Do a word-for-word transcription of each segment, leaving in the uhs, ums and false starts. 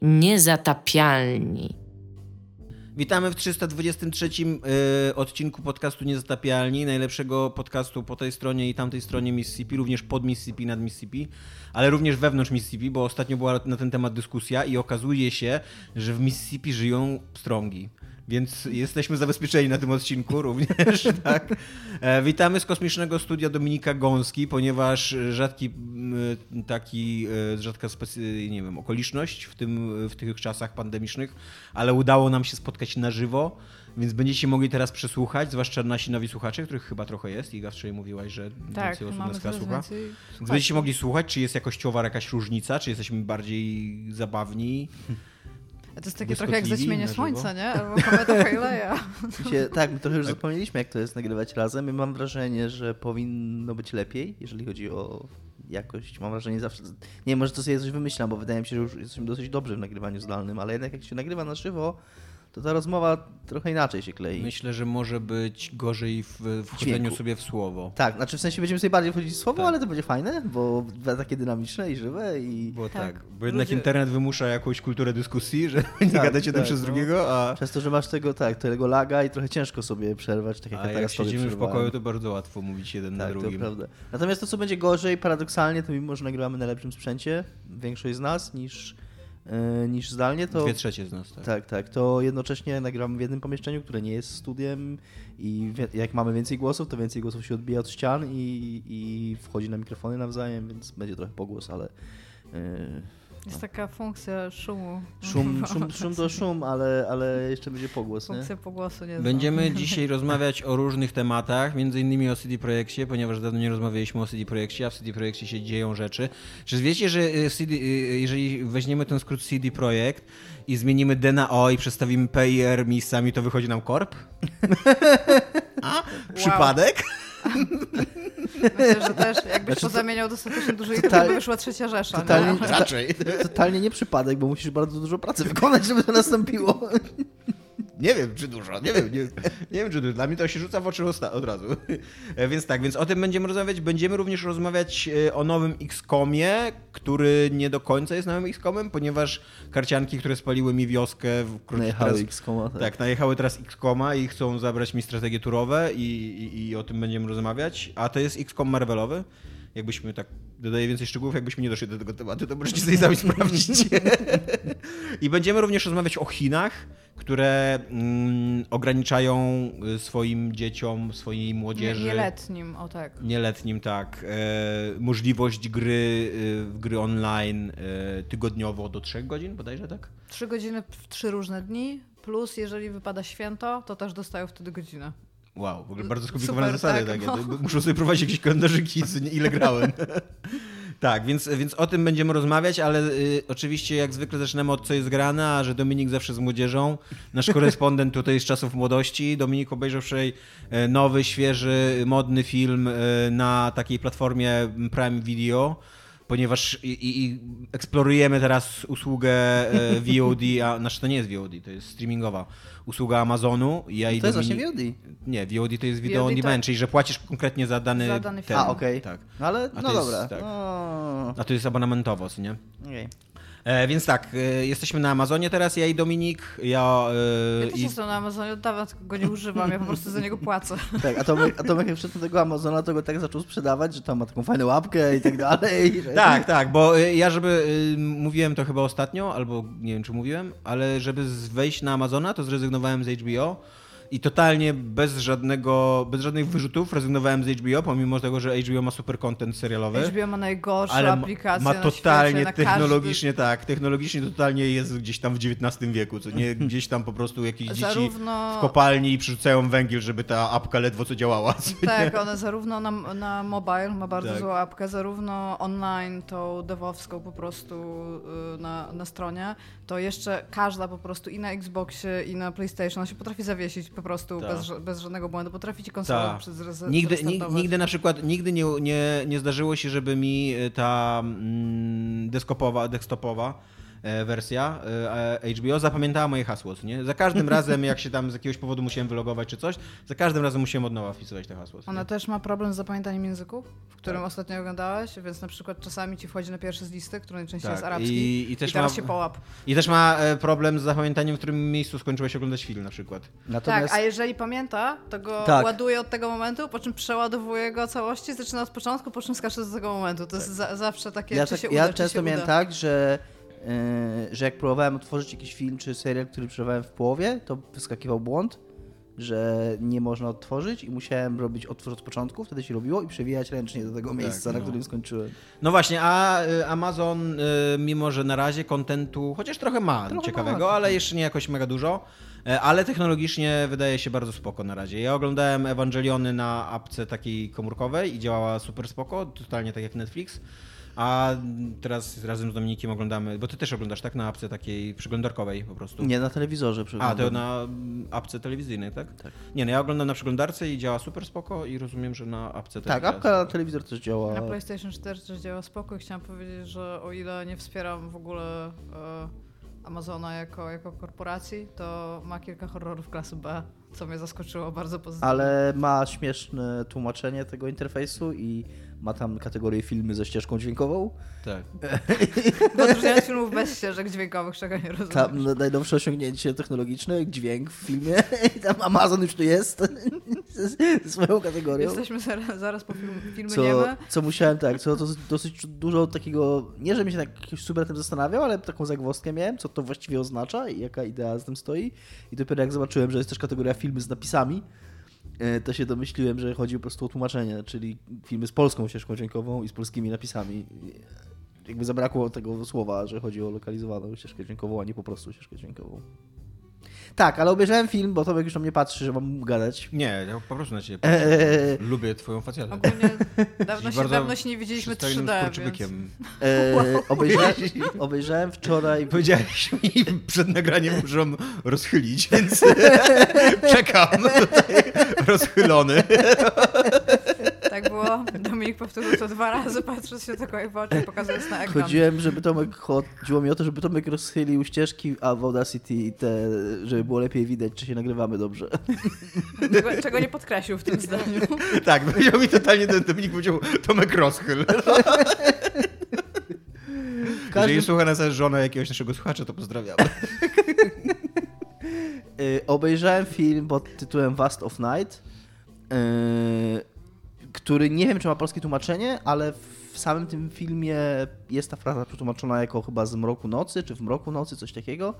Niezatapialni. Witamy w trzysta dwudziestym trzecim y, odcinku podcastu Niezatapialni, najlepszego podcastu po tej stronie i tamtej stronie Mississippi, również pod Mississippi, nad Mississippi, ale również wewnątrz Mississippi, bo ostatnio była na ten temat dyskusja i okazuje się, że w Mississippi żyją pstrągi. Więc jesteśmy zabezpieczeni na tym odcinku również, tak. E, witamy z kosmicznego studia Dominika Gąski, ponieważ rzadki taki, rzadka specy, nie wiem, okoliczność w, tym, w tych czasach pandemicznych, ale udało nam się spotkać na żywo, więc będziecie mogli teraz przesłuchać, zwłaszcza nasi nowi słuchacze, których chyba trochę jest. Iga wczoraj mówiłaś, że tak, więcej osób nas słucha. Więc słuchać. będziecie mogli słuchać, czy jest jakościowa jakaś różnica, czy jesteśmy bardziej zabawni. To jest takie trochę jak zaćmienie słońca, nie? Albo kometa Haleya. Tak, my trochę już zapomnieliśmy, jak to jest nagrywać razem i mam wrażenie, że powinno być lepiej, jeżeli chodzi o jakość. Mam wrażenie zawsze... Nie wiem, może to sobie coś wymyślam, bo wydaje mi się, że już jesteśmy dosyć dobrzy w nagrywaniu zdalnym, ale jednak jak się nagrywa na żywo, to ta rozmowa trochę inaczej się klei. Myślę, że może być gorzej w wchodzeniu sobie w słowo. Tak, znaczy w sensie będziemy sobie bardziej wchodzić w słowo, tak. Ale to będzie fajne, bo takie dynamiczne i żywe. I... Bo tak, tak bo jednak ludzie... internet wymusza jakąś kulturę dyskusji, że nie tak, gadacie jeden tak, przez no. drugiego, a... Przez to, że masz tego, tak, tego laga i trochę ciężko sobie przerwać, tak jak a ja jak teraz sobie siedzimy w pokoju, to bardzo łatwo mówić jeden tak, na drugim. To prawda. Natomiast to, co będzie gorzej, paradoksalnie, to mimo, że nagrywamy na lepszym sprzęcie, większość z nas, niż... niż zdalnie, to... Dwie trzecie z nas, tak. Tak, tak. To jednocześnie nagramy w jednym pomieszczeniu, które nie jest studiem i jak mamy więcej głosów, to więcej głosów się odbija od ścian i, i wchodzi na mikrofony nawzajem, więc będzie trochę pogłos, ale... Yy, jest no. taka funkcja szumu. Szum, szum, szum to szum, ale, ale jeszcze będzie pogłos, funkcja nie? pogłosu nie Będziemy znam. dzisiaj rozmawiać o różnych tematach, między innymi o C D Projekcie, ponieważ dawno nie rozmawialiśmy o C D Projekcie, a w C D Projekcie się dzieją rzeczy. Czy wiecie, że C D, jeżeli weźmiemy ten skrót C D Projekt i zmienimy D na O i przestawimy P i R miejscami, to wychodzi nam Korp? A? Wow. Przypadek? Myślę, że też jakbyś znaczy, pozamieniał dostatecznie dużo i to by wyszła trzecia Rzesza. Totalnie, no? Raczej. Totalnie nie przypadek, bo musisz bardzo dużo pracy wykonać, żeby to nastąpiło. Nie wiem, czy dużo, nie wiem, nie, nie wiem, czy dużo. Dla mnie to się rzuca w oczy od razu. Więc tak, więc o tym będziemy rozmawiać. Będziemy również rozmawiać o nowym X COMie, który nie do końca jest nowym X COMem, ponieważ karcianki, które spaliły mi wioskę... Najechały teraz, X COMa. Tak. tak, najechały teraz X COMa i chcą zabrać mi strategie turowe i, i, i o tym będziemy rozmawiać. A to jest X COM Marvelowy. Jakbyśmy tak, dodaję więcej szczegółów, jakbyśmy nie doszli do tego tematu, to możecie sobie sami sprawdzić. I będziemy również rozmawiać o Chinach, które mm, ograniczają swoim dzieciom, swojej młodzieży... Nieletnim, o tak. Nieletnim, tak. E, możliwość gry, e, gry online e, tygodniowo do trzech godzin, bodajże, tak? Trzy godziny w trzy różne dni, plus jeżeli wypada święto, to też dostają wtedy godzinę. Wow, w ogóle bardzo skomplikowane Super, zasady tak, takie. no. Muszę sobie prowadzić jakieś kalendarzyki, ile grałem. Tak, więc, więc o tym będziemy rozmawiać, ale y, oczywiście jak zwykle zaczynamy od co jest grane, a że Dominik zawsze z młodzieżą, nasz korespondent tutaj z czasów młodości. Dominik obejrzał wczoraj nowy, świeży, modny film na takiej platformie Prime Video, ponieważ i, i, i eksplorujemy teraz usługę V O D, a znaczy to nie jest V O D, to jest streamingowa usługa Amazonu. Ja to i jest Dominik... właśnie V O D. Nie, V O D to jest video V O D on demand, to... czyli że płacisz konkretnie za dany, za dany ten. A, okej. Okay. Tak. No ale, a no jest, dobra. Tak. O... A to jest abonamentowo, nie? Okej. Okay. E, więc tak, e, jesteśmy na Amazonie teraz, ja i Dominik. Ja, e, ja też i... jestem na Amazonie, od dawna go nie używam, ja po prostu za niego płacę. Tak, a Tomek, a Tomek jak wszedł do tego Amazona, to go tak zaczął sprzedawać, że tam ma taką fajną łapkę i tak dalej. Że... Tak, tak, bo ja żeby, mówiłem to chyba ostatnio, albo nie wiem czy mówiłem, ale żeby wejść na Amazona, to zrezygnowałem z H B O. I totalnie bez żadnego, bez żadnych wyrzutów rezygnowałem z H B O, pomimo tego, że H B O ma super content serialowy. H B O ma najgorszą ale aplikację ma na totalnie, świecie, na technologicznie każdy... tak, technologicznie totalnie jest gdzieś tam w dziewiętnastym wieku, co nie gdzieś tam po prostu jakieś zarówno... dzieci w kopalni przyrzucają węgiel, żeby ta apka ledwo co działała. Co tak, one zarówno na, na mobile ma bardzo tak. złą apkę, zarówno online tą devowską po prostu na, na stronie, to jeszcze każda po prostu i na Xboxie i na PlayStation się potrafi zawiesić po prostu bez, bez żadnego błędu. Potrafi ci konsolę przez nigdy, nigdy na przykład nigdy nie, nie, nie zdarzyło się, żeby mi ta mm, desktopowa, desktopowa wersja H B O zapamiętała moje hasło, nie? Za każdym razem, jak się tam z jakiegoś powodu musiałem wylogować czy coś, za każdym razem musiałem od nowa wpisywać te hasło. Ona nie? też ma problem z zapamiętaniem języków, w którym tak. ostatnio oglądałeś, więc na przykład czasami ci wchodzi na pierwszy z listy, który najczęściej tak. jest arabski i, i, też i teraz ma, się połap. I też ma problem z zapamiętaniem, w którym miejscu skończyłeś oglądać film na przykład. Natomiast... Tak, a jeżeli pamięta, to go tak. ładuje od tego momentu, po czym przeładowuje go całości, zaczyna od początku, po czym skacze z tego momentu. To jest za, zawsze takie, ja czy tak, się ja uda, często czy się miałem uda. tak, że, yy, że jak próbowałem otworzyć jakiś film czy serial, który przerwałem w połowie, to wyskakiwał błąd, że nie można odtworzyć i musiałem robić otwórz od początku, wtedy się robiło i przewijać ręcznie do tego miejsca, tak, no. na którym skończyłem. No właśnie, a y, Amazon, y, mimo że na razie kontentu, chociaż trochę ma Trochę ciekawego, ma. ale jeszcze nie jakoś mega dużo, y, ale technologicznie wydaje się bardzo spoko na razie. Ja oglądałem Ewangeliony na apce takiej komórkowej i działała super spoko, totalnie tak jak Netflix. A teraz razem z Dominikiem oglądamy, bo ty też oglądasz, tak? Na apce takiej przeglądarkowej po prostu. Nie, na telewizorze A, przeglądam. to na apce telewizyjnej, tak? Tak. Nie, no ja oglądam na przeglądarce i działa super spoko i rozumiem, że na apce też Tak, działa apka na spoko. telewizor też działa. Na PlayStation cztery też działa spoko i chciałam powiedzieć, że o ile nie wspieram w ogóle e, Amazona jako, jako korporacji, to ma kilka horrorów klasy B, co mnie zaskoczyło bardzo pozytywnie. Ale ma śmieszne tłumaczenie tego interfejsu i ma tam kategorię filmy ze ścieżką dźwiękową. Tak. Odróżniając filmów bez ścieżek dźwiękowych, czego nie rozumiem. Tam najnowsze osiągnięcie technologiczne, dźwięk w filmie. I tam Amazon już tu jest ze swoją kategorią. Jesteśmy zaraz, zaraz po film, filmy Co, niemy. co musiałem, tak, co to dosyć dużo takiego, nie że mi się tak jakoś super tym zastanawiał, ale taką zagwozdkę miałem, co to właściwie oznacza i jaka idea z tym stoi. I dopiero jak zobaczyłem, że jest też kategoria filmy z napisami, to się domyśliłem, że chodzi po prostu o tłumaczenie, czyli filmy z polską ścieżką dźwiękową i z polskimi napisami. Jakby zabrakło tego słowa, że chodzi o lokalizowaną ścieżkę dźwiękową, a nie po prostu ścieżkę dźwiękową. Tak, ale obejrzałem film, bo Tomek już na mnie patrzy, że mam gadać. Nie, ja po prostu na ciebie patrzę. Eee, Lubię twoją facjatę. Ogólnie dawno się, bardzo dawno się nie widzieliśmy trzy przystojnym D, więc... skurczybykiem. eee, obejrzałem, obejrzałem wczoraj... Powiedziałeś mi przed nagraniem, że on rozchylić, więc czekam tutaj rozchylony. Tak było. Dominik powtórzył to dwa razy, patrząc się tylko w oczy i pokazując na ekran. Chodziłem, żeby Tomek, chodziło mi o to, żeby Tomek rozchylił ścieżki, a w Audacity te, żeby było lepiej widać, czy się nagrywamy dobrze. Czego, czego nie podkreślił w tym zdaniu. Tak, powiedział mi totalnie, ten Dominik powiedział, Tomek rozchyl. Każdym... Jeżeli słucha nas żona jakiegoś naszego słuchacza, to pozdrawiamy. Yy, obejrzałem film pod tytułem Vast of Night, yy, który nie wiem, czy ma polskie tłumaczenie, ale w samym tym filmie jest ta fraza przetłumaczona jako chyba z mroku nocy, czy w mroku nocy, coś takiego.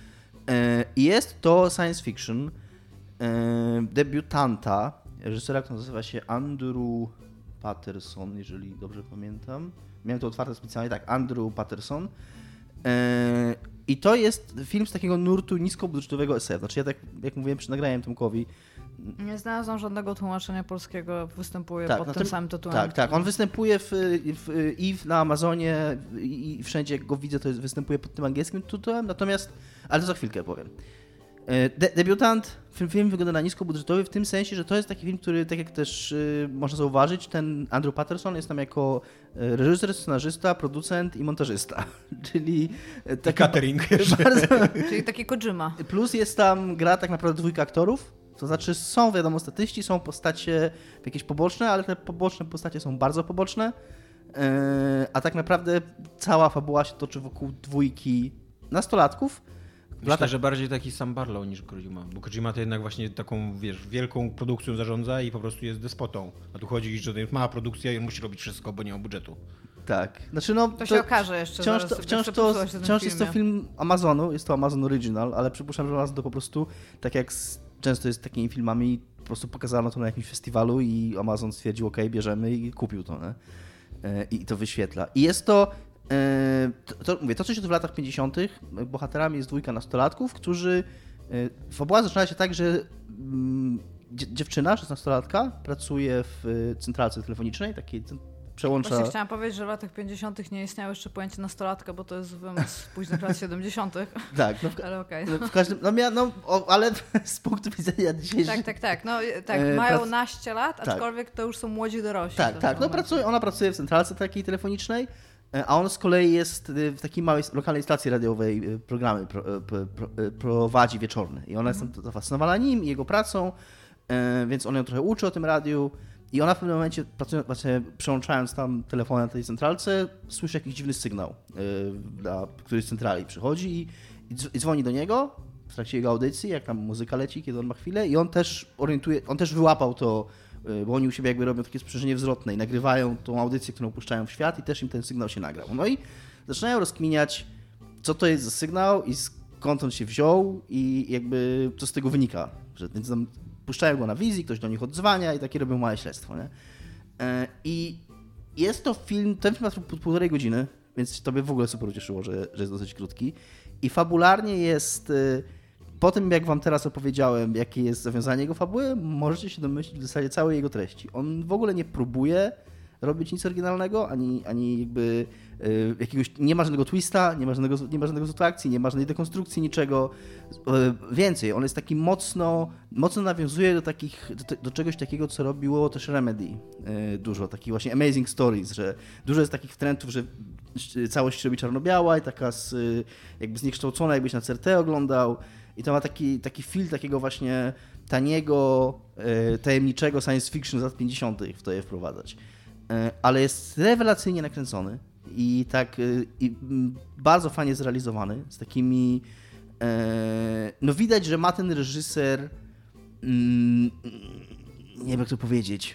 I yy, jest to science fiction yy, debiutanta, reżysera, który nazywa się Andrew Patterson, jeżeli dobrze pamiętam. Miałem to otwarte specjalnie, tak, Andrew Patterson. Yy, I to jest film z takiego nurtu niskobudżetowego S F. Znaczy ja tak, jak mówiłem przy nagraniu Tomkowi... Nie znalazłam żadnego tłumaczenia polskiego, występuje tak, pod tym, tym samym tytułem. Tak, tak, on występuje w, w, i na Amazonie i wszędzie, jak go widzę, to jest, występuje pod tym angielskim tytułem, natomiast... Ale to za chwilkę powiem. De- debiutant, film, film wygląda na niskobudżetowy w tym sensie, że to jest taki film, który, tak jak też y, można zauważyć, ten Andrew Patterson jest tam jako reżyser, scenarzysta, producent i montażysta. Czyli taki catering. Bardzo... Czyli taki Kojima. Plus jest tam, gra tak naprawdę dwójka aktorów, to znaczy są wiadomo statyści, są postacie jakieś poboczne, ale te poboczne postacie są bardzo poboczne, yy, a tak naprawdę cała fabuła się toczy wokół dwójki nastolatków. Myślę, latach... że bardziej taki Sam Barlow niż Kojima, bo Kojima to jednak właśnie taką, wiesz, wielką produkcją zarządza i po prostu jest despotą. A tu chodzi, że to jest mała produkcja i on musi robić wszystko, bo nie ma budżetu. Tak. Znaczy, no, to, to się okaże jeszcze. Wciąż, zaraz, to, wciąż, to, wciąż jest to film Amazonu, jest to Amazon Original, ale przypuszczam, że Amazon to po prostu, tak jak z, często jest z takimi filmami, po prostu pokazano to na jakimś festiwalu i Amazon stwierdził, ok, bierzemy i kupił to, nie? I to wyświetla. I jest to To, to, mówię, to, co się tu w latach pięćdziesiątych, bohaterami jest dwójka nastolatków, którzy... Fabuła zaczyna się tak, że dziewczyna, szesnastolatka, pracuje w centralce telefonicznej, takiej przełącza... Właśnie chciałam powiedzieć, że w latach pięćdziesiątych nie istniało jeszcze pojęcie nastolatka, bo to jest wymysł z późnych lat siedemdziesiątych. Tak, no w, ale okej. Okay. No w każdym... No, mia, no o, ale z punktu widzenia dzisiejszych... Tak, tak, tak. No, tak e, mają prac... naście lat, aczkolwiek tak. To już są młodzi dorośli. Tak, tak. No, pracuje, ona pracuje w centralce takiej telefonicznej a on z kolei jest w takiej małej lokalnej stacji radiowej, programy pro, pro, pro, prowadzi wieczorne i ona jest tam zafascynowana nim i jego pracą, więc on ją trochę uczy o tym radiu i ona w pewnym momencie, pracując, właśnie przełączając tam telefonem na tej centralce, słyszy jakiś dziwny sygnał, dla któryś z centrali przychodzi i, i dzwoni do niego w trakcie jego audycji, jak tam muzyka leci, kiedy on ma chwilę i on też orientuje, on też wyłapał to, bo oni u siebie jakby robią takie sprzężenie wzrotne i nagrywają tą audycję, którą puszczają w świat i też im ten sygnał się nagrał. No i zaczynają rozkminiać, co to jest za sygnał i skąd on się wziął i jakby co z tego wynika. Więc tam puszczają go na wizji, ktoś do nich odzwania i takie robią małe śledztwo. Nie? I jest to film, ten film ma półtorej godziny, więc to by w ogóle super ucieszyło, że, że jest dosyć krótki. I fabularnie jest... Po tym, jak wam teraz opowiedziałem, jakie jest zawiązanie jego fabuły, możecie się domyślić w zasadzie całej jego treści. On w ogóle nie próbuje robić nic oryginalnego, ani, ani jakby y, jakiegoś, nie ma żadnego twista, nie ma żadnego, nie ma żadnego zwrotu akcji, nie ma żadnej dekonstrukcji, niczego. Y, więcej, on jest taki mocno, mocno nawiązuje do takich, do, do czegoś takiego, co robiło też Remedy y, dużo, takich właśnie amazing stories, że dużo jest takich trendów, że całość się robi czarno-biała i taka z, jakby zniekształcona, jakbyś na C R T oglądał. I to ma taki, taki feel takiego właśnie taniego, e, tajemniczego science fiction z lat pięćdziesiątych w to je wprowadzać. E, ale jest rewelacyjnie nakręcony i tak e, i bardzo fajnie zrealizowany, z takimi... E, no widać, że ma ten reżyser... Mm, nie wiem, jak to powiedzieć.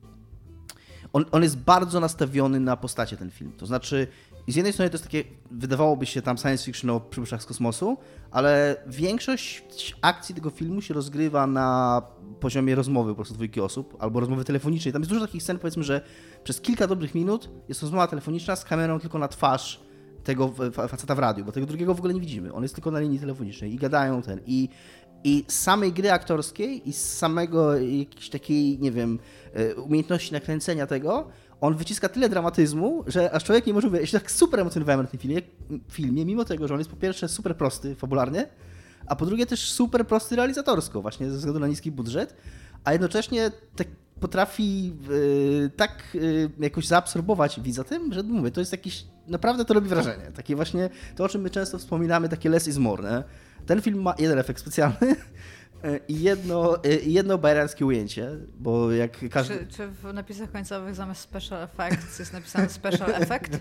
On, on jest bardzo nastawiony na postacie, ten film. To znaczy, z jednej strony to jest takie, wydawałoby się tam science fiction o przybyszach z kosmosu, ale większość akcji tego filmu się rozgrywa na poziomie rozmowy po prostu dwójki osób, albo rozmowy telefonicznej. Tam jest dużo takich scen, powiedzmy, że przez kilka dobrych minut jest rozmowa telefoniczna z kamerą tylko na twarz tego faceta w radiu, bo tego drugiego w ogóle nie widzimy. On jest tylko na linii telefonicznej i gadają ten. I I z samej gry aktorskiej i z samego jakiejś takiej, nie wiem, umiejętności nakręcenia tego, on wyciska tyle dramatyzmu, że aż człowiek nie może uwierzyć. Ja się tak super emocjonowałem na tym filmie, filmie, mimo tego, że on jest po pierwsze super prosty fabularnie, a po drugie też super prosty realizatorsko, właśnie ze względu na niski budżet, a jednocześnie tak potrafi yy, tak yy, jakoś zaabsorbować widza tym, że mówię, to jest jakiś, naprawdę to robi wrażenie. Takie właśnie, to o czym my często wspominamy, takie less is more, nie? Ten film ma jeden efekt specjalny i jedno, jedno bajeranckie ujęcie, bo jak każdy... Czy, czy w napisach końcowych zamiast special effects jest napisane special effect?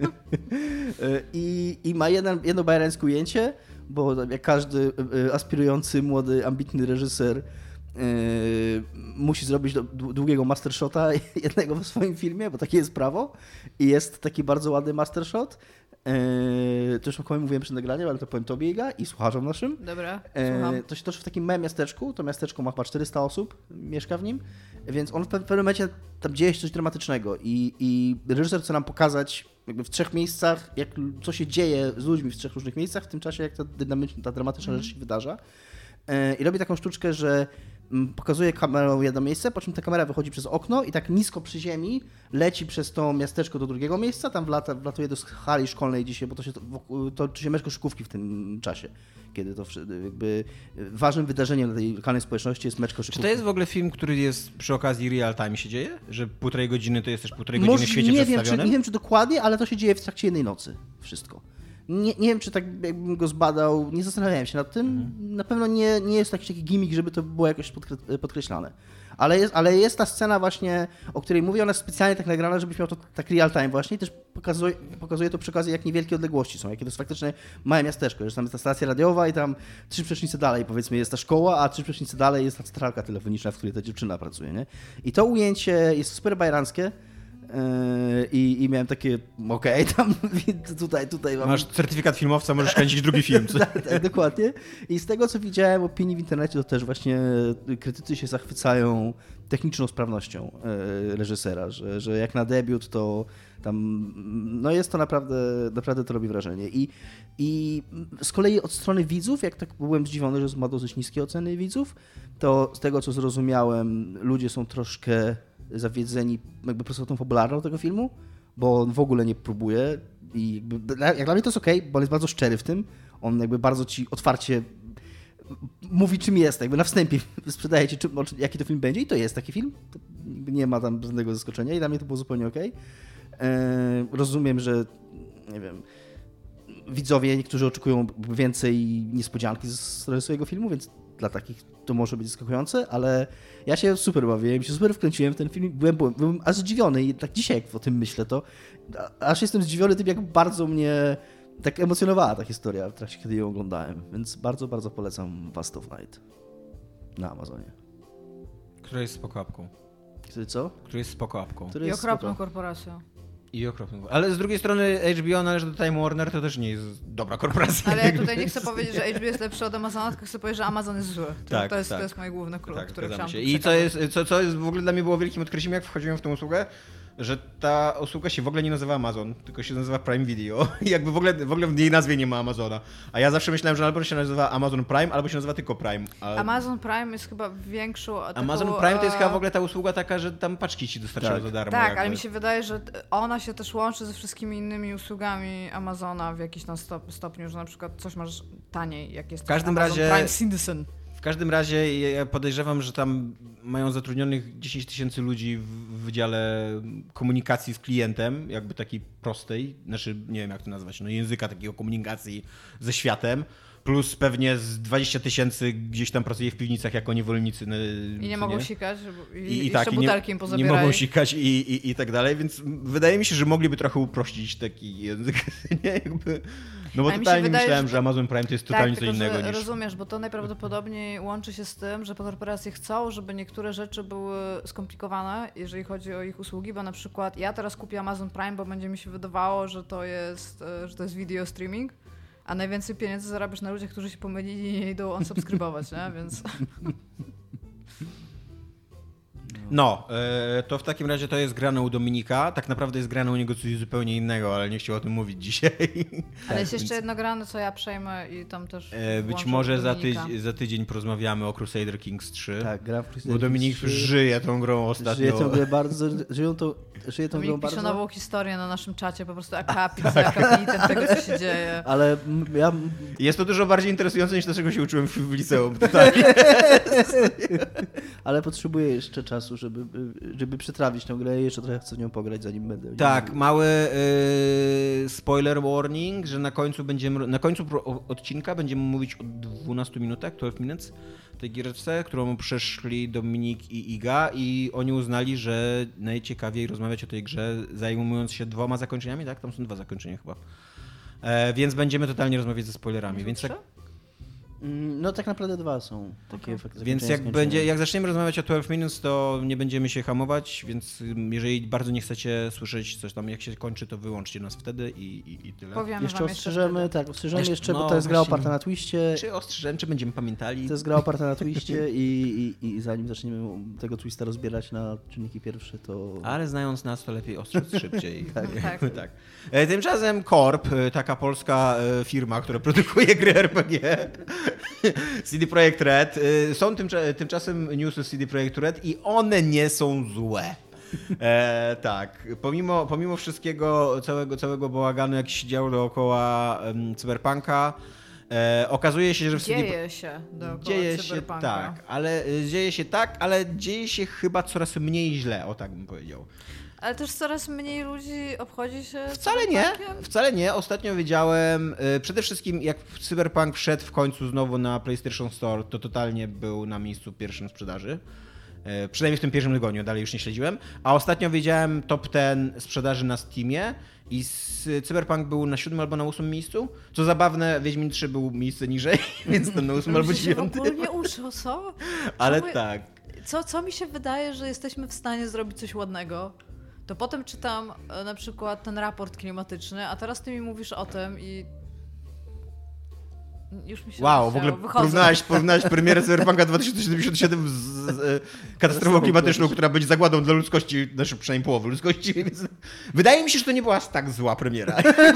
I, i ma jeden, jedno bajeranckie ujęcie, bo jak każdy aspirujący, młody, ambitny reżyser yy, musi zrobić długiego mastershota jednego w swoim filmie, bo takie jest prawo i jest taki bardzo ładny mastershot. Eee, to już o mówiłem przy nagraniu, ale to powiem tobie, Iga, i słuchaczom naszym. Dobra, eee, słucham. To się toczy w takim małym miasteczku, to miasteczko ma chyba czterysta osób, mieszka w nim, więc on w pewnym momencie tam dzieje się coś dramatycznego i, i reżyser chce nam pokazać jakby w trzech miejscach, jak, co się dzieje z ludźmi w trzech różnych miejscach, w tym czasie jak ta, dynamiczna, ta dramatyczna mm. rzecz się wydarza. Eee, I robi taką sztuczkę, że pokazuje kamerą jedno miejsce, po czym ta kamera wychodzi przez okno i tak nisko przy ziemi leci przez to miasteczko do drugiego miejsca, tam wlata, wlatuje do hali szkolnej dzisiaj, bo to się toczy się mecz koszykówki w tym czasie, kiedy to jakby ważnym wydarzeniem dla tej lokalnej społeczności jest mecz koszykówki. Czy to jest w ogóle film, który jest przy okazji real time się dzieje? Że półtorej godziny to jest też półtorej godziny Może, w świecie nie przedstawionym? Wiem, czy, nie wiem, czy dokładnie, ale to się dzieje w trakcie jednej nocy. Wszystko. Nie, nie wiem, czy tak jakbym go zbadał, nie zastanawiałem się nad tym. Mhm. Na pewno nie, nie jest taki, taki gimmick, żeby to było jakoś podkre- podkreślane. Ale jest, ale jest ta scena właśnie, o której mówię, ona jest specjalnie tak nagrana, żebyś miał to tak real time właśnie i też pokazuje, pokazuje to przy okazji, jak niewielkie odległości są, jakie to jest faktycznie małe miasteczko, że tam jest ta stacja radiowa i tam trzy przecznice dalej powiedzmy jest ta szkoła, a trzy przecznice dalej jest ta centralka telefoniczna, w której ta dziewczyna pracuje, nie? I to ujęcie jest super bajeranckie. I, i miałem takie, okej, okay, tam tutaj, tutaj mam... Masz certyfikat filmowca, możesz kręcić drugi film. tak, tak, dokładnie. I z tego, co widziałem opinii w internecie, to też właśnie krytycy się zachwycają techniczną sprawnością reżysera, że, że jak na debiut to tam, no jest to naprawdę, naprawdę to robi wrażenie. I, i z kolei od strony widzów, jak tak byłem zdziwiony, że ma dosyć niskie oceny widzów, to z tego, co zrozumiałem, ludzie są troszkę zawiedzeni jakby prostotą fabularną tego filmu, bo on w ogóle nie próbuje i jakby, jak dla mnie to jest okej, okay, bo on jest bardzo szczery w tym, on jakby bardzo ci otwarcie mówi czym jest, jakby na wstępie sprzedaje ci czym, jaki to film będzie i to jest taki film, to nie ma tam żadnego zaskoczenia i dla mnie to było zupełnie okej. Okay. E, rozumiem, że nie wiem, widzowie niektórzy oczekują więcej niespodzianki ze strony swojego filmu, więc dla takich to może być zaskakujące, ale ja się super bawiłem, się super wkręciłem w ten film, byłem, byłem, byłem aż zdziwiony i tak dzisiaj jak o tym myślę, to aż jestem zdziwiony tym, jak bardzo mnie tak emocjonowała ta historia w trakcie, kiedy ją oglądałem, więc bardzo, bardzo polecam Vast of Night na Amazonie. Która jest spoko apką. Który co? Który jest spoko apką. I okropną korporacją. I okropną. Ale z drugiej strony H B O należy do Time Warner, to też nie jest dobra korporacja. Ale ja tutaj nie chcę powiedzieć, że H B O jest lepszy od Amazona, tylko chcę powiedzieć, że Amazon jest zły. To, tak, to, jest, tak. to jest moje główne klucz, tak, które chciałam się. I co jest, co, co jest w ogóle dla mnie było wielkim odkryciem, jak wchodziłem w tę usługę, że ta usługa się w ogóle nie nazywa Amazon, tylko się nazywa Prime Video. I jakby w ogóle, w ogóle w jej nazwie nie ma Amazona. A ja zawsze myślałem, że albo się nazywa Amazon Prime, albo się nazywa tylko Prime. A... Amazon Prime jest chyba większą... Amazon taką, Prime to jest chyba w ogóle ta usługa taka, że tam paczki ci dostarczają tak. za darmo. Tak, jakby. ale mi się wydaje, że ona się też łączy ze wszystkimi innymi usługami Amazona w jakiś tam stop, stopniu, że na przykład coś masz taniej, jak jest w każdym Amazon razie Prime Citizen. W każdym razie ja podejrzewam, że tam mają zatrudnionych dziesięć tysięcy ludzi w wydziale komunikacji z klientem, jakby takiej prostej, znaczy nie wiem jak to nazwać, no języka takiego komunikacji ze światem, plus pewnie z dwadzieścia tysięcy gdzieś tam pracuje w piwnicach jako niewolnicy. I nie mogą sikać, i, I, i jeszcze tak, butelki im nie, pozabierali. nie mogą sikać i, i, i tak dalej, więc wydaje mi się, że mogliby trochę uprościć taki język, nie jakby... No bo Ale totalnie wydaje, myślałem, że, że Amazon Prime to jest totalnie tak, co tylko, innego że niż... rozumiesz, bo to najprawdopodobniej łączy się z tym, że korporacje chcą, żeby niektóre rzeczy były skomplikowane, jeżeli chodzi o ich usługi, bo na przykład ja teraz kupię Amazon Prime, bo będzie mi się wydawało, że to jest, że to jest video streaming, a najwięcej pieniędzy zarabiasz na ludziach, którzy się pomylili i nie idą unsubskrybować, nie? Więc... No, e, to w takim razie to jest grane u Dominika. Tak naprawdę jest grane u niego coś zupełnie innego, ale nie chciał o tym mówić dzisiaj. Ale jest jeszcze jedno grane, co ja przejmę i tam też E, być może za, tydzień, za tydzień porozmawiamy o Crusader Kings trzy. Tak, gra w Crusader Bo Dominik Kings trzy. żyje tą grą ostatnio. Żyje tą grę bardzo, żyją tą, żyje tą Dominik grą pisze bardzo. nową historię na naszym czacie, po prostu akapit za akapitem tego, co się dzieje. Ale ja... Jest to dużo bardziej interesujące niż to, czego się uczyłem w, w liceum. Tak. Ale potrzebuję jeszcze czasu, żeby, żeby przetrawić tę grę i jeszcze trochę chcę w nią pograć, zanim będę... Tak, mały yy, spoiler warning, że na końcu będziemy, na końcu pro, odcinka będziemy mówić o dwunastu minutach, dwanaście minut, tej gierce, którą przeszli Dominik i Iga i oni uznali, że najciekawiej rozmawiać o tej grze, zajmując się dwoma zakończeniami, tak? Tam są dwa zakończenia chyba. E, więc będziemy totalnie rozmawiać ze spoilerami. Więc jak, no tak naprawdę dwa są takie Okay. Więc jak, będzie, jak zaczniemy rozmawiać o dwanaście minut, to nie będziemy się hamować, więc jeżeli bardzo nie chcecie słyszeć coś tam, jak się kończy, to wyłączcie nas wtedy i, i, i tyle. Powiemy jeszcze wam ostrzeżemy, jeszcze tak, ostrzeżemy jeszcze, jeszcze, no, bo to jest gra właśnie. oparta na twiście. Czy ostrzeżemy, czy będziemy pamiętali? To jest gra oparta na twiście i, i, i zanim zaczniemy tego twista rozbierać na czynniki pierwsze, to... Ale znając nas, to lepiej ostrzec szybciej. Tak. Tak. tak. E, Tymczasem Corp, e, taka polska e, firma, która produkuje gry R P G, C D Projekt Red, e, są tymcza- tymczasem newsy z C D Projekt Red i one nie są złe. E, tak, pomimo, pomimo wszystkiego, całego, całego bałaganu, jak się działo dookoła um, Cyberpunka, e, okazuje się, że w Dzieje C D... się dookoła dzieje się Cyberpunka. tak, ale dzieje się tak, ale dzieje się chyba coraz mniej źle, o tak bym powiedział. Ale też coraz mniej ludzi obchodzi się Wcale nie, Cyberpunkiem? wcale nie. Ostatnio wiedziałem, y, przede wszystkim jak Cyberpunk wszedł w końcu znowu na PlayStation Store, to totalnie był na miejscu pierwszym sprzedaży. Y, przynajmniej w tym pierwszym tygodniu, dalej już nie śledziłem. A ostatnio wiedziałem top dziesięć sprzedaży na Steamie i z, Cyberpunk był na siódmym albo na ósmym miejscu. Co zabawne, Wiedźmin trzy był miejsce niżej, więc ten na ósmym albo Mi się w dziewiątym. ogóle nie uszło, co? Ale Czemu- tak. Co, co mi się wydaje, że jesteśmy w stanie zrobić coś ładnego, to potem czytam e, na przykład ten raport klimatyczny, a teraz ty mi mówisz o tym i już mi się Wow, w rozdziało. ogóle Wychodzę. porównałeś, porównałeś premierę Cyberpunka dwa tysiące siedemdziesiąt siedem z, z, z katastrofą klimatyczną, która będzie zagładą dla ludzkości, znaczy przynajmniej połowy ludzkości, więc wydaje mi się, że to nie była aż tak zła premiera.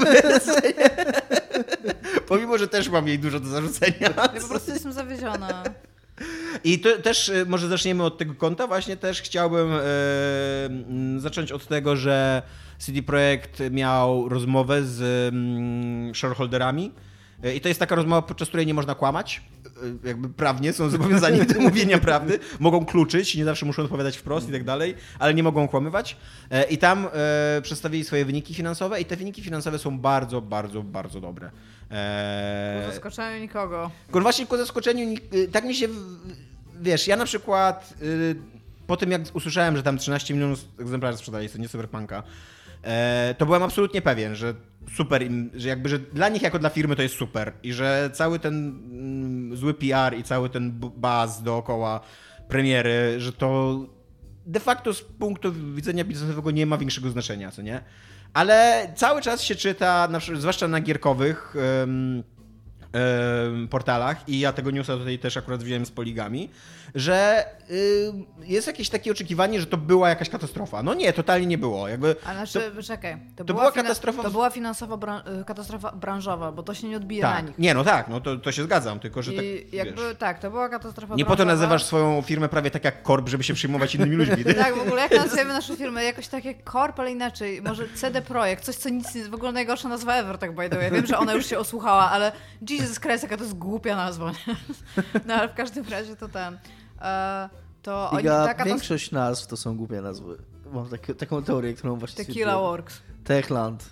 Pomimo, że też mam jej dużo do zarzucenia. Ja po prostu jestem zawiedziona. I to też e, może zaczniemy od tego kąta. Właśnie też chciałbym e, m, zacząć od tego, że C D Projekt miał rozmowę z mm, shareholderami. E, I to jest taka rozmowa, podczas której nie można kłamać. jakby prawnie są zobowiązani do mówienia prawdy, mogą kluczyć, nie zawsze muszą odpowiadać wprost i tak dalej, ale nie mogą okłamywać. I tam przedstawili swoje wyniki finansowe i te wyniki finansowe są bardzo, bardzo, bardzo dobre. Ku zaskoczeniu nikogo. Właśnie ku zaskoczeniu, tak mi się, wiesz, ja na przykład po tym jak usłyszałem, że tam trzynaście milionów egzemplarzy sprzedali, to nie Cyberpunka, to byłem absolutnie pewien, że super, im, że jakby, że dla nich jako dla firmy to jest super i że cały ten zły P R i cały ten buzz dookoła premiery, że to de facto z punktu widzenia biznesowego nie ma większego znaczenia, co nie? Ale cały czas się czyta, na przykład, zwłaszcza na gierkowych um, um, portalach i ja tego newsa tutaj też akurat wziąłem z Poligami, że y, jest jakieś takie oczekiwanie, że to była jakaś katastrofa. No nie, totalnie nie było. Jakby A znaczy, to, czekaj, to, to była, była fina- katastrofa... To była finansowa bran- katastrofa branżowa, bo to się nie odbije tak. na nich. Nie, no tak, no to, to się zgadzam, tylko że I tak, jakby wiesz, tak, to była katastrofa nie branżowa. po to nazywasz swoją firmę prawie tak jak Korp, żeby się przyjmować innymi ludźmi. Tak, w ogóle jak nazwiemy naszą firmę? Jakoś tak jak Korp, ale inaczej. Może C D Projekt, coś co nic, w ogóle najgorsza nazwa ever, tak by the way. Wiem, że ona już się osłuchała, ale Jesus Christ, jaka to jest głupia nazwa. Nie? No ale w każdym razie to ten... E, to oni, Iga, taka większość to... nazw to są głupie nazwy. Mam tak, taką teorię, którą właśnie Tequila Works. Techland.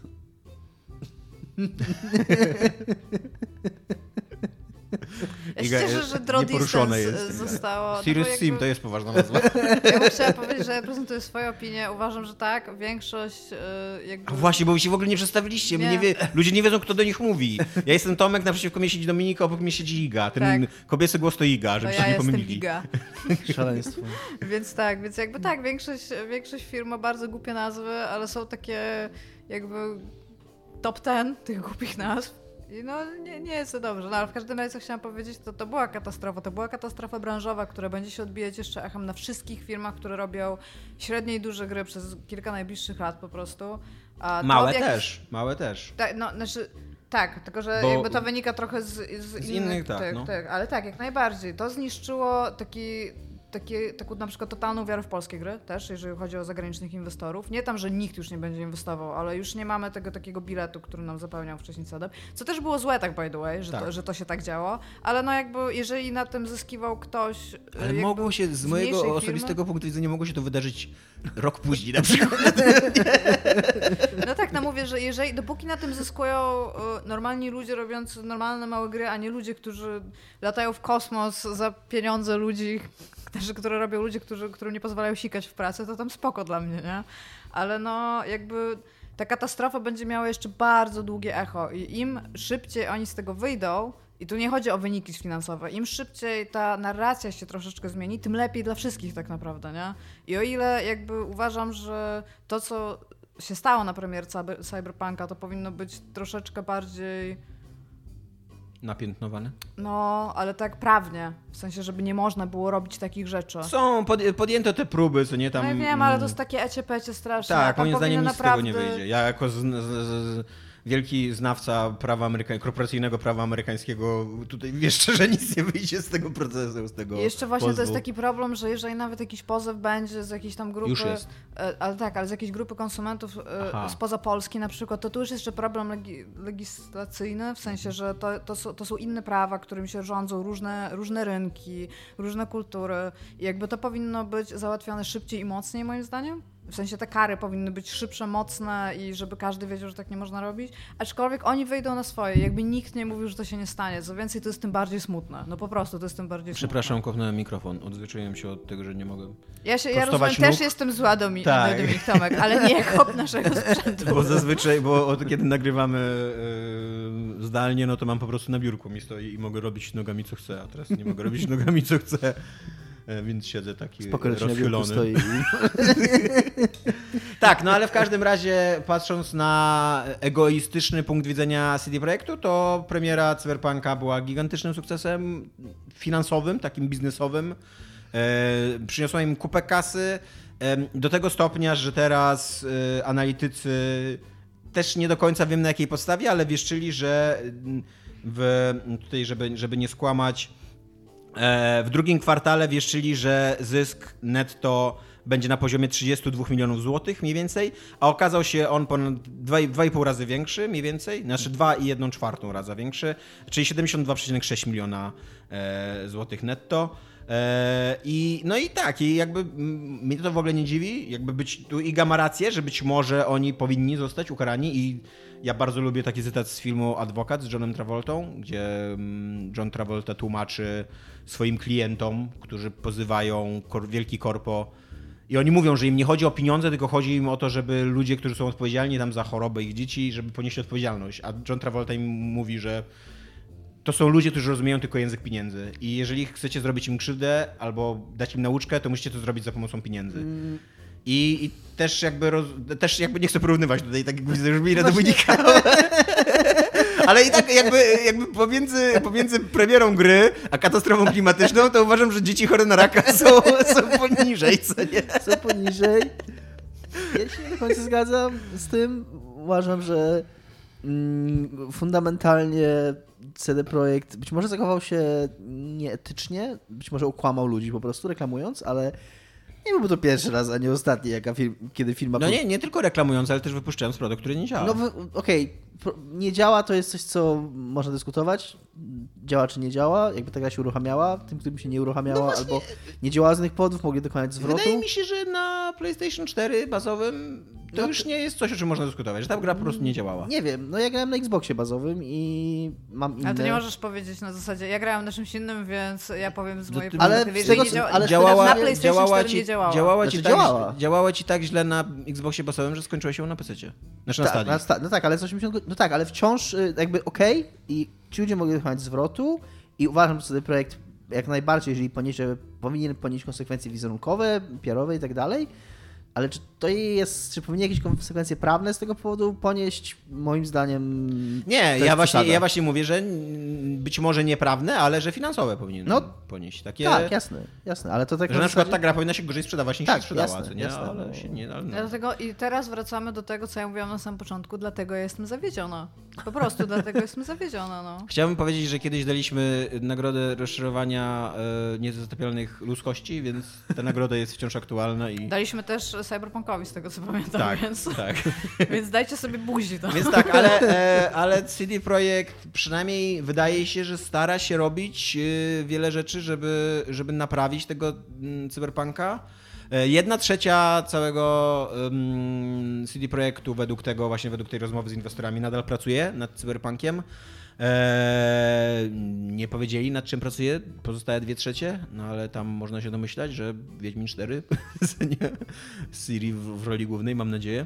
Ja się cieszę, że Draw Distance zostało... Serious no Sim jakby... to jest poważna nazwa. Ja bym chciała powiedzieć, że ja prezentuję swoją opinię. Uważam, że tak, większość jakby... A właśnie, bo wy się w ogóle nie przedstawiliście. Nie. Nie wie... Ludzie nie wiedzą, kto do nich mówi. Ja jestem Tomek, naprzeciwko mnie siedzi Dominika, obok mnie siedzi Iga. Ten tak. kobiecy głos to Iga, żeby to się ja nie pomylili. Iga. Szaleństwo. Więc tak, więc jakby tak, większość, większość firm ma bardzo głupie nazwy, ale są takie jakby top ten tych głupich nazw. I no nie, nie jest to dobrze, no ale w każdym razie co chciałam powiedzieć, to to była katastrofa, to była katastrofa branżowa, która będzie się odbijać jeszcze echem na wszystkich firmach, które robią średnie i duże gry przez kilka najbliższych lat po prostu. A małe jakieś... też, małe też. Ta, no, znaczy, tak, tylko że Bo... jakby to wynika trochę z, z, z innych, innych, tak, tych, no. tych, ale tak, jak najbardziej. To zniszczyło taki... Takie, taką na przykład totalną wiarę w polskie gry też, jeżeli chodzi o zagranicznych inwestorów. Nie tam, że nikt już nie będzie inwestował, ale już nie mamy tego takiego biletu, który nam zapełniał wcześniej C D P. Co też było złe, tak by the way, że, tak. To, że to się tak działo. Ale no jakby, jeżeli na tym zyskiwał ktoś... Ale mogło się, z mojego firmy, osobistego punktu widzenia, mogło się to wydarzyć rok później na przykład. No tak, no mówię, że jeżeli, dopóki na tym zyskują normalni ludzie robiący normalne małe gry, a nie ludzie, którzy latają w kosmos za pieniądze ludzi, które robią ludzie, którzy, którym nie pozwalają sikać w pracy, to tam spoko dla mnie, nie? Ale no jakby ta katastrofa będzie miała jeszcze bardzo długie echo i im szybciej oni z tego wyjdą, i tu nie chodzi o wyniki finansowe, im szybciej ta narracja się troszeczkę zmieni, tym lepiej dla wszystkich tak naprawdę, nie? I o ile jakby uważam, że to, co się stało na premierce Cyberpunka, to powinno być troszeczkę bardziej... Napiętnowane? No, ale tak prawnie. W sensie, żeby nie można było robić takich rzeczy. Są, pod, podjęto te próby, co nie tam... No ja wiem, ale to jest takie ecie-pecie straszne. Tak, moim zdaniem nic naprawdę... z tego nie wyjdzie. Ja jako z, z, z, wielki znawca prawa amerykańskiego, korporacyjnego prawa amerykańskiego, tutaj wiesz, że nic nie wyjdzie z tego procesu, z tego I jeszcze właśnie pozwu. To jest taki problem, że jeżeli nawet jakiś pozew będzie z jakiejś tam grupy... Już jest. Ale tak, ale z jakiejś grupy konsumentów Aha. spoza Polski na przykład, to tu już jest jeszcze problem legi legislacyjny, w sensie, że to, to, są, to są inne prawa, którymi się rządzą różne, różne rynki, różne kultury i jakby to powinno być załatwione szybciej i mocniej moim zdaniem. W sensie te kary powinny być szybsze, mocne i żeby każdy wiedział, że tak nie można robić. Aczkolwiek oni wyjdą na swoje. Jakby nikt nie mówił, że to się nie stanie. Co więcej, to jest tym bardziej smutne. No po prostu to jest tym bardziej Przepraszam, smutne. kopnąłem mikrofon. Odzwyczaiłem się od tego, że nie mogę Ja się, ja rozumiem, nóg. też jestem zła Dominik, tak. Dominik Tomek, ale nie kop naszego sprzętu. Bo zazwyczaj, bo od kiedy nagrywamy yy, zdalnie, no to mam po prostu na biurku mi stoi i mogę robić nogami co chcę, a teraz nie mogę robić nogami co chcę. Więc siedzę taki Spokojnie, rozchylony. Stoi. Tak, no ale w każdym razie patrząc na egoistyczny punkt widzenia C D Projektu, to premiera Cyberpunka była gigantycznym sukcesem finansowym, takim biznesowym. E, przyniosła im kupę kasy e, do tego stopnia, że teraz e, analitycy też nie do końca wiem na jakiej podstawie, ale wieszczyli, że w, tutaj żeby, żeby nie skłamać, W drugim kwartale wieszczyli, że zysk netto będzie na poziomie trzydzieści dwa milionów złotych mniej więcej, a okazał się on ponad dwa i pół razy większy mniej więcej, znaczy dwa i jedną czwartą raza większy, czyli siedemdziesiąt dwa przecinek sześć miliona e, złotych netto. E, I no i tak, i jakby m, mnie to w ogóle nie dziwi, jakby być, tu Iga ma rację, że być może oni powinni zostać ukarani i ja bardzo lubię taki cytat z filmu Adwokat z Johnem Travoltą, gdzie John Travolta tłumaczy swoim klientom, którzy pozywają kor- wielki korpo i oni mówią, że im nie chodzi o pieniądze, tylko chodzi im o to, żeby ludzie, którzy są odpowiedzialni tam za chorobę ich dzieci, żeby ponieśli odpowiedzialność. A John Travolta im mówi, że to są ludzie, którzy rozumieją tylko język pieniędzy i jeżeli chcecie zrobić im krzywdę albo dać im nauczkę, to musicie to zrobić za pomocą pieniędzy. Mm. I, I też jakby roz, też jakby nie chcę porównywać tutaj, tak jakby już mi to wynikało. Ale i tak jakby, jakby pomiędzy, pomiędzy premierą gry a katastrofą klimatyczną, to uważam, że dzieci chore na raka są, są poniżej, co nie? Są poniżej. Ja się nie do końca zgadzam z tym. Uważam, że mm, fundamentalnie C D Projekt być może zachował się nieetycznie, być może okłamał ludzi po prostu reklamując, ale nie byłby to pierwszy raz, a nie ostatni, jaka film, kiedy firma... No nie, nie tylko reklamując, ale też wypuszczając produkt, który nie działa. No okej, okay. Nie działa, to jest coś, co można dyskutować. Działa czy nie działa, jakby ta gra się uruchamiała, tym, którym się nie uruchamiała, no albo nie działała z innych powodów, mogli dokonać zwrotu. Wydaje mi się, że na PlayStation cztery bazowym to no już nie jest coś, o czym można dyskutować, że ta gra po prostu nie działała. Nie wiem, no ja grałem na Xboxie bazowym i mam inne... Ale to nie możesz powiedzieć na zasadzie, ja grałem na czymś innym, więc ja powiem z mojej ty, ale perspektywy, tego, nie działa, ale działała, na PlayStation działała cztery ci, nie działała. Działała, znaczy, ci działała. Tak, działała ci tak źle na Xboxie bazowym, że skończyłeś ją na pececie. Znaczy na Ta, Stadii. na sta- no tak, ale z osiemdziesiąt... No tak, ale wciąż jakby okej okay, i ci ludzie mogli dokonać zwrotu i uważam, że ten projekt jak najbardziej, jeżeli poniesie, powinien ponieść konsekwencje wizerunkowe, P R-owe i tak dalej, ale czy to jest, czy powinien jakieś konsekwencje prawne z tego powodu ponieść? Moim zdaniem... Nie, ja właśnie, ja właśnie mówię, że być może nieprawne, ale że finansowe powinien no, ponieść. Takie... Tak, jasne, jasne, ale to tak... Że na przykład ta gra powinna się gorzej sprzedawać niż tak, się sprzedała, jasne, co nie? Jasne, ale no. się nie... Ale no. Dlatego i teraz wracamy do tego, co ja mówiłam na samym początku, dlatego ja jestem zawiedziona. Po prostu dlatego jestem zawiedziona, no. Chciałbym powiedzieć, że kiedyś daliśmy nagrodę rozszerowania e, niezastąpionych ludzkości, więc ta nagroda jest wciąż aktualna i... Daliśmy też Cyberpunkowi, z tego co pamiętam, tak, więc... tak. Więc dajcie sobie buzi tam. Więc tak, ale, e, ale C D Projekt przynajmniej wydaje się, że stara się robić e, wiele rzeczy, żeby, żeby naprawić tego m, cyberpunka. E, jedna trzecia całego um, C D Projektu według tego, właśnie według tej rozmowy z inwestorami nadal pracuje nad cyberpunkiem. Eee, nie powiedzieli, nad czym pracuje pozostałe dwie trzecie, no ale tam można się domyślać, że Wiedźmin cztery z Ciri w, w roli głównej, mam nadzieję.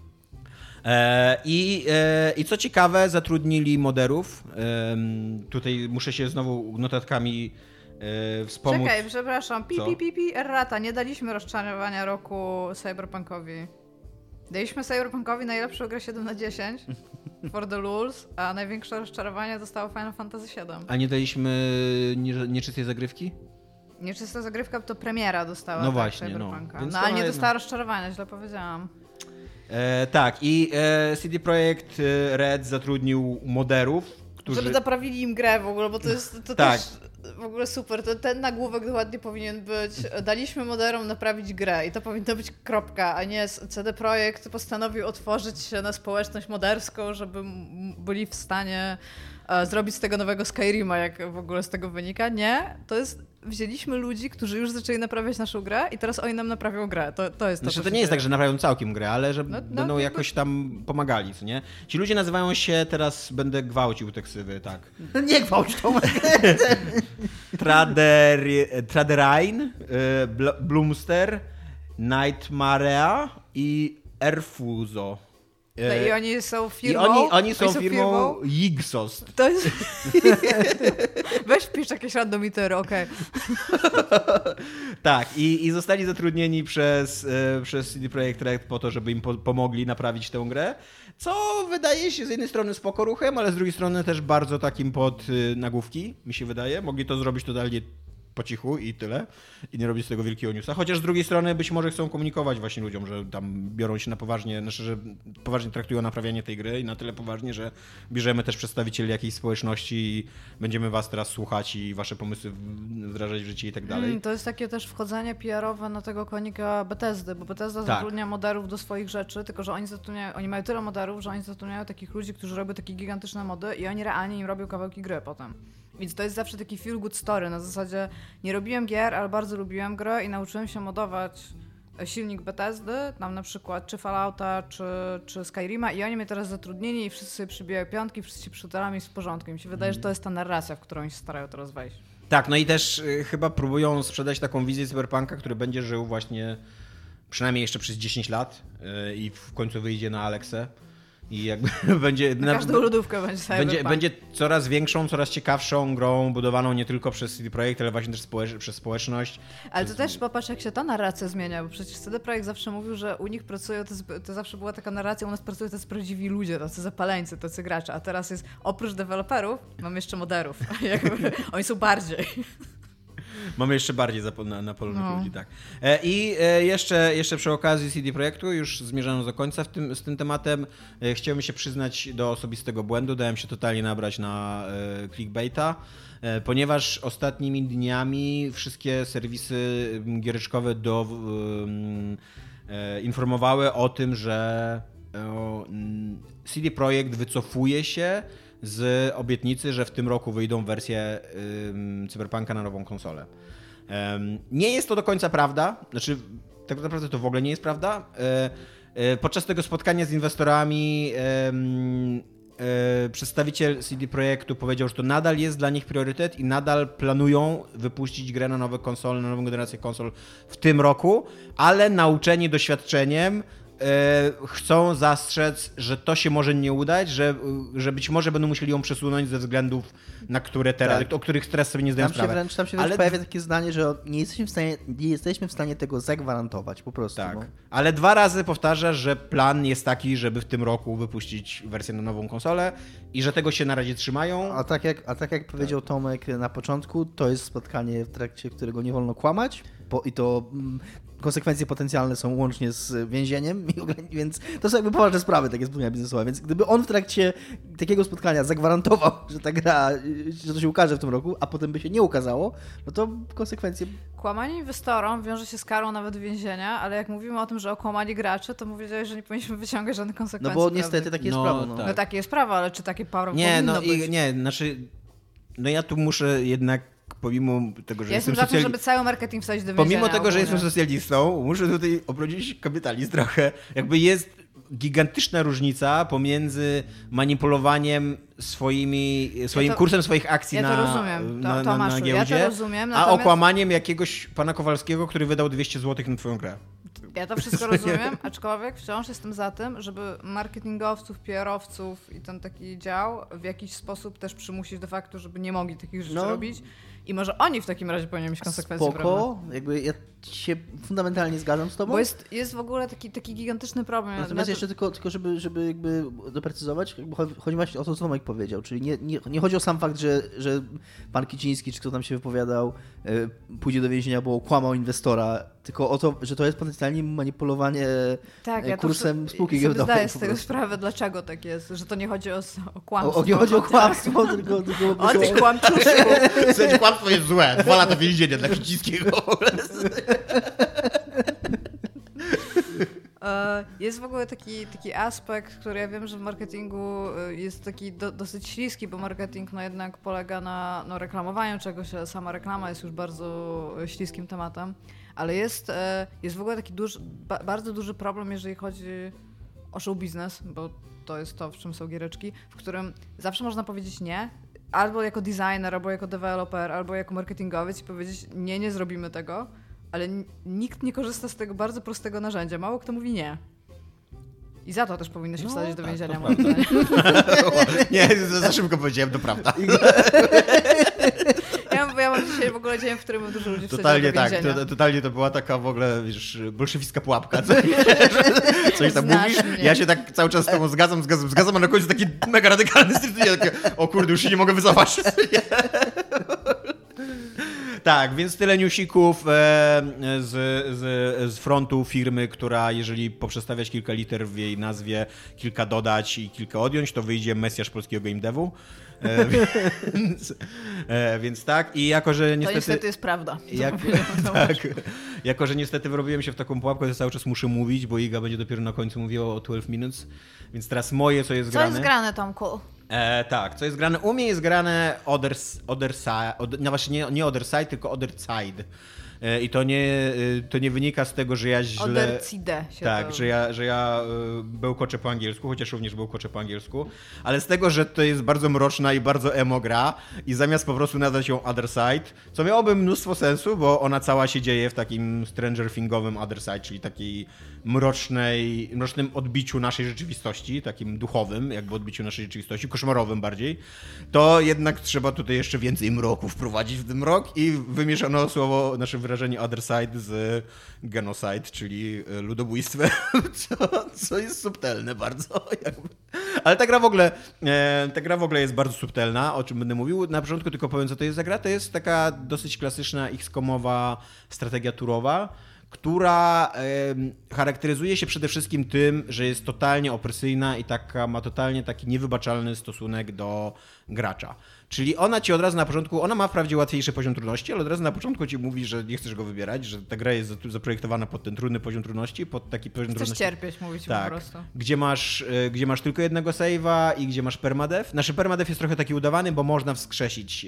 Eee, i, e, I co ciekawe, zatrudnili moderów. Eee, tutaj muszę się znowu notatkami e, wspomóc. Czekaj, przepraszam, pi, Co? pi, pi, pi, errata, nie daliśmy rozczarowania roku Cyberpunkowi. Daliśmy Cyberpunkowi najlepszą grę siedem na dziesięć for the lulz, a największe rozczarowanie dostało Final Fantasy siedem. A nie daliśmy nie, nieczystej zagrywki? Nieczysta zagrywka to premiera dostała. No tak, właśnie, Cyberpunka. no. No, Więc ale to nie jedno. dostała rozczarowania, źle powiedziałam. E, tak, i e, C D Projekt Red zatrudnił moderów, którzy... Żeby naprawili im grę w ogóle, bo to jest to tak. też w ogóle super. To, ten nagłówek ładnie powinien być. Daliśmy moderom naprawić grę i to powinno być kropka, a nie C D Projekt postanowił otworzyć się na społeczność moderską, żeby byli w stanie e, zrobić z tego nowego Skyrima, jak w ogóle z tego wynika. Nie, to jest... Wzięliśmy ludzi, którzy już zaczęli naprawiać naszą grę i teraz oni nam naprawią grę. To, to jest to, Znaczy, co to nie jest tak, że naprawią całkiem grę, ale że No, no, będą jakby- jakoś tam pomagali, co nie? Ci ludzie nazywają się, teraz będę gwałcił te ksywy, tak. Nie gwałć to. Trader, Traderain, y, Bl- Bloomster, Nightmarea i Erfuzo. No Y, i oni są I firmą. oni, oni są firmą Yggsost. To jest... Weź wpisz jakieś random litery, okej. Tak, i, i zostali zatrudnieni przez, y, przez C D Projekt Red po to, żeby im po, pomogli naprawić tę grę, co wydaje się z jednej strony spoko ruchem, ale z drugiej strony też bardzo takim pod y, nagłówki, mi się wydaje. Mogli to zrobić totalnie po cichu i tyle. I nie robić z tego wielkiego newsa. Chociaż z drugiej strony być może chcą komunikować właśnie ludziom, że tam biorą się na poważnie, znaczy, że poważnie traktują naprawianie tej gry i na tyle poważnie, że bierzemy też przedstawicieli jakiejś społeczności i będziemy was teraz słuchać i wasze pomysły wdrażać w życie i tak dalej. Mm, to jest takie też wchodzenie P R-owe na tego konika Bethesdy, bo Bethesda tak. zatrudnia moderów do swoich rzeczy, tylko że oni zatrudniają, oni mają tyle moderów, że oni zatrudniają takich ludzi, którzy robią takie gigantyczne mody i oni realnie im robią kawałki gry potem. Więc to jest zawsze taki feel good story, na zasadzie nie robiłem gier, ale bardzo lubiłem grę i nauczyłem się modować silnik Bethesdy, tam na przykład czy Fallouta, czy, czy Skyrima i oni mnie teraz zatrudnili i wszyscy sobie przybijają piątki, wszyscy się przytulamy i z porządku. I mi się wydaje, mm. że to jest ta narracja, w którą oni się starają teraz wejść. Tak, no i też y, chyba próbują sprzedać taką wizję cyberpunka, który będzie żył właśnie przynajmniej jeszcze przez dziesięć lat y, i w końcu wyjdzie na Alexę. I jakby będzie... Na każdą lodówkę będzie będzie, będzie coraz większą, coraz ciekawszą grą, budowaną nie tylko przez C D Projekt, ale właśnie też społecz- przez społeczność. Ale przez... to też popatrz, jak się ta narracja zmienia, bo przecież C D Projekt zawsze mówił, że u nich pracują, to, to zawsze była taka narracja, u nas pracują tacy prawdziwi ludzie, tacy zapaleńcy, tacy gracze, a teraz jest oprócz deweloperów, mam jeszcze moderów. Jakby, oni są bardziej. Mamy jeszcze bardziej na, na polu no. ludzi, tak. E, I e, jeszcze, jeszcze przy okazji C D Projektu, już zmierzając do końca w tym, z tym tematem, e, chciałbym się przyznać do osobistego błędu. Dałem się totalnie nabrać na e, clickbaita, e, ponieważ ostatnimi dniami wszystkie serwisy giereczkowe do, e, informowały o tym, że e, C D Projekt wycofuje się z obietnicy, że w tym roku wyjdą wersje ym, Cyberpunka na nową konsolę. Ym, nie jest to do końca prawda, znaczy tak naprawdę to w ogóle nie jest prawda. Yy, yy, podczas tego spotkania z inwestorami yy, yy, przedstawiciel C D Projektu powiedział, że to nadal jest dla nich priorytet i nadal planują wypuścić grę na nowe konsole, na nową generację konsol w tym roku, ale nauczeni doświadczeniem chcą zastrzec, że to się może nie udać, że, że być może będą musieli ją przesunąć ze względów, na które teraz, tak. o których teraz sobie nie zdają tam sprawy. Się wręcz, tam się wręcz ale... pojawia takie zdanie, że nie jesteśmy w stanie, nie jesteśmy w stanie tego zagwarantować po prostu. Tak, bo... ale dwa razy powtarza, że plan jest taki, żeby w tym roku wypuścić wersję na nową konsolę i że tego się na razie trzymają. A tak jak, a tak jak powiedział tak. Tomek na początku, to jest spotkanie, w trakcie którego nie wolno kłamać bo, i to... Mm, konsekwencje potencjalne są łącznie z więzieniem, więc to są jakby poważne sprawy, takie spotkania biznesowe, więc gdyby on w trakcie takiego spotkania zagwarantował, że ta gra, że to się ukaże w tym roku, a potem by się nie ukazało, no to konsekwencje... Kłamanie inwestorom wiąże się z karą nawet więzienia, ale jak mówimy o tym, że okłamali gracze, to mówię, że nie powinniśmy wyciągać żadnych konsekwencji. No bo niestety takie jest no, prawo. No. Tak. no takie jest prawo, ale czy takie prawo nie, powinno no być? I, nie, znaczy, no ja tu muszę jednak pomimo tego, że ja jestem jestem za tym, socjali... żeby cały marketing wsadzić do więzienia. Pomimo tego, ogólnie. że jestem socjalistą, muszę tutaj obrodzić kapitalizm trochę. Jakby jest gigantyczna różnica pomiędzy manipulowaniem swoimi, swoim ja to, kursem swoich akcji ja to na, rozumiem. To, na, to na, na giełdzie, ja to rozumiem, natomiast... a okłamaniem jakiegoś pana Kowalskiego, który wydał dwieście złotych na twoją grę. Ja to wszystko rozumiem, aczkolwiek wciąż jestem za tym, żeby marketingowców, P R-owców i ten taki dział w jakiś sposób też przymusić do faktu, żeby nie mogli takich rzeczy no. robić. I może oni w takim razie powinni mieć konsekwencje. Spoko, jakby ja się fundamentalnie zgadzam z tobą. Bo jest, jest w ogóle taki, taki gigantyczny problem. Natomiast jeszcze tylko, tylko żeby, żeby jakby doprecyzować, jakby chodzi właśnie o to, co Tomek powiedział, czyli nie, nie, nie chodzi o sam fakt, że, że pan Kiciński, czy kto tam się wypowiadał, yy, pójdzie do więzienia, bo kłamał inwestora, tylko o to, że to jest potencjalnie manipulowanie tak, ja kursem to, spółki giełdowej. Ja zdaję z tego sprawę, dlaczego tak jest, że to nie chodzi o, o kłamstwo. O, o, nie chodzi o kłamstwo, tak. tylko... tylko o ty kłamczuszku. Kłamstwo jest złe, dwa lata więzienia dla Kicińskiego. Jest w ogóle taki, taki aspekt, który ja wiem, że w marketingu jest taki do, dosyć śliski, bo marketing no jednak polega na no, reklamowaniu czegoś, ale sama reklama jest już bardzo śliskim tematem, ale jest, jest w ogóle taki duży, ba, bardzo duży problem, jeżeli chodzi o show biznes, bo to jest to, w czym są giereczki, w którym zawsze można powiedzieć nie, albo jako designer, albo jako deweloper, albo jako marketingowiec i powiedzieć nie, nie zrobimy tego, ale nikt nie korzysta z tego bardzo prostego narzędzia. Mało kto mówi nie. I za to też powinno się no, wsadzić do tak, więzienia. Nie, za szybko powiedziałem, to prawda. Ja mam, ja mam dzisiaj w ogóle dzień, w którym dużo ludzi totalnie wsadziło do więzienia. Tak, to, totalnie to była taka w ogóle, wiesz, bolszewicka pułapka. Co, coś tam Znasz mówisz, mnie. ja się tak cały czas z tobą zgadzam, zgadzam, zgadzam, a na końcu taki mega radykalny styl, takie, o kurde, już się nie mogę wycofać. Tak, więc tyle newsików e, z, z, z frontu firmy, która jeżeli poprzestawiać kilka liter w jej nazwie, kilka dodać i kilka odjąć, to wyjdzie mesjasz polskiego game devu. E, więc, e, więc tak, i jako, że niestety... To niestety jest prawda. Jak, tak, jako, że niestety wyrobiłem się w taką pułapkę, to cały czas muszę mówić, bo Iga będzie dopiero na końcu mówiła o dwanaście minutes, więc teraz moje, co jest co grane. Co jest grane, Tomku? E, tak, co jest grane? U mnie jest grane Other, other Side, od, no właśnie nie, nie Other Side, tylko Other Side. E, I to nie, to nie wynika z tego, że ja źle... Other Side się Tak, to... że ja, że ja bełkoczę po angielsku, chociaż również bełkoczę po angielsku, ale z tego, że to jest bardzo mroczna i bardzo emo gra i zamiast po prostu nazwać ją Other Side, co miałoby mnóstwo sensu, bo ona cała się dzieje w takim Stranger Thingowym Other Side, czyli takiej mrocznej, mrocznym odbiciu naszej rzeczywistości, takim duchowym jakby odbiciu naszej rzeczywistości, koszmarowym bardziej, to jednak trzeba tutaj jeszcze więcej mroku wprowadzić w ten mrok i wymieszano słowo, nasze wyrażenie Other Side z genocide, czyli ludobójstwem, co, co jest subtelne bardzo. Jakby. Ale ta gra w ogóle e, ta gra w ogóle jest bardzo subtelna, o czym będę mówił. Na początku tylko powiem, co to jest za gra. To jest taka dosyć klasyczna iks komowa strategia turowa, która e, charakteryzuje się przede wszystkim tym, że jest totalnie opresyjna i taka, ma totalnie taki niewybaczalny stosunek do gracza. Czyli ona ci od razu na początku, ona ma wprawdzie łatwiejszy poziom trudności, ale od razu na początku ci mówi, że nie chcesz go wybierać, że ta gra jest zaprojektowana pod ten trudny poziom trudności, pod taki poziom chcesz trudności. Chcesz cierpieć, mówić tak, po prostu. Gdzie masz, gdzie masz tylko jednego save'a i gdzie masz permadeath. Nasz permadeath jest trochę taki udawany, bo można wskrzesić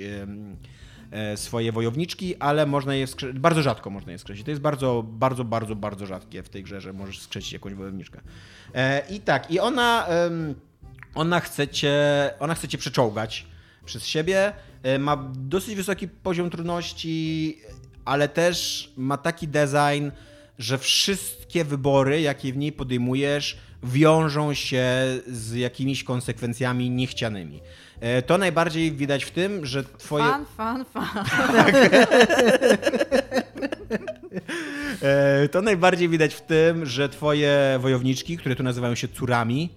swoje wojowniczki, ale można je wskrzesić, bardzo rzadko można je wskrzesić. To jest bardzo, bardzo, bardzo, bardzo rzadkie w tej grze, że możesz wskrzesić jakąś wojowniczkę. I tak, i ona, ona chce cię, ona chce cię przeczołgać przez siebie, ma dosyć wysoki poziom trudności, ale też ma taki design, że wszystkie wybory, jakie w niej podejmujesz, wiążą się z jakimiś konsekwencjami niechcianymi. To najbardziej widać w tym, że twoje... Fan, fan, fan. To najbardziej widać w tym, że twoje wojowniczki, które tu nazywają się córami,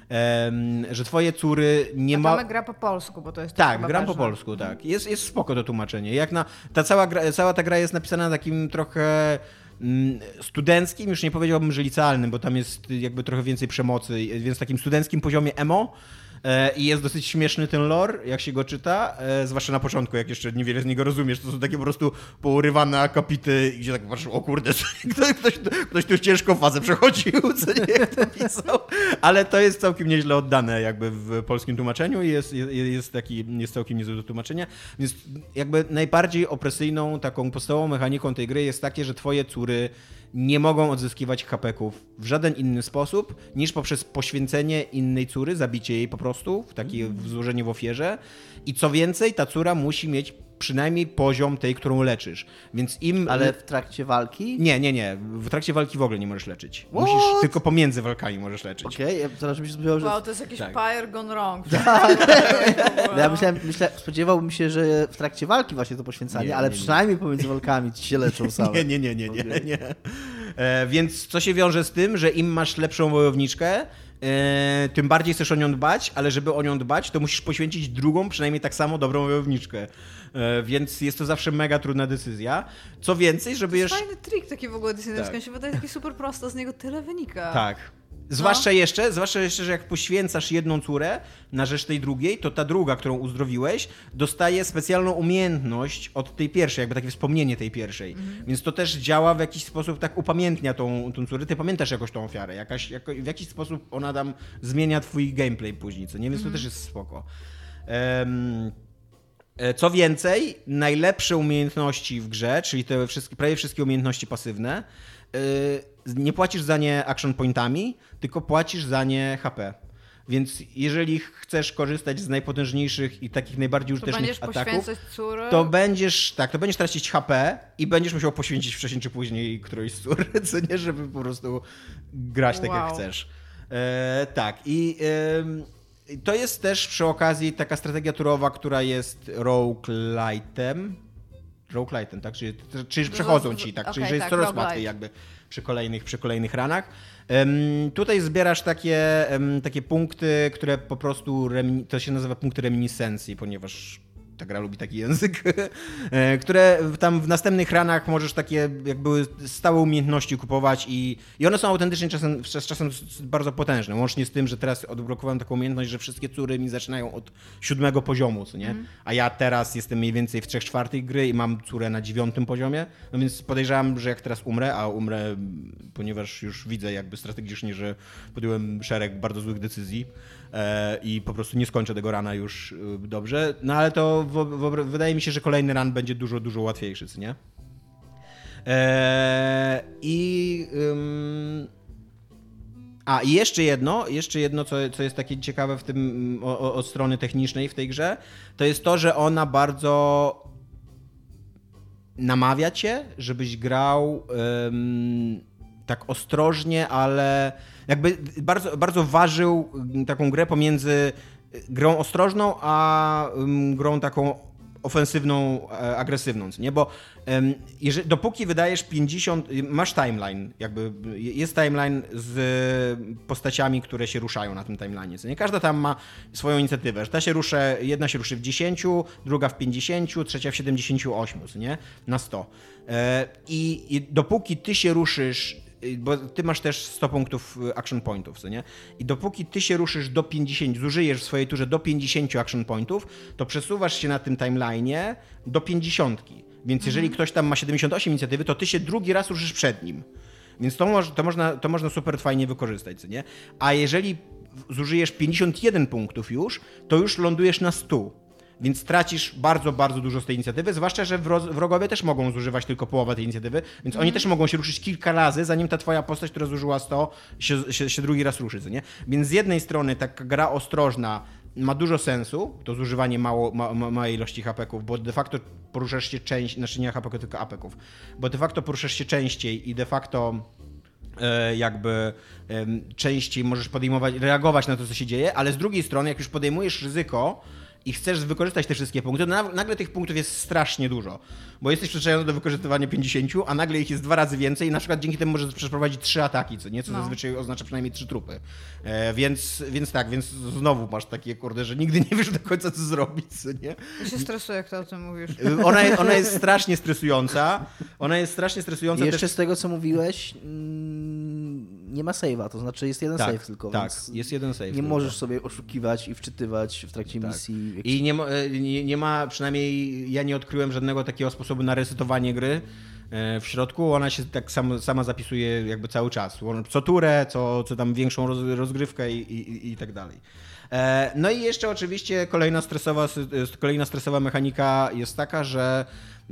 że twoje córy nie ma... A gra po polsku, bo to jest... Tak, gram po polsku, tak. Jest, jest spoko to tłumaczenie. Jak na... Ta cała, gra, cała ta gra jest napisana na takim trochę studenckim, już nie powiedziałbym, że licealnym, bo tam jest jakby trochę więcej przemocy, więc takim studenckim poziomie emo. I jest dosyć śmieszny ten lore, jak się go czyta, zwłaszcza na początku, jak jeszcze niewiele z niego rozumiesz. To są takie po prostu pourywane akapity, gdzie tak patrzysz, o kurde, ktoś, ktoś, ktoś tu ciężką fazę przechodził, co nie, jak to pisał. Ale to jest całkiem nieźle oddane jakby w polskim tłumaczeniu i jest, jest, jest, taki, jest całkiem niezłe do tłumaczenia. Więc jakby najbardziej opresyjną, taką podstawową mechaniką tej gry jest takie, że twoje córy nie mogą odzyskiwać hapeków w żaden inny sposób niż poprzez poświęcenie innej córy, zabicie jej po prostu, w takie złożenie w ofierze. I co więcej, ta córa musi mieć przynajmniej poziom tej, którą leczysz. Więc im... Ale w trakcie walki? Nie, nie, nie. W trakcie walki w ogóle nie możesz leczyć. What? Musisz tylko pomiędzy walkami możesz leczyć. Okej, okay, zaraz mi się spodziewał, że... Wow, to jest jakiś tak. Pyre gone wrong. Ja myślałem, myślę, spodziewałbym się, że w trakcie walki właśnie to poświęcanie, nie, ale nie, przynajmniej nie. pomiędzy walkami ci się leczą same. Nie, nie, nie, nie, nie, nie. nie. E, więc co się wiąże z tym, że im masz lepszą wojowniczkę, e, tym bardziej chcesz o nią dbać, ale żeby o nią dbać, to musisz poświęcić drugą, przynajmniej tak samo dobrą wojowniczkę. E, więc jest to zawsze mega trudna decyzja. Co więcej, żeby jeszcze... To jest fajny trik taki w ogóle decyzyjski, tak. On się wydaje taki super prosto, z niego tyle wynika. Tak. Zwłaszcza, no. jeszcze, zwłaszcza jeszcze, że jak poświęcasz jedną córę na rzecz tej drugiej, to ta druga, którą uzdrowiłeś, dostaje specjalną umiejętność od tej pierwszej, jakby takie wspomnienie tej pierwszej. Mhm. Więc to też działa w jakiś sposób, tak upamiętnia tą, tą córę. Ty pamiętasz jakoś tą ofiarę. Jakaś, jako, w jakiś sposób ona tam zmienia twój gameplay później, co nie? Więc mhm. to też jest spoko. Um, co więcej, najlepsze umiejętności w grze, czyli te wszystkie, prawie wszystkie umiejętności pasywne, yy, nie płacisz za nie action pointami, tylko płacisz za nie H P. Więc jeżeli chcesz korzystać z najpotężniejszych i takich najbardziej użytecznych to ataków, córy. to będziesz tak, to będziesz tracić H P i będziesz musiał poświęcić wcześniej czy później którąś z cór, co nie, żeby po prostu grać tak, wow. jak chcesz. E, tak i e, to jest też przy okazji taka strategia turowa, która jest roguelite'em. Roguelite'em, tak? Czyli, czyli przechodzą ci, tak? Okay, czyli że jest tak, coraz łatwiej jakby przy kolejnych, przy kolejnych ranach. Um, tutaj zbierasz takie, um, takie punkty, które po prostu, remi- to się nazywa punkty reminiscencji, ponieważ ta gra lubi taki język, które tam w następnych ranach możesz takie jakby stałe umiejętności kupować i, i one są autentycznie czasem, czasem bardzo potężne, łącznie z tym, że teraz odblokowałem taką umiejętność, że wszystkie cury mi zaczynają od siódmego poziomu, co nie? Mm. A ja teraz jestem mniej więcej w trzech czwartych gry i mam curę na dziewiątym poziomie, no więc podejrzewam, że jak teraz umrę, a umrę, ponieważ już widzę jakby strategicznie, że podjąłem szereg bardzo złych decyzji e, i po prostu nie skończę tego rana już e, dobrze, no ale to w, w, wydaje mi się, że kolejny run będzie dużo, dużo łatwiejszy, co nie? E, I... Ym... A, i jeszcze jedno, jeszcze jedno, co, co jest takie ciekawe w tym, o, od strony technicznej w tej grze, to jest to, że ona bardzo namawia cię, żebyś grał ym, tak ostrożnie, ale jakby bardzo, bardzo ważył taką grę pomiędzy grą ostrożną, a ym, grą taką ofensywną, e, agresywną, nie? Bo um, jeżeli, dopóki wydajesz pięćdziesiąt, masz timeline, jakby jest timeline z postaciami, które się ruszają na tym timeline, nie? Każda tam ma swoją inicjatywę, że ta się ruszy, jedna się ruszy w dziesięciu, druga w pięćdziesięciu, trzecia w siedemdziesięciu ośmiu, nie? Na sto. E, i, I dopóki ty się ruszysz, bo ty masz też sto punktów action pointów, co nie? I dopóki ty się ruszysz do pięćdziesięciu, zużyjesz w swojej turze do pięćdziesięciu action pointów, to przesuwasz się na tym timeline'ie do pięćdziesiątki. Więc mhm. jeżeli ktoś tam ma siedemdziesiąt osiem inicjatywy, to ty się drugi raz ruszysz przed nim. Więc to, moż, to, można, to można super fajnie wykorzystać, co nie? A jeżeli zużyjesz pięćdziesiąt jeden punktów już, to już lądujesz na stu. Więc tracisz bardzo, bardzo dużo z tej inicjatywy, zwłaszcza, że wrogowie też mogą zużywać tylko połowę tej inicjatywy, więc mm. oni też mogą się ruszyć kilka razy, zanim ta twoja postać, która zużyła sto, się, się, się drugi raz ruszy, co nie? Więc z jednej strony taka gra ostrożna ma dużo sensu, to zużywanie mało, ma, ma, małej ilości hapeków, bo de facto poruszasz się częściej, znaczy nie hapeków, tylko apeków, bo de facto poruszasz się częściej i de facto e, jakby e, częściej możesz podejmować, reagować na to, co się dzieje, ale z drugiej strony, jak już podejmujesz ryzyko, i chcesz wykorzystać te wszystkie punkty, to nagle tych punktów jest strasznie dużo, bo jesteś przyzwyczajony do wykorzystywania pięćdziesięciu, a nagle ich jest dwa razy więcej i na przykład dzięki temu możesz przeprowadzić trzy ataki, co nie, co no. zazwyczaj oznacza przynajmniej trzy trupy. E, więc, więc tak, więc znowu masz takie, kurde, że nigdy nie wiesz do końca, co zrobić, co nie? Ja się stresuję, jak ty o tym mówisz. Ona, ona jest strasznie stresująca, ona jest strasznie stresująca. I jeszcze też... z tego, co mówiłeś, mm, nie ma save'a, to znaczy jest jeden tak, save tylko, tak, więc jest jeden save nie tylko. możesz sobie oszukiwać i wczytywać w trakcie tak. misji. I nie ma, nie, nie ma, przynajmniej ja nie odkryłem żadnego takiego sposobu na resetowanie gry w środku. Ona się tak sam, sama zapisuje jakby cały czas. Co turę, co, co tam większą roz, rozgrywkę i, i, i tak dalej. No i jeszcze oczywiście kolejna stresowa, kolejna stresowa mechanika jest taka, że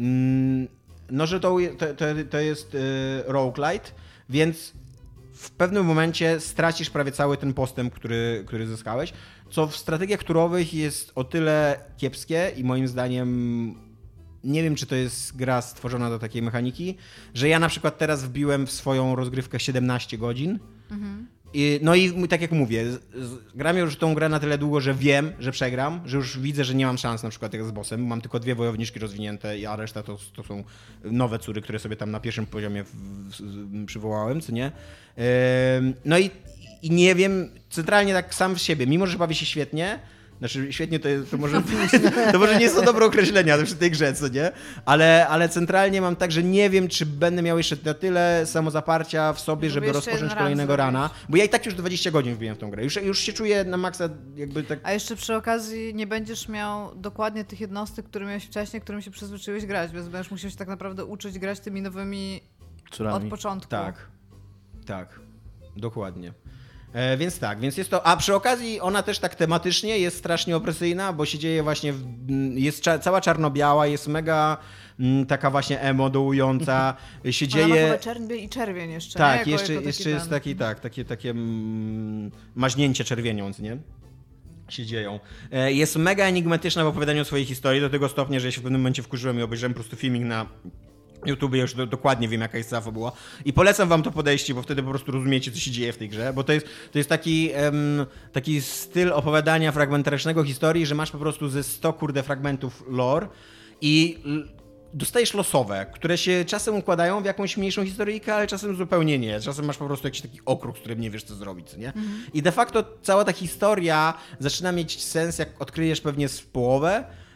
no, że to, to, to jest roguelite, więc w pewnym momencie stracisz prawie cały ten postęp, który, który zyskałeś, co w strategiach turowych jest o tyle kiepskie i moim zdaniem nie wiem, czy to jest gra stworzona do takiej mechaniki, że ja na przykład teraz wbiłem w swoją rozgrywkę siedemnaście godzin. Mhm. I, no i tak jak mówię, z, z, gram już tą grę na tyle długo, że wiem, że przegram, że już widzę, że nie mam szans na przykład jak z bossem. Mam tylko dwie wojowniczki rozwinięte, a reszta to, to są nowe cury, które sobie tam na pierwszym poziomie w, w, w, przywołałem, co nie? Yy, no i, i nie wiem, centralnie tak sam z siebie, mimo że bawię się świetnie, znaczy świetnie to, jest, to, może, to może nie jest to dobre określenia przy tej grze, co nie? Ale, ale centralnie mam tak, że nie wiem, czy będę miał jeszcze na tyle samozaparcia w sobie, żeby, żeby rozpocząć kolejnego rana. Bo ja i tak już dwadzieścia godzin wbiłem w tą grę. Już, już się czuję na maksa jakby tak... A jeszcze przy okazji nie będziesz miał dokładnie tych jednostek, które miałeś wcześniej, którym się przyzwyczaiłeś grać, więc będziesz musiał się tak naprawdę uczyć grać tymi nowymi Czurami. Od początku. Tak, tak, dokładnie. E, więc tak, więc jest to, a przy okazji ona też tak tematycznie jest strasznie opresyjna, bo się dzieje właśnie, w, jest cza, cała czarno-biała, jest mega m, taka właśnie emo dołująca, się dzieje... Ona ma chyba czerwień i czerwień jeszcze. Tak, jako, jeszcze, jako jeszcze jest taki, tak, takie, takie mm, maźnięcie czerwienią, nie? Się dzieją. E, jest mega enigmatyczna w opowiadaniu swojej historii, do tego stopnia, że ja się w pewnym momencie wkurzyłem i obejrzałem po prostu filmik na YouTube, ja już do, dokładnie wiem, jaka jest cała fabuła. I polecam wam to podejście, bo wtedy po prostu rozumiecie, co się dzieje w tej grze, bo to jest, to jest taki, um, taki styl opowiadania fragmentarycznego historii, że masz po prostu ze sto kurde fragmentów lore i l- dostajesz losowe, które się czasem układają w jakąś mniejszą historyjkę, ale czasem zupełnie nie. Czasem masz po prostu jakiś taki okrug, z którym nie wiesz, co zrobić, nie? Mhm. I de facto cała ta historia zaczyna mieć sens, jak odkryjesz pewnie z połowę,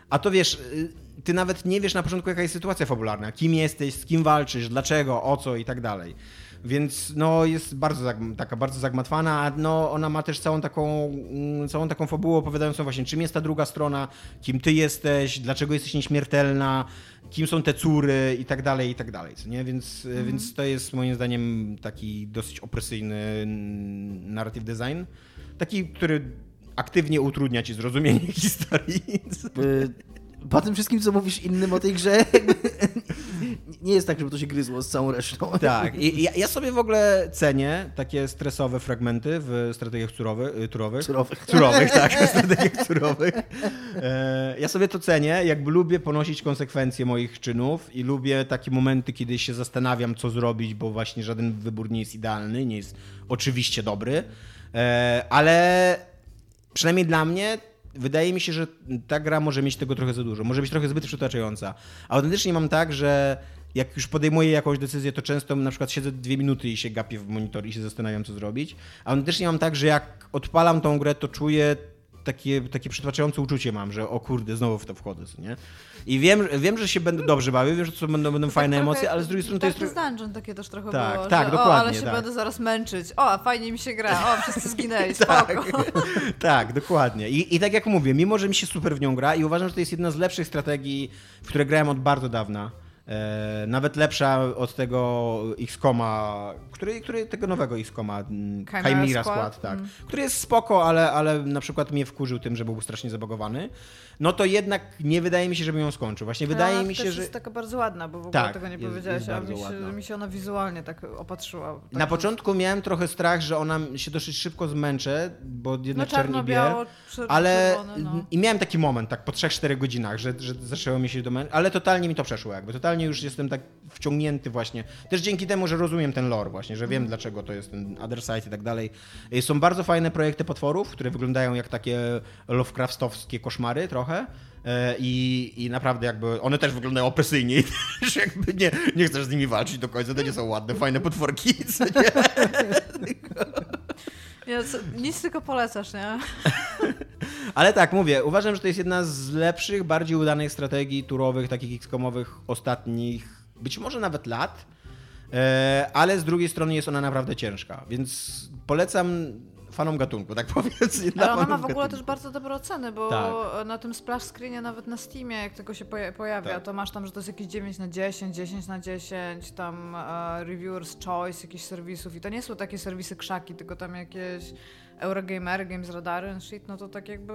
A to wiesz, ty nawet nie wiesz na początku, jaka jest sytuacja fabularna, kim jesteś, z kim walczysz, dlaczego, o co i tak dalej. Więc no jest bardzo taka bardzo zagmatwana, a no ona ma też całą taką, całą taką fabułę opowiadającą właśnie, czym jest ta druga strona, kim ty jesteś, dlaczego jesteś nieśmiertelna, kim są te córy i tak dalej, i tak dalej, co nie? Więc, mhm. więc to jest moim zdaniem taki dosyć opresyjny narrative design, taki, który aktywnie utrudnia ci zrozumienie historii. Po tym wszystkim, co mówisz innym o tej grze, nie jest tak, żeby to się gryzło z całą resztą. Tak. I ja, ja sobie w ogóle cenię takie stresowe fragmenty w strategiach turowych. Turowych, turowych. turowych tak, w strategiach turowych. Ja sobie to cenię, jakby lubię ponosić konsekwencje moich czynów i lubię takie momenty, kiedy się zastanawiam, co zrobić, bo właśnie żaden wybór nie jest idealny, nie jest oczywiście dobry, ale przynajmniej dla mnie wydaje mi się, że ta gra może mieć tego trochę za dużo, może być trochę zbyt przytaczająca. A autentycznie mam tak, że jak już podejmuję jakąś decyzję, to często na przykład siedzę dwie minuty i się gapię w monitor i się zastanawiam, co zrobić. A autentycznie mam tak, że jak odpalam tą grę, to czuję takie, takie przytłaczające uczucie mam, że o kurde, znowu w to wchodzę, nie? I wiem, wiem, że się będę dobrze bawił, wiem, że to będą, będą fajne emocje, ale z drugiej strony to jest... Darkest Dungeon takie też trochę tak, było, tak, że, dokładnie, o, ale się tak. będę zaraz męczyć, o, a fajnie mi się gra, o, wszyscy zginęli, spoko. tak, tak, dokładnie. I, I tak jak mówię, mimo, że mi się super w nią gra i uważam, że to jest jedna z lepszych strategii, w które grałem od bardzo dawna, e, nawet lepsza od tego X COMa, który, który, tego nowego X COMa, Chimera, Chimera Squad, Squad, tak, mm. który jest spoko, ale, ale na przykład mnie wkurzył tym, że był strasznie zabagowany. No to jednak nie wydaje mi się, żebym ją skończył. Właśnie wydaje no, mi się, też że... jest taka bardzo ładna, bo w ogóle tak, tego nie jest, powiedziałeś, jest a bardzo mi się, ładna. mi się ona wizualnie tak opatrzyła. Tak Na początku miałem trochę strach, że ona się dosyć szybko zmęczę, bo jednak no, czerni biel, czerwone, ale czerwone, no. i miałem taki moment, tak po trzech czterech godzinach, że, że zaczęło mi się do męczyć, ale totalnie mi to przeszło jakby, totalnie już jestem tak wciągnięty właśnie, też dzięki temu, że rozumiem ten lore właśnie, że wiem mm. dlaczego to jest ten Other Side i tak dalej. Są bardzo fajne projekty potworów, które wyglądają jak takie Lovecraftowskie koszmary trochę. I, I naprawdę jakby one też wyglądają opresyjnie i też jakby nie, nie chcesz z nimi walczyć do końca, to nie są ładne, fajne potworki, co nie? Ja, co, nic tylko polecasz, nie? Ale tak, mówię, uważam, że to jest jedna z lepszych, bardziej udanych strategii turowych, takich X COMowych ostatnich, być może nawet lat, ale z drugiej strony jest ona naprawdę ciężka, więc polecam fanom gatunku, tak powiedz. Ale ona ma w ogóle gatunku. Też bardzo dobre oceny, bo tak. na tym splash screenie, nawet na Steamie, jak tylko się pojawia, tak. to masz tam, że to jest jakieś dziewięć na dziesięć, dziesięć na dziesięć, tam uh, Reviewers Choice, jakichś serwisów i to nie są takie serwisy krzaki, tylko tam jakieś Eurogamer, Games Radar and shit, no to tak jakby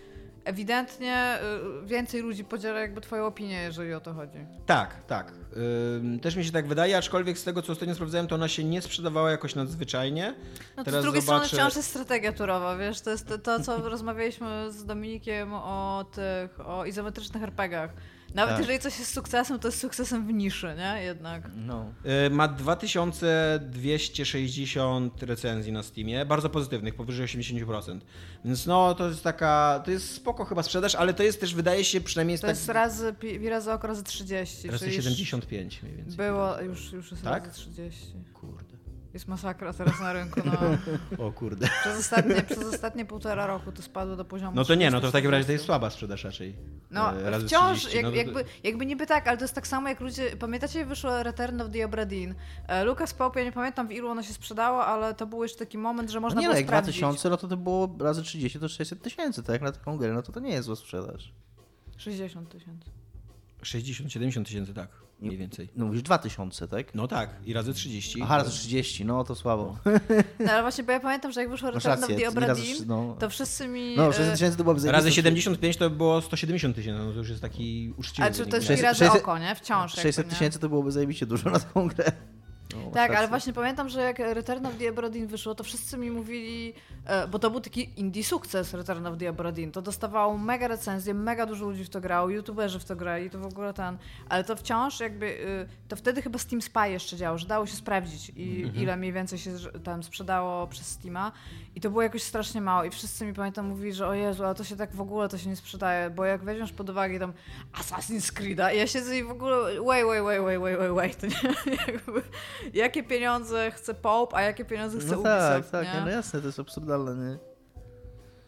ewidentnie więcej ludzi podziela jakby twoją opinię, jeżeli o to chodzi. Tak, tak. Yy, też mi się tak wydaje, aczkolwiek z tego, co ostatnio sprawdzałem, to ona się nie sprzedawała jakoś nadzwyczajnie. No to Teraz z drugiej zobaczę... strony wciąż jest strategia turowa, wiesz, to jest to, to co rozmawialiśmy z Dominikiem o tych, o izometrycznych er pe gach. Nawet tak. jeżeli coś jest sukcesem, to jest sukcesem w niszy, nie? Jednak. No. Yy, ma dwa tysiące dwieście sześćdziesiąt recenzji na Steamie, bardzo pozytywnych, powyżej osiemdziesiąt procent. Więc no, to jest taka, to jest spoko chyba sprzedaż, ale to jest też, wydaje się, przynajmniej jest to tak... jest razy, pi, razy oko razy trzydzieści. Razy siedemdziesiąt pięć mniej więcej. Było, już, już jest tak? razy trzydzieści. Kurde. Jest masakra teraz na rynku, no. O kurde. Przez ostatnie, przez ostatnie półtora roku to spadło do poziomu No to nie, no to w takim razie to jest słaba sprzedaż raczej. No razy wciąż, trzydzieści, jak, no to... jakby, jakby niby tak, ale to jest tak samo jak ludzie, pamiętacie, wyszło Return of the Obra Dinn. Lucas Pope, ja nie pamiętam w ilu ono się sprzedało, ale to był jeszcze taki moment, że można no nie, było no, jak sprawdzić. dwa tysiące, no to to było razy trzydzieści, to sześćset tysięcy, tak jak na taką grę, no to to nie jest zła sprzedaż. sześćdziesiąt tysięcy. sześćdziesiąt siedemdziesiąt tysięcy, tak. Mniej więcej. No mówisz dwa tysiące, tak? No tak, i razy trzydzieści. Aha, razy trzydzieści, no to słabo. No ale właśnie, bo ja pamiętam, że jak wyszło Return of the Obra Dinn, no. to wszyscy mi... No, sześćset tysięcy to byłoby zajebiste. Razy siedemdziesiąt pięć to było sto siedemdziesiąt tysięcy, no to już jest taki uczciwy. A czy to jest i razy oko, nie? Wciąż. sześćset tysięcy to byłoby zajebiście dużo na taką grę. No, tak, ale właśnie pamiętam, że jak Return of the Obra Dinn wyszło, to wszyscy mi mówili, bo to był taki indie sukces Return of the Obra Dinn, to dostawało mega recenzje, mega dużo ludzi w to grało, youtuberzy w to grali, to w ogóle ten, ale to wciąż jakby, to wtedy chyba Steam Spy jeszcze działo, że dało się sprawdzić i mhm. ile mniej więcej się tam sprzedało przez Steama i to było jakoś strasznie mało i wszyscy mi pamiętam mówili, że o Jezu, ale to się tak w ogóle to się nie sprzedaje, bo jak weźmiesz pod uwagę tam Assassin's Creed'a i ja siedzę i w ogóle wait, wait, wait, wait, wait, wait, wait, to nie, jakby, jakie pieniądze chce Pope, a jakie pieniądze chce no Ubisoft, tak, tak, nie? no jasne, to jest absurdalne, nie?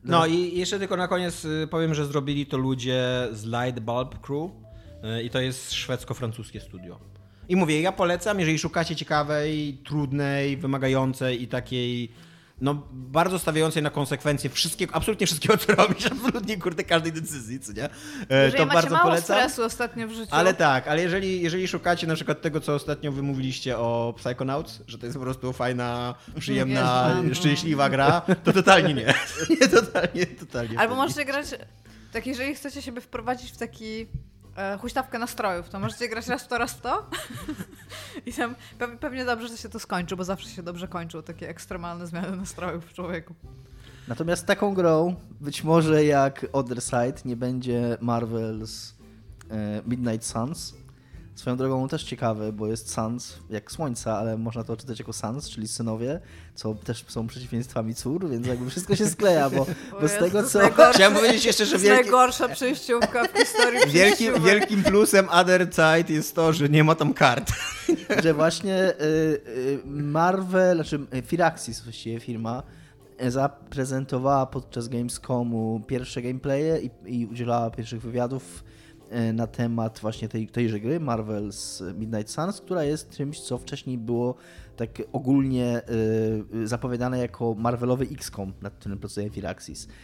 No i jeszcze tylko na koniec powiem, że zrobili to ludzie z Light Bulb Crew i to jest szwedzko-francuskie studio. I mówię, ja polecam, jeżeli szukacie ciekawej, trudnej, wymagającej i takiej no bardzo stawiającej na konsekwencje wszystkiego, absolutnie wszystkiego, co robisz, absolutnie kurde każdej decyzji, co nie? Jeżeli to macie bardzo mało polecam. stresu ostatnio w życiu. Ale tak, ale jeżeli, jeżeli szukacie na przykład tego, co ostatnio wy mówiliście o Psychonauts, że to jest po prostu fajna, przyjemna, Jest, no. szczęśliwa gra, to totalnie nie. nie totalnie, totalnie. Albo możecie grać, tak jeżeli chcecie siebie wprowadzić w taki e, huśtawkę nastrojów, to możecie grać raz w to, raz w to. I tam pe- pewnie dobrze, że się to skończy, bo zawsze się dobrze kończą takie ekstremalne zmiany nastrojów w człowieku. Natomiast taką grą, być może jak Other Side, nie będzie Marvel's e, Midnight Suns. Swoją drogą też ciekawe, bo jest Suns jak słońca, ale można to czytać jako Suns, czyli synowie, co też są przeciwieństwami cór, więc jakby wszystko się skleja, bo, bo z tego co... Chciałem powiedzieć jeszcze, że To jest wielki... najgorsza przejściówka w historii Wielkim, wielkim plusem Other Side jest to, że nie ma tam kart. Że właśnie y, y, Marvel, znaczy Firaxis właściwie firma, zaprezentowała podczas Gamescomu pierwsze gameplaye i, i udzielała pierwszych wywiadów na temat właśnie tej, tejże gry, Marvel's Midnight Suns, która jest czymś, co wcześniej było tak ogólnie y, zapowiadane jako Marvelowy X COM, nad którym pracuje Firaxis. Y,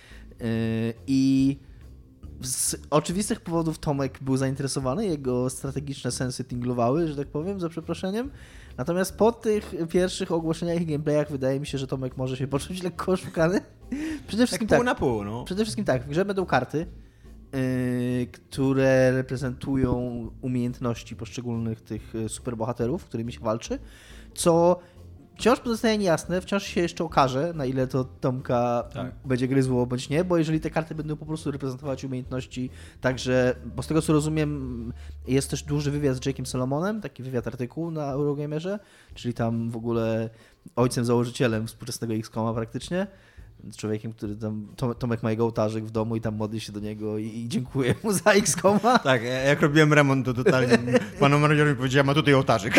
I z oczywistych powodów Tomek był zainteresowany, jego strategiczne sensy tinglowały, że tak powiem, za przeproszeniem. Natomiast po tych pierwszych ogłoszeniach i gameplayach wydaje mi się, że Tomek może się poczuć lekko oszukany. Przede wszystkim tak pół tak, na pół, no. Przede wszystkim tak, w grze będą karty, yy, które reprezentują umiejętności poszczególnych tych superbohaterów, którymi się walczy, co wciąż pozostaje niejasne, wciąż się jeszcze okaże, na ile to Tomka tak. będzie gryzło bądź nie, bo jeżeli te karty będą po prostu reprezentować umiejętności, także, bo z tego co rozumiem, jest też duży wywiad z Jake'em Solomonem, taki wywiad artykuł na Eurogamerze, czyli tam w ogóle ojcem założycielem współczesnego X COMa praktycznie, człowiekiem, który tam, Tomek ma jego ołtarzyk w domu i tam modli się do niego i, i dziękuję mu za X COMa. Tak, jak robiłem remont, to totalnie panu menadżerowi powiedziałem, ma tutaj ołtarzyk.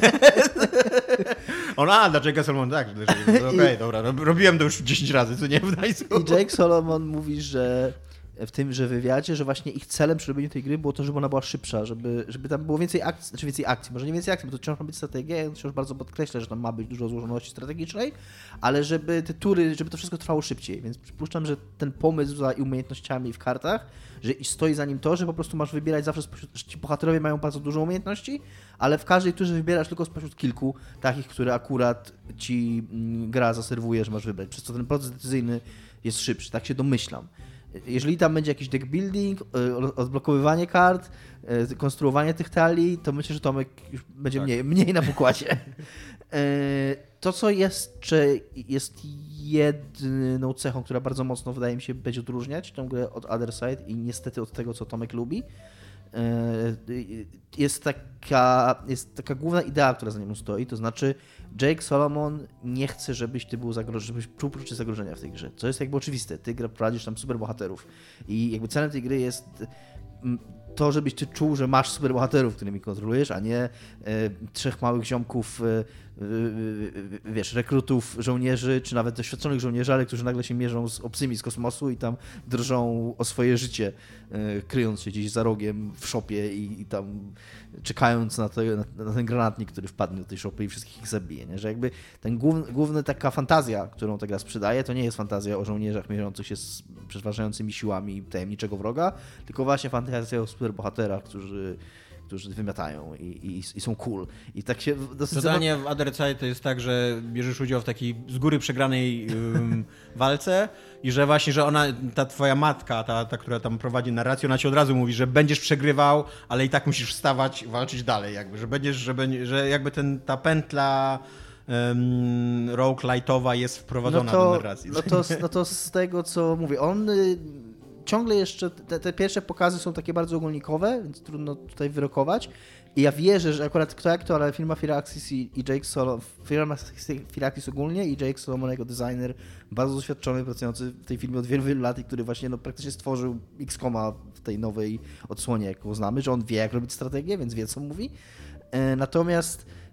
On, a, dla Jake'a Solomon, tak. Okej, okay, dobra, robiłem to już dziesięć razy, co nie w Gdańsku. I Jake Solomon mówi, że w tymże wywiadzie, że właśnie ich celem przy robieniu tej gry było to, żeby ona była szybsza, żeby, żeby tam było więcej akcji, znaczy więcej akcji, może nie więcej akcji, bo to wciąż ma być strategia, ja wciąż bardzo podkreślę, że tam ma być dużo złożoności strategicznej, ale żeby te tury, żeby to wszystko trwało szybciej, więc przypuszczam, że ten pomysł za umiejętnościami w kartach, że stoi za nim to, że po prostu masz wybierać zawsze spośród, że ci bohaterowie mają bardzo dużo umiejętności, ale w każdej turze wybierasz tylko spośród kilku takich, które akurat ci gra zaserwuje, że masz wybrać, przez co ten proces decyzyjny jest szybszy, tak się domyślam. Jeżeli tam będzie jakiś deck building, odblokowywanie kart, konstruowanie tych talii, to myślę, że Tomek już będzie tak. mniej, mniej na pokładzie. To, co jeszcze jest jedną cechą, która bardzo mocno, wydaje mi się, będzie odróżniać tę grę od Other Side i niestety od tego, co Tomek lubi, jest taka, jest taka główna idea, która za nią stoi, to znaczy Jake Solomon nie chce, żebyś ty był zagrożony, żebyś czuł poczucie zagrożenia w tej grze, co jest jakby oczywiste. Ty prowadzisz tam superbohaterów i jakby celem tej gry jest to, żebyś ty czuł, że masz superbohaterów, którymi kontrolujesz, a nie e, trzech małych ziomków, e, e, wiesz, rekrutów, żołnierzy, czy nawet doświadczonych żołnierzy, ale którzy nagle się mierzą z obcymi z kosmosu i tam drżą o swoje życie, e, kryjąc się gdzieś za rogiem w szopie i, i tam czekając na, to, na, na ten granatnik, który wpadnie do tej szopy i wszystkich ich zabije. Nie? Że jakby ten główny, główny taka fantazja, którą ta gra sprzedaje, to nie jest fantazja o żołnierzach mierzących się z przeważającymi siłami tajemniczego wroga, tylko właśnie fantazja o superbohaterach, którzy, którzy wymiatają i, i, i są cool. I tak się dosyć... Totalnie w Other Side to jest tak, że bierzesz udział w takiej z góry przegranej um, walce i że właśnie, że ona, ta twoja matka, ta, ta, która tam prowadzi narrację, ona ci od razu mówi, że będziesz przegrywał, ale i tak musisz wstawać i walczyć dalej, jakby, że będziesz, że, będzie, że jakby ten, ta pętla um, roguelite'owa jest wprowadzona no to, do narracji. No to, no to z tego, co mówię, on... Ciągle jeszcze te, te pierwsze pokazy są takie bardzo ogólnikowe, więc trudno tutaj wyrokować. I ja wierzę, że akurat kto jak to, ale firma Firaxis i, i Jake Solomon, firma Firaxis ogólnie i Jake Solomon jako designer, bardzo doświadczony, pracujący w tej firmie od wielu, wielu lat i który właśnie no, praktycznie stworzył X COMa w tej nowej odsłonie, jaką znamy, że on wie, jak robić strategię, więc wie, co mówi. E, natomiast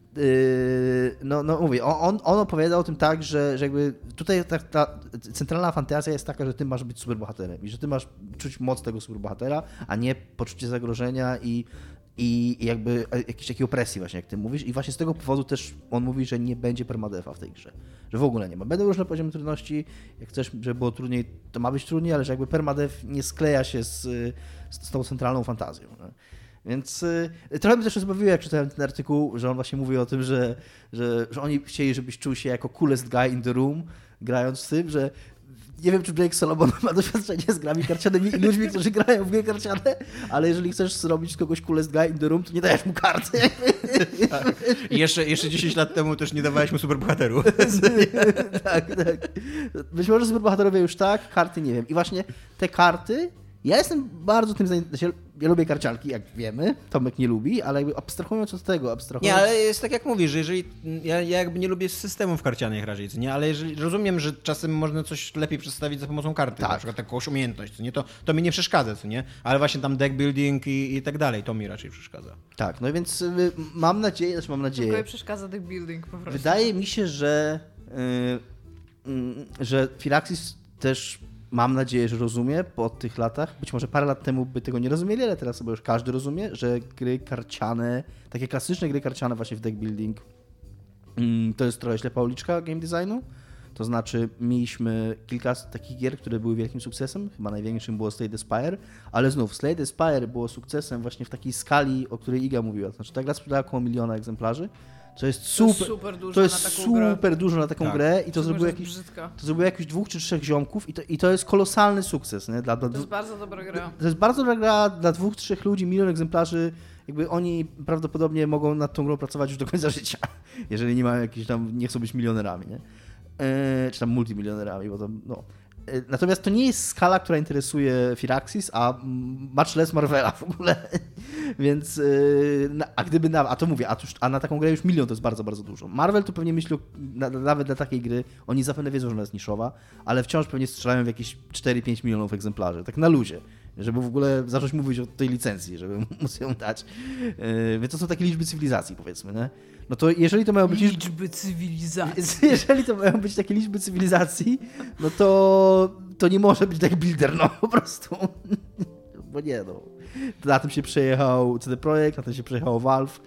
Yy, no, no mówię, on, on opowiada o tym tak, że, że jakby tutaj ta, ta centralna fantazja jest taka, że ty masz być superbohaterem i że ty masz czuć moc tego superbohatera, a nie poczucie zagrożenia i, i, i jakby jakiejś takiej opresji właśnie, jak ty mówisz. I właśnie z tego powodu też on mówi, że nie będzie permadefa w tej grze, że w ogóle nie ma. Będą różne poziomy trudności, jak chcesz, żeby było trudniej, to ma być trudniej, ale że jakby permadef nie skleja się z, z, z tą centralną fantazją. No. Więc y, trochę mnie też rozbawiło, jak czytałem ten artykuł, że on właśnie mówi o tym, że, że, że oni chcieli, żebyś czuł się jako coolest guy in the room, grając z tym, że nie wiem, czy Blake Solomon ma doświadczenie z grami karcianymi i ludźmi, którzy grają w gry karciane, ale jeżeli chcesz zrobić z kogoś coolest guy in the room, to nie dajesz mu karty. Tak. I jeszcze, jeszcze dziesięć lat temu też nie dawałeś mu superbohateru. Tak, tak. Być może superbohaterowie już tak, karty nie wiem. I właśnie te karty, ja jestem bardzo tym zainteresowany. Ja lubię karcianki, jak wiemy. Tomek nie lubi, ale jakby abstrahując od tego, abstrahując... Nie, ale jest tak jak mówisz, że jeżeli... Ja, ja jakby nie lubię systemów karcianych raczej, co nie? Ale jeżeli rozumiem, że czasem można coś lepiej przedstawić za pomocą karty, tak. Na przykład jakąś umiejętność, co nie? To, to mi nie przeszkadza, co nie? Ale właśnie tam deck building i, i tak dalej, to mi raczej przeszkadza. Tak, no więc y, mam nadzieję, też mam nadzieję... Tylko przeszkadza deck building po prostu. Wydaje mi się, że, y, y, że Firaxis też... Mam nadzieję, że rozumie po tych latach. Być może parę lat temu by tego nie rozumieli, ale teraz chyba już każdy rozumie, że gry karciane, takie klasyczne gry karciane właśnie w deck building, to jest trochę ślepa uliczka game designu. To znaczy mieliśmy kilka takich gier, które były wielkim sukcesem. Chyba największym było Slay the Spire, ale znów Slay the Spire było sukcesem właśnie w takiej skali, o której Iga mówiła. To znaczy ta gra sprzedała około miliona egzemplarzy. To jest super, to jest super dużo, to jest na, taką super grę. dużo na taką tak. grę i to zrobiło jakiś, to zrobiło jakichś dwóch czy trzech ziomków i to, i to jest kolosalny sukces. Nie? Dla, dla, to jest bardzo dobra gra. To jest bardzo dobra gra dla dwóch, trzech ludzi, milion egzemplarzy. Jakby oni prawdopodobnie mogą nad tą grą pracować już do końca życia, jeżeli nie mają jakichś tam, nie chcą być milionerami, nie? Eee, czy tam multimilionerami, bo to, no. Natomiast to nie jest skala, która interesuje Firaxis, a much less Marvela w ogóle. Więc, a gdyby, na, a to mówię, a, tuż, a na taką grę już milion to jest bardzo, bardzo dużo. Marvel tu pewnie myśli, na, nawet dla takiej gry, oni zapewne wiedzą, że ona jest niszowa, ale wciąż pewnie strzelają w jakieś cztery pięć milionów egzemplarzy, tak na luzie. Żeby w ogóle zacząć mówić o tej licencji, żeby móc ją dać. Więc to są takie liczby cywilizacji, powiedzmy, nie? No to jeżeli to mają być... Liczby cywilizacji. Jeżeli to mają być takie liczby cywilizacji, no to, to nie może być deck builder, no po prostu. Bo nie, no. Na tym się przejechał C D Projekt, na tym się przejechał Valve,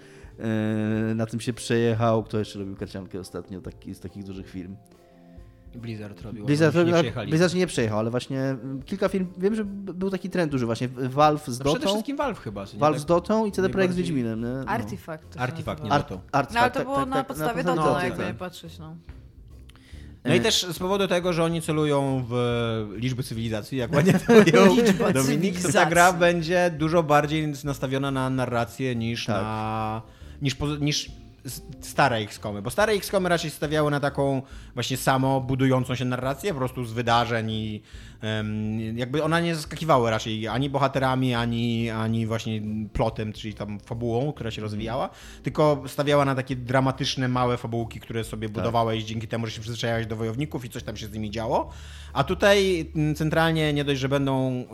na tym się przejechał... Kto jeszcze robił karciankę ostatnio taki, z takich dużych firm? Blizzard robił. Blizzard, nie Blizzard nie przejechał, ale właśnie kilka firm, wiem, że był taki trend duży właśnie, Valve z no Dotą. Przede wszystkim Valve chyba. Co nie? Valve tak z Dotą i C D Projekt z Wiedźminem. Nie? No. Artifact. Artifact, nie Art, Dotą. no ale to tak, było tak, na tak, podstawie na Dota, no, no, jakby tak. nie patrzeć, no. No i też z powodu tego, że oni celują w liczby cywilizacji, jak ładnie to mówił Dominik, to ta gra będzie dużo bardziej nastawiona na narrację niż tak. na... niż, niż stare X COMy, bo stare X COMy raczej stawiały na taką właśnie samo budującą się narrację, po prostu z wydarzeń i um, jakby ona nie zaskakiwała raczej ani bohaterami, ani, ani właśnie plotem, czyli tam fabułą, która się rozwijała, tylko stawiała na takie dramatyczne, małe fabułki, które sobie tak. budowałeś dzięki temu, że się przyzwyczajałeś do wojowników i coś tam się z nimi działo. A tutaj centralnie nie dość, że będą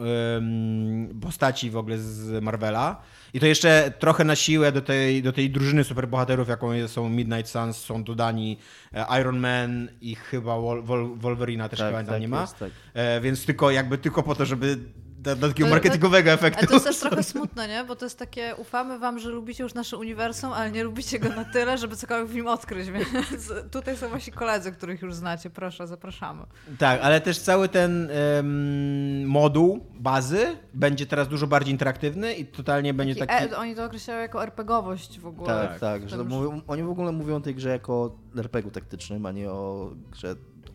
um, postaci w ogóle z Marvela, i to jeszcze trochę na siłę do tej, do tej drużyny superbohaterów, jaką są Midnight Suns, są dodani Iron Man i chyba Wol, Wol, Wolverina też tak, chyba tam tak, nie ma. Jest, tak. e, więc tylko jakby tylko po to, żeby do, do takiego to, marketingowego to, efektu. Ale to jest też trochę smutne, nie? Bo to jest takie, ufamy wam, że lubicie już nasze uniwersum, ale nie lubicie go na tyle, żeby cokolwiek w nim odkryć, więc tutaj są właśnie koledzy, których już znacie, proszę, zapraszamy. Tak, ale też cały ten um, moduł bazy będzie teraz dużo bardziej interaktywny i totalnie będzie taki... taki... E, oni to określają jako er pe gie owość w ogóle. Tak, tak, tak że już... mówią, oni w ogóle mówią o tej grze jako er pe gie taktycznym, a nie o grze...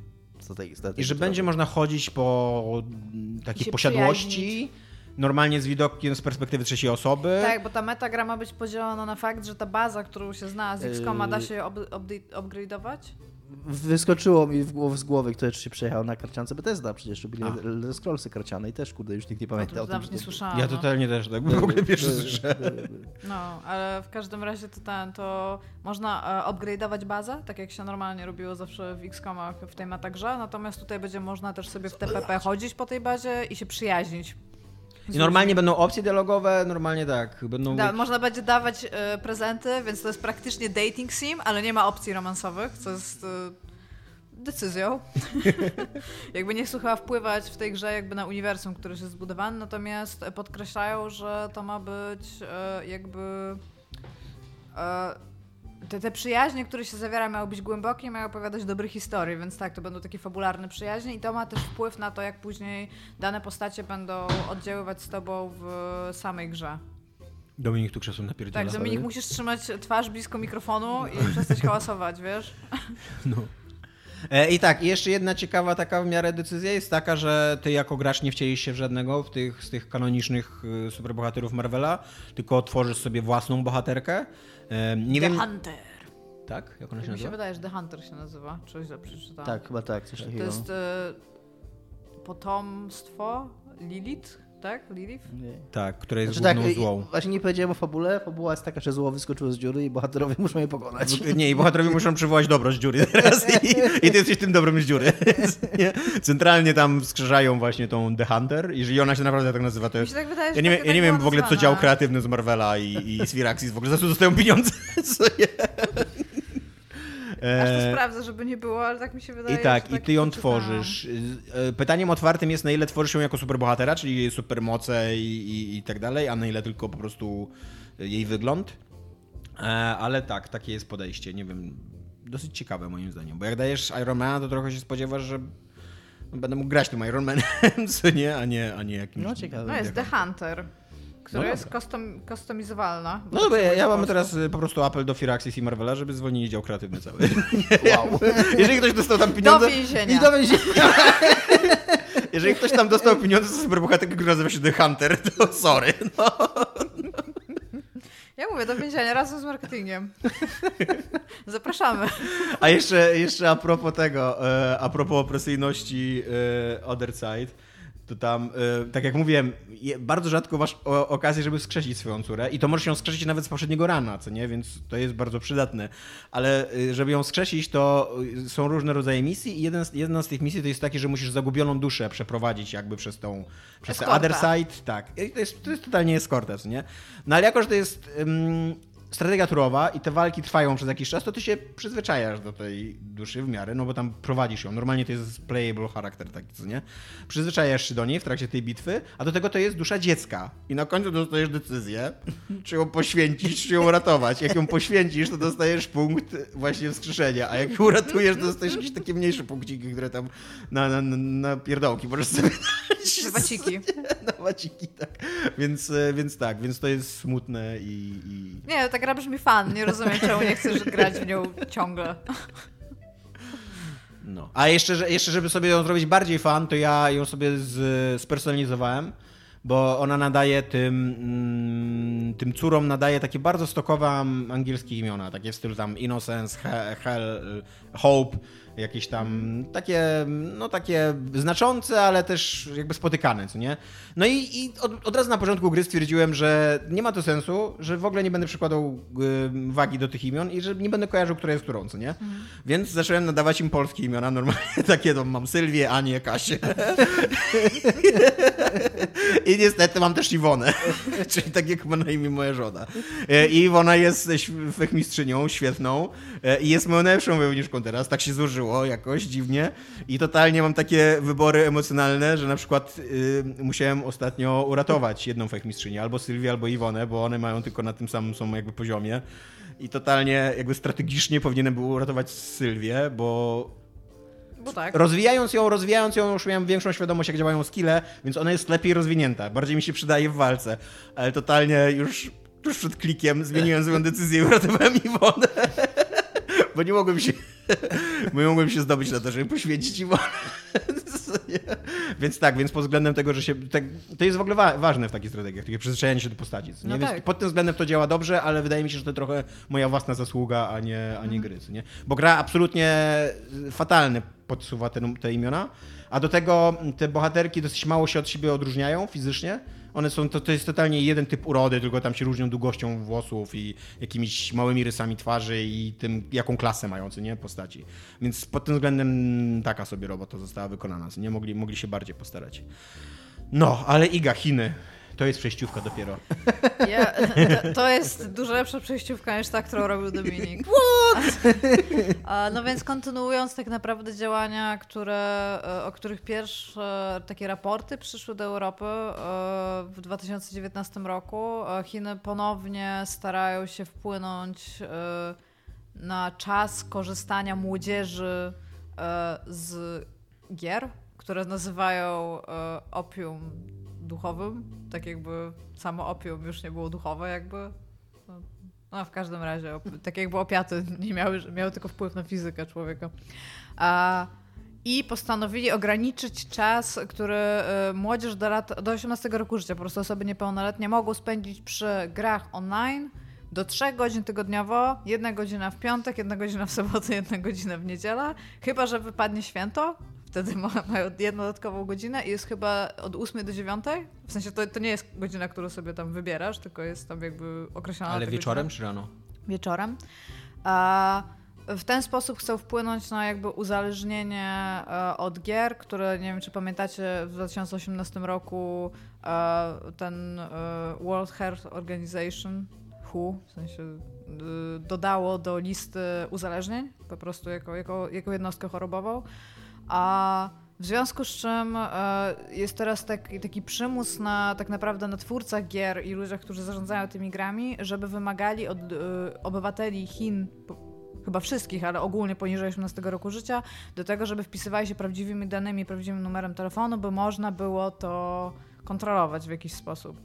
I że będzie można chodzić po takiej posiadłości, przyjaźnić. Normalnie z widokiem z perspektywy trzeciej osoby. Tak, bo ta metagra ma być podzielona na fakt, że ta baza, którą się zna z X COMa, da się ob- ob- upgrade'ować? Wyskoczyło mi w głowy, z głowy, kto jeszcze się przejechał na karciance Bethesda, przecież robili Elder Scrollsy karciane i też, kurde, już nikt nie pamięta no, o tym. Nawet nie to... słyszałam. Ja totalnie no. też tak w ogóle pierwszy słyszę. No, ale w każdym razie to, ten, to można upgrade'ować bazę, tak jak się normalnie robiło zawsze w X COMach w tej metagrze, natomiast tutaj będzie można też sobie w T P P chodzić po tej bazie i się przyjaźnić. I normalnie będą opcje dialogowe, normalnie tak. Będą da, być... Można będzie dawać e, prezenty, więc to jest praktycznie dating sim, ale nie ma opcji romansowych, co jest e, decyzją. Jakby nie chcą chyba wpływać w tej grze jakby na uniwersum, który jest zbudowany, natomiast podkreślają, że to ma być e, jakby... E, Te, te przyjaźnie, które się zawiera, mają być głębokie, mają opowiadać dobre historie, więc tak, to będą takie fabularne przyjaźnie i to ma też wpływ na to, jak później dane postacie będą oddziaływać z tobą w samej grze. Dominik tu krzesłem napierdziela. Tak, Dominik, musisz trzymać twarz blisko mikrofonu i przestać hałasować, wiesz? No. E, I tak, i jeszcze jedna ciekawa taka w miarę decyzja jest taka, że ty jako gracz nie wcielisz się w żadnego w tych, z tych kanonicznych y, superbohaterów Marvela, tylko tworzysz sobie własną bohaterkę. E, nie The wiem... Hunter. Tak? Jak ona się Mi się nazywa? wydaje, że The Hunter się nazywa. Czy źle przeczytałam? Tak, chyba tak, coś takiego. To jest y, potomstwo Lilith, tak? Lilith? Nie. Tak, która jest Znaczy, główną tak, złą. właśnie nie powiedziałem o fabule. Fabuła jest taka, że zło wyskoczyło z dziury i bohaterowie muszą je pokonać. Nie, i bohaterowie muszą przywołać dobro z dziury teraz i, i ty jesteś tym dobrym z dziury. Nie? Centralnie tam wskrzeszają właśnie tą The Hunter. Jeżeli ona się naprawdę tak nazywa, to Mi jest... się tak wydaje, że Ja nie, tak, ja tak nie wiem była w ogóle, co nazwana. dział kreatywny z Marvela i, i z Firaxis w ogóle za co dostają pieniądze. Co nie? Aż to E, sprawdzę, żeby nie było, ale tak mi się wydaje, I tak, że i ty ją przeczytałam. tworzysz. E, Pytaniem otwartym jest, na ile tworzysz ją jako superbohatera, czyli jej supermoce i, i, i tak dalej, a na ile tylko po prostu jej wygląd. E, Ale tak, takie jest podejście. Nie wiem, dosyć ciekawe moim zdaniem, bo jak dajesz Ironmana, to trochę się spodziewasz, że będę mógł grać tym Ironmanem, co nie, a nie, a nie jakimś... No ciekawe. No jest The Hunter, która No jest dobra. custom, customizowalna. No dobra, ja, ja mam teraz y, po prostu apel do Firaxis i Marvela, żeby zwolnili dział kreatywny cały. Wow. Jeżeli ktoś dostał tam pieniądze... Do więzienia. I do więzienia. Jeżeli ktoś tam dostał pieniądze za superbohaterkę, który nazywa się The Hunter, to sorry. No. Ja mówię, do więzienia razem z marketingiem. Zapraszamy. A jeszcze, jeszcze a propos tego, e, a propos opresyjności e, Other Side, to tam, e, tak jak mówiłem, je, bardzo rzadko masz o, okazję, żeby skrzesić swoją córę i to możesz ją skrzesić nawet z poprzedniego rana, co nie? Więc to jest bardzo przydatne. Ale e, żeby ją skrzesić, to są różne rodzaje misji i jeden z, jedna z tych misji to jest takie, że musisz zagubioną duszę przeprowadzić jakby przez tą, przez ten Eskorta. Other Side. Tak, I to jest, to jest totalnie eskorta, co nie? No ale jako, że to jest... ym, strategia turowa i te walki trwają przez jakiś czas, to ty się przyzwyczajasz do tej duszy w miarę, no bo tam prowadzisz ją. Normalnie to jest playable charakter taki, co nie? Przyzwyczajasz się do niej w trakcie tej bitwy, a do tego to jest dusza dziecka. I na końcu dostajesz decyzję, czy ją poświęcić, czy ją uratować. Jak ją poświęcisz, to dostajesz punkt właśnie wskrzeszenia, a jak ją uratujesz, to dostajesz jakieś takie mniejsze punkciki, które tam na, na, na, na pierdołki możesz sobie dać. Na waciki. Na waciki, tak. Więc, więc tak, więc to jest smutne i... i... Nie, ta gra brzmi fan. Nie rozumiem, czemu nie chcesz grać w nią ciągle. No. A jeszcze, że- jeszcze, żeby sobie ją zrobić bardziej fan, to ja ją sobie z, spersonalizowałem, bo ona nadaje tym, mm, tym córom nadaje takie bardzo stokowe am- angielskie imiona, takie w stylu tam Innocence, He- Hell, Hope, jakieś tam takie, no takie znaczące, ale też jakby spotykane, co nie? No i, i od, od razu na początku gry stwierdziłem, że nie ma to sensu, że w ogóle nie będę przykładał y, wagi do tych imion i że nie będę kojarzył, która jest którą, co nie? Mhm. Więc zacząłem nadawać im polskie imiona, normalnie takie, no, mam Sylwię, Anię, Kasię. I niestety mam też Iwonę, czyli tak jak ma na imię moja żona. E, I Iwona jest św- fechmistrzynią, świetną e, i jest moją najlepszą wojowniczką teraz, tak się złożyło jakoś dziwnie i totalnie mam takie wybory emocjonalne, że na przykład y, musiałem ostatnio uratować jedną fechmistrzynię, albo Sylwię, albo Iwonę, bo one mają tylko na tym samym są jakby poziomie i totalnie jakby strategicznie powinienem był uratować Sylwię, bo Bo tak. rozwijając ją, rozwijając ją, już miałem większą świadomość, jak działają skille, więc ona jest lepiej rozwinięta. Bardziej mi się przydaje w walce. Ale totalnie już tuż przed klikiem zmieniłem swoją decyzję i uratowałem Iwonę. Bo nie mogłem się, bo nie mogłem się zdobyć na to, żeby poświęcić Iwonę. Więc tak, więc pod względem tego, że się... Tak, to jest w ogóle wa- ważne w takich strategiach, takie przyzwyczajenie się do postaci. Nie? No Więc tak. pod tym względem to działa dobrze, ale wydaje mi się, że to trochę moja własna zasługa, a nie, a nie gry. co Nie? Bo gra absolutnie fatalnie podsuwa te, te imiona, a do tego te bohaterki dosyć mało się od siebie odróżniają fizycznie. One są, to, to jest totalnie jeden typ urody, tylko tam się różnią długością włosów i jakimiś małymi rysami twarzy i tym, jaką klasę mają, co nie, postaci. Więc pod tym względem taka sobie robota została wykonana, co nie, mogli, mogli się bardziej postarać. No, ale Iga, Chiny. To jest przejściówka dopiero. Ja, to, to jest dużo lepsza przejściówka niż ta, którą robił Dominik. What? No więc kontynuując tak naprawdę działania, które, o których pierwsze takie raporty przyszły do Europy w dwa tysiące dziewiętnastym roku, Chiny ponownie starają się wpłynąć na czas korzystania młodzieży z gier, które nazywają opium duchowym, tak jakby samo opium już nie było duchowe jakby. No, no w każdym razie, tak jakby opiaty nie miały, miały tylko wpływ na fizykę człowieka. A, I postanowili ograniczyć czas, który y, młodzież do, lat, do osiemnastego roku życia, po prostu osoby niepełnoletnie mogą spędzić przy grach online do trzech godzin tygodniowo, jedna godzina w piątek, jedna godzina w sobotę, jedna godzina w niedzielę, chyba że wypadnie święto. Wtedy mają jedną dodatkową godzinę i jest chyba od ósmej do dziewiątej. W sensie to, to nie jest godzina, którą sobie tam wybierasz, tylko jest tam jakby określona. Ale wieczorem godzina. czy rano? Wieczorem. A w ten sposób chcą wpłynąć na jakby uzależnienie od gier, które nie wiem, czy pamiętacie, w dwa tysiące osiemnastym roku ten World Health Organization, W H O, w sensie dodało do listy uzależnień, po prostu jako, jako, jako jednostkę chorobową. A w związku z czym e, jest teraz taki, taki przymus na tak naprawdę na twórcach gier i ludziach, którzy zarządzają tymi grami, żeby wymagali od e, obywateli Chin, po, chyba wszystkich, ale ogólnie poniżej osiemnastego roku życia, do tego, żeby wpisywali się prawdziwymi danymi, prawdziwym numerem telefonu, by można było to kontrolować w jakiś sposób.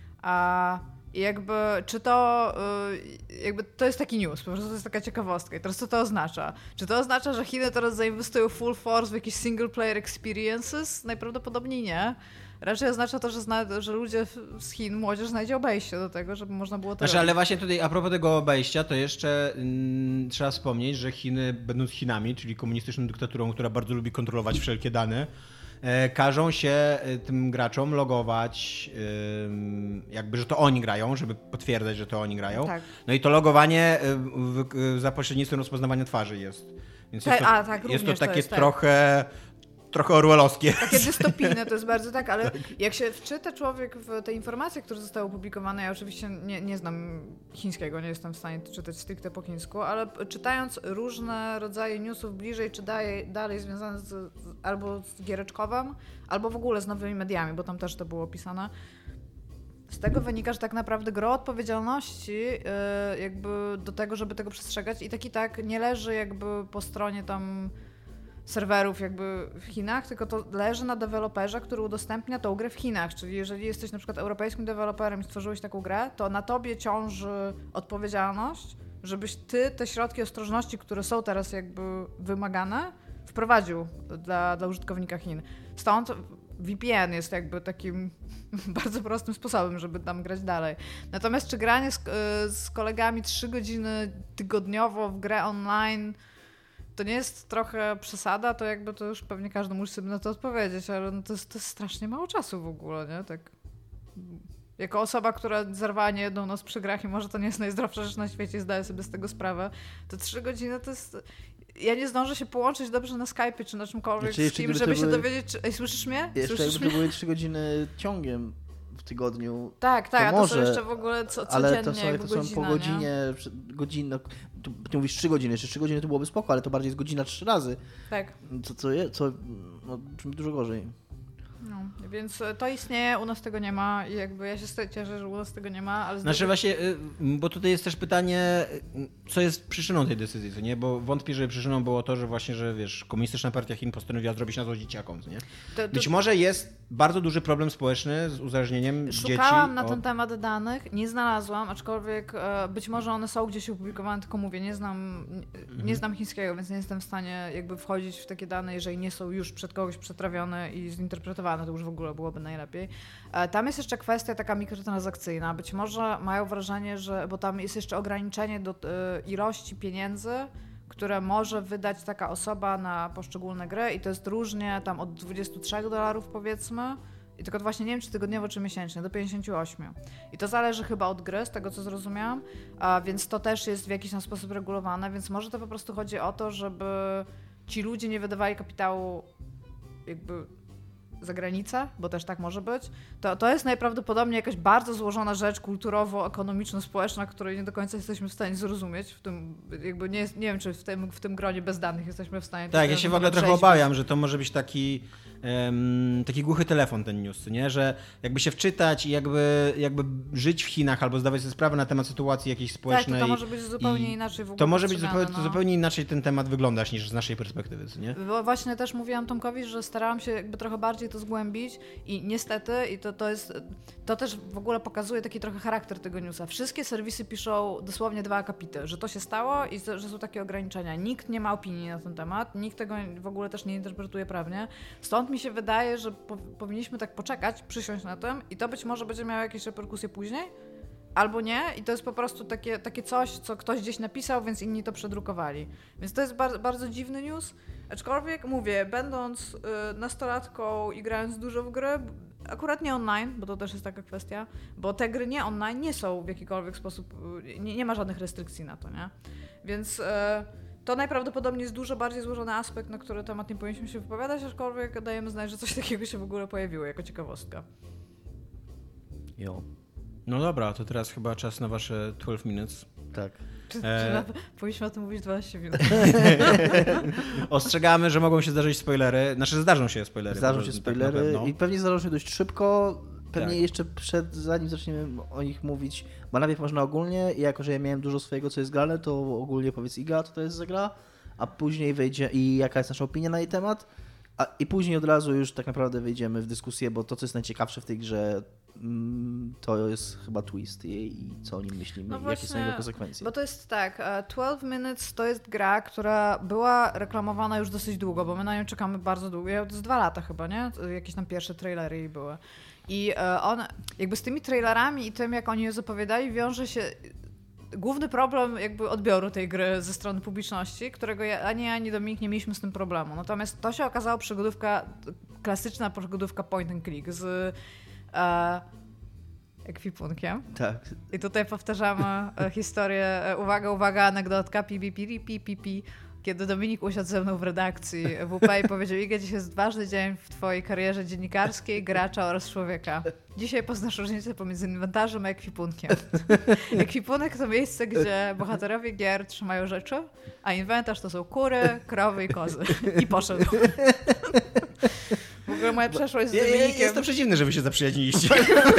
A I jakby, czy to, jakby to jest taki news, po prostu to jest taka ciekawostka. I teraz co to oznacza? Czy to oznacza, że Chiny teraz zainwestują full force w jakieś single player experiences? Najprawdopodobniej nie. Raczej oznacza to, że, zna, że ludzie z Chin, młodzież znajdzie obejście do tego, żeby można było to Znaczy, robić. ale właśnie tutaj a propos tego obejścia, to jeszcze mm, trzeba wspomnieć, że Chiny, będąc Chinami, czyli komunistyczną dyktaturą, która bardzo lubi kontrolować wszelkie dane, e, każą się e, tym graczom logować, e, jakby, że to oni grają, żeby potwierdzać, że to oni grają. Tak. No i to logowanie e, w, w, za pośrednictwem rozpoznawania twarzy jest. Więc tak, jest to, a, tak, jest to takie to jest, trochę... Tak. Trochę orwellowskie. Takie dystopijne to jest bardzo tak, ale jak się wczyta człowiek w te informacje, które zostały opublikowane, ja oczywiście nie, nie znam chińskiego, nie jestem w stanie czytać stricte po chińsku, ale czytając różne rodzaje newsów bliżej czy dalej, dalej związane z, z, albo z giereczkowem, albo w ogóle z nowymi mediami, bo tam też to było opisane, z tego wynika, że tak naprawdę gro odpowiedzialności yy, jakby do tego, żeby tego przestrzegać i tak i tak nie leży jakby po stronie tam serwerów jakby w Chinach, tylko to leży na deweloperze, który udostępnia tą grę w Chinach. Czyli jeżeli jesteś na przykład europejskim deweloperem i stworzyłeś taką grę, to na tobie ciąży odpowiedzialność, żebyś ty te środki ostrożności, które są teraz jakby wymagane, wprowadził dla, dla użytkownika Chin. Stąd V P N jest jakby takim bardzo prostym sposobem, żeby tam grać dalej. Natomiast czy granie z, z kolegami trzy godziny tygodniowo w grę online to nie jest trochę przesada, to jakby to już pewnie każdy musi sobie na to odpowiedzieć, ale no to, jest, to jest strasznie mało czasu w ogóle, nie? Tak. Jako osoba, która zerwała nie jedną noc przy grach i może to nie jest najzdrowsza rzecz na świecie i zdaję sobie z tego sprawę, to trzy godziny to jest... Ja nie zdążę się połączyć dobrze na Skype'ie czy na czymkolwiek znaczy, z kim, żeby się były... dowiedzieć... Czy... Ej, słyszysz mnie? Jeszcze słyszysz jakby mnie? to były trzy godziny ciągiem w tygodniu. Tak, tak, to a może, to są jeszcze w ogóle co, codziennie, ale to są, jakby to są godzina, po godzinie, godzina, ty, ty mówisz trzy godziny, jeszcze trzy godziny to byłoby spoko, ale to bardziej jest godzina trzy razy. Tak. Co, co, je, co no, brzmi dużo gorzej. No, więc to istnieje, u nas tego nie ma i jakby ja się cieszę, że u nas tego nie ma, ale... Znaczy zdobyć... właśnie, bo tutaj jest też pytanie, co jest przyczyną tej decyzji, co nie? Bo wątpię, że przyczyną było to, że właśnie, że wiesz, komunistyczna partia Chin postanowiła zrobić na zło dzieciakom, co nie? To, to... Być może jest bardzo duży problem społeczny z uzależnieniem dzieci. Szukałam na ten od... temat danych, nie znalazłam, aczkolwiek e, być może one są gdzieś opublikowane, tylko mówię, nie znam, nie, mhm. nie znam chińskiego, więc nie jestem w stanie jakby wchodzić w takie dane, jeżeli nie są już przed kogoś przetrawione i zinterpretowane, to już w ogóle byłoby najlepiej. E, tam jest jeszcze kwestia taka mikrotransakcyjna. Być może mają wrażenie, że, bo tam jest jeszcze ograniczenie do e, ilości pieniędzy, które może wydać taka osoba na poszczególne gry i to jest różnie tam od dwudziestu trzech dolarów powiedzmy i tylko właśnie nie wiem czy tygodniowo czy miesięcznie, do pięćdziesięciu ośmiu. I to zależy chyba od gry, z tego co zrozumiałam, a więc to też jest w jakiś tam sposób regulowane, więc może to po prostu chodzi o to, żeby ci ludzie nie wydawali kapitału jakby za granicę, bo też tak może być, to, to jest najprawdopodobniej jakaś bardzo złożona rzecz kulturowo-ekonomiczno-społeczna, której nie do końca jesteśmy w stanie zrozumieć. W tym, jakby nie, nie wiem, czy w tym, w tym gronie bezdanych jesteśmy w stanie... Tak, ja się w ogóle trochę obawiam, że to może być taki, um, taki głuchy telefon ten news, nie? Że jakby się wczytać i jakby, jakby żyć w Chinach albo zdawać sobie sprawę na temat sytuacji jakiejś społecznej. Tak, to, to może być zupełnie inaczej w ogóle. To może być zupełnie, no. to zupełnie inaczej ten temat wyglądać niż z naszej perspektywy, nie? Bo właśnie też mówiłam Tomkowi, że starałam się jakby trochę bardziej to zgłębić i niestety, i to, to jest, to też w ogóle pokazuje taki trochę charakter tego newsa. Wszystkie serwisy piszą dosłownie dwa akapity, że to się stało i że są takie ograniczenia. Nikt nie ma opinii na ten temat, nikt tego w ogóle też nie interpretuje prawnie. Stąd mi się wydaje, że po, powinniśmy tak poczekać, przysiąść na tym i to być może będzie miało jakieś reperkusje później, albo nie i to jest po prostu takie, takie coś, co ktoś gdzieś napisał, więc inni to przedrukowali. Więc to jest bar- bardzo dziwny news. Aczkolwiek mówię, będąc y, nastolatką i grając dużo w gry, akurat nie online, bo to też jest taka kwestia, bo te gry nie online nie są w jakikolwiek sposób, y, nie, nie ma żadnych restrykcji na to, nie? Więc y, to najprawdopodobniej jest dużo bardziej złożony aspekt, na który temat nie powinniśmy się wypowiadać, aczkolwiek dajemy znać, że coś takiego się w ogóle pojawiło jako ciekawostka. Jo. No dobra, to teraz chyba czas na wasze dwanaście minutes. Tak. Czy, E... czy na, powinniśmy o tym mówić dwanaście minut. Ostrzegamy, że mogą się zdarzyć spoilery. Znaczy zdarzą się spoilery. Zdarzą się spoilery tak i pewnie zdarzą się dość szybko. Pewnie tak. jeszcze przed, zanim zaczniemy o nich mówić, bo najpierw można ogólnie i jako, że ja miałem dużo swojego, co jest grane, to ogólnie powiedz Iga, co to jest za gra, a później wejdzie i jaka jest nasza opinia na jej temat, a, i później od razu już tak naprawdę wejdziemy w dyskusję, bo to, co jest najciekawsze w tej grze, to jest chyba twist jej i co o nim myślimy no i właśnie, jakie są jego konsekwencje. Bo to jest tak, dwanaście Minutes to jest gra, która była reklamowana już dosyć długo, bo my na nią czekamy bardzo długo, z dwa lata chyba, nie? Jakieś tam pierwsze trailery jej były. I on, jakby z tymi trailerami i tym, jak oni je zapowiadali, wiąże się główny problem jakby odbioru tej gry ze strony publiczności, którego ja, ani ja, ani Dominik nie mieliśmy z tym problemu. Natomiast to się okazało przygodówka, klasyczna przygodówka point and click z e, ekwipunkiem. Tak. I tutaj powtarzamy historię, e, uwaga, uwaga, anegdotka, pi, pi, pi, pi, pi, pi. Kiedy Dominik usiadł ze mną w redakcji W P i powiedział: Iga, dziś jest ważny dzień w twojej karierze dziennikarskiej, gracza oraz człowieka. Dzisiaj poznasz różnicę pomiędzy inwentarzem a ekwipunkiem. Ekwipunek to miejsce, gdzie bohaterowie gier trzymają rzeczy, a inwentarz to są kury, krowy i kozy. I poszedł. W ogóle moja przeszłość z Dominikiem... Ja, ja, jestem przeciwny, że wy się zaprzyjaźniliście.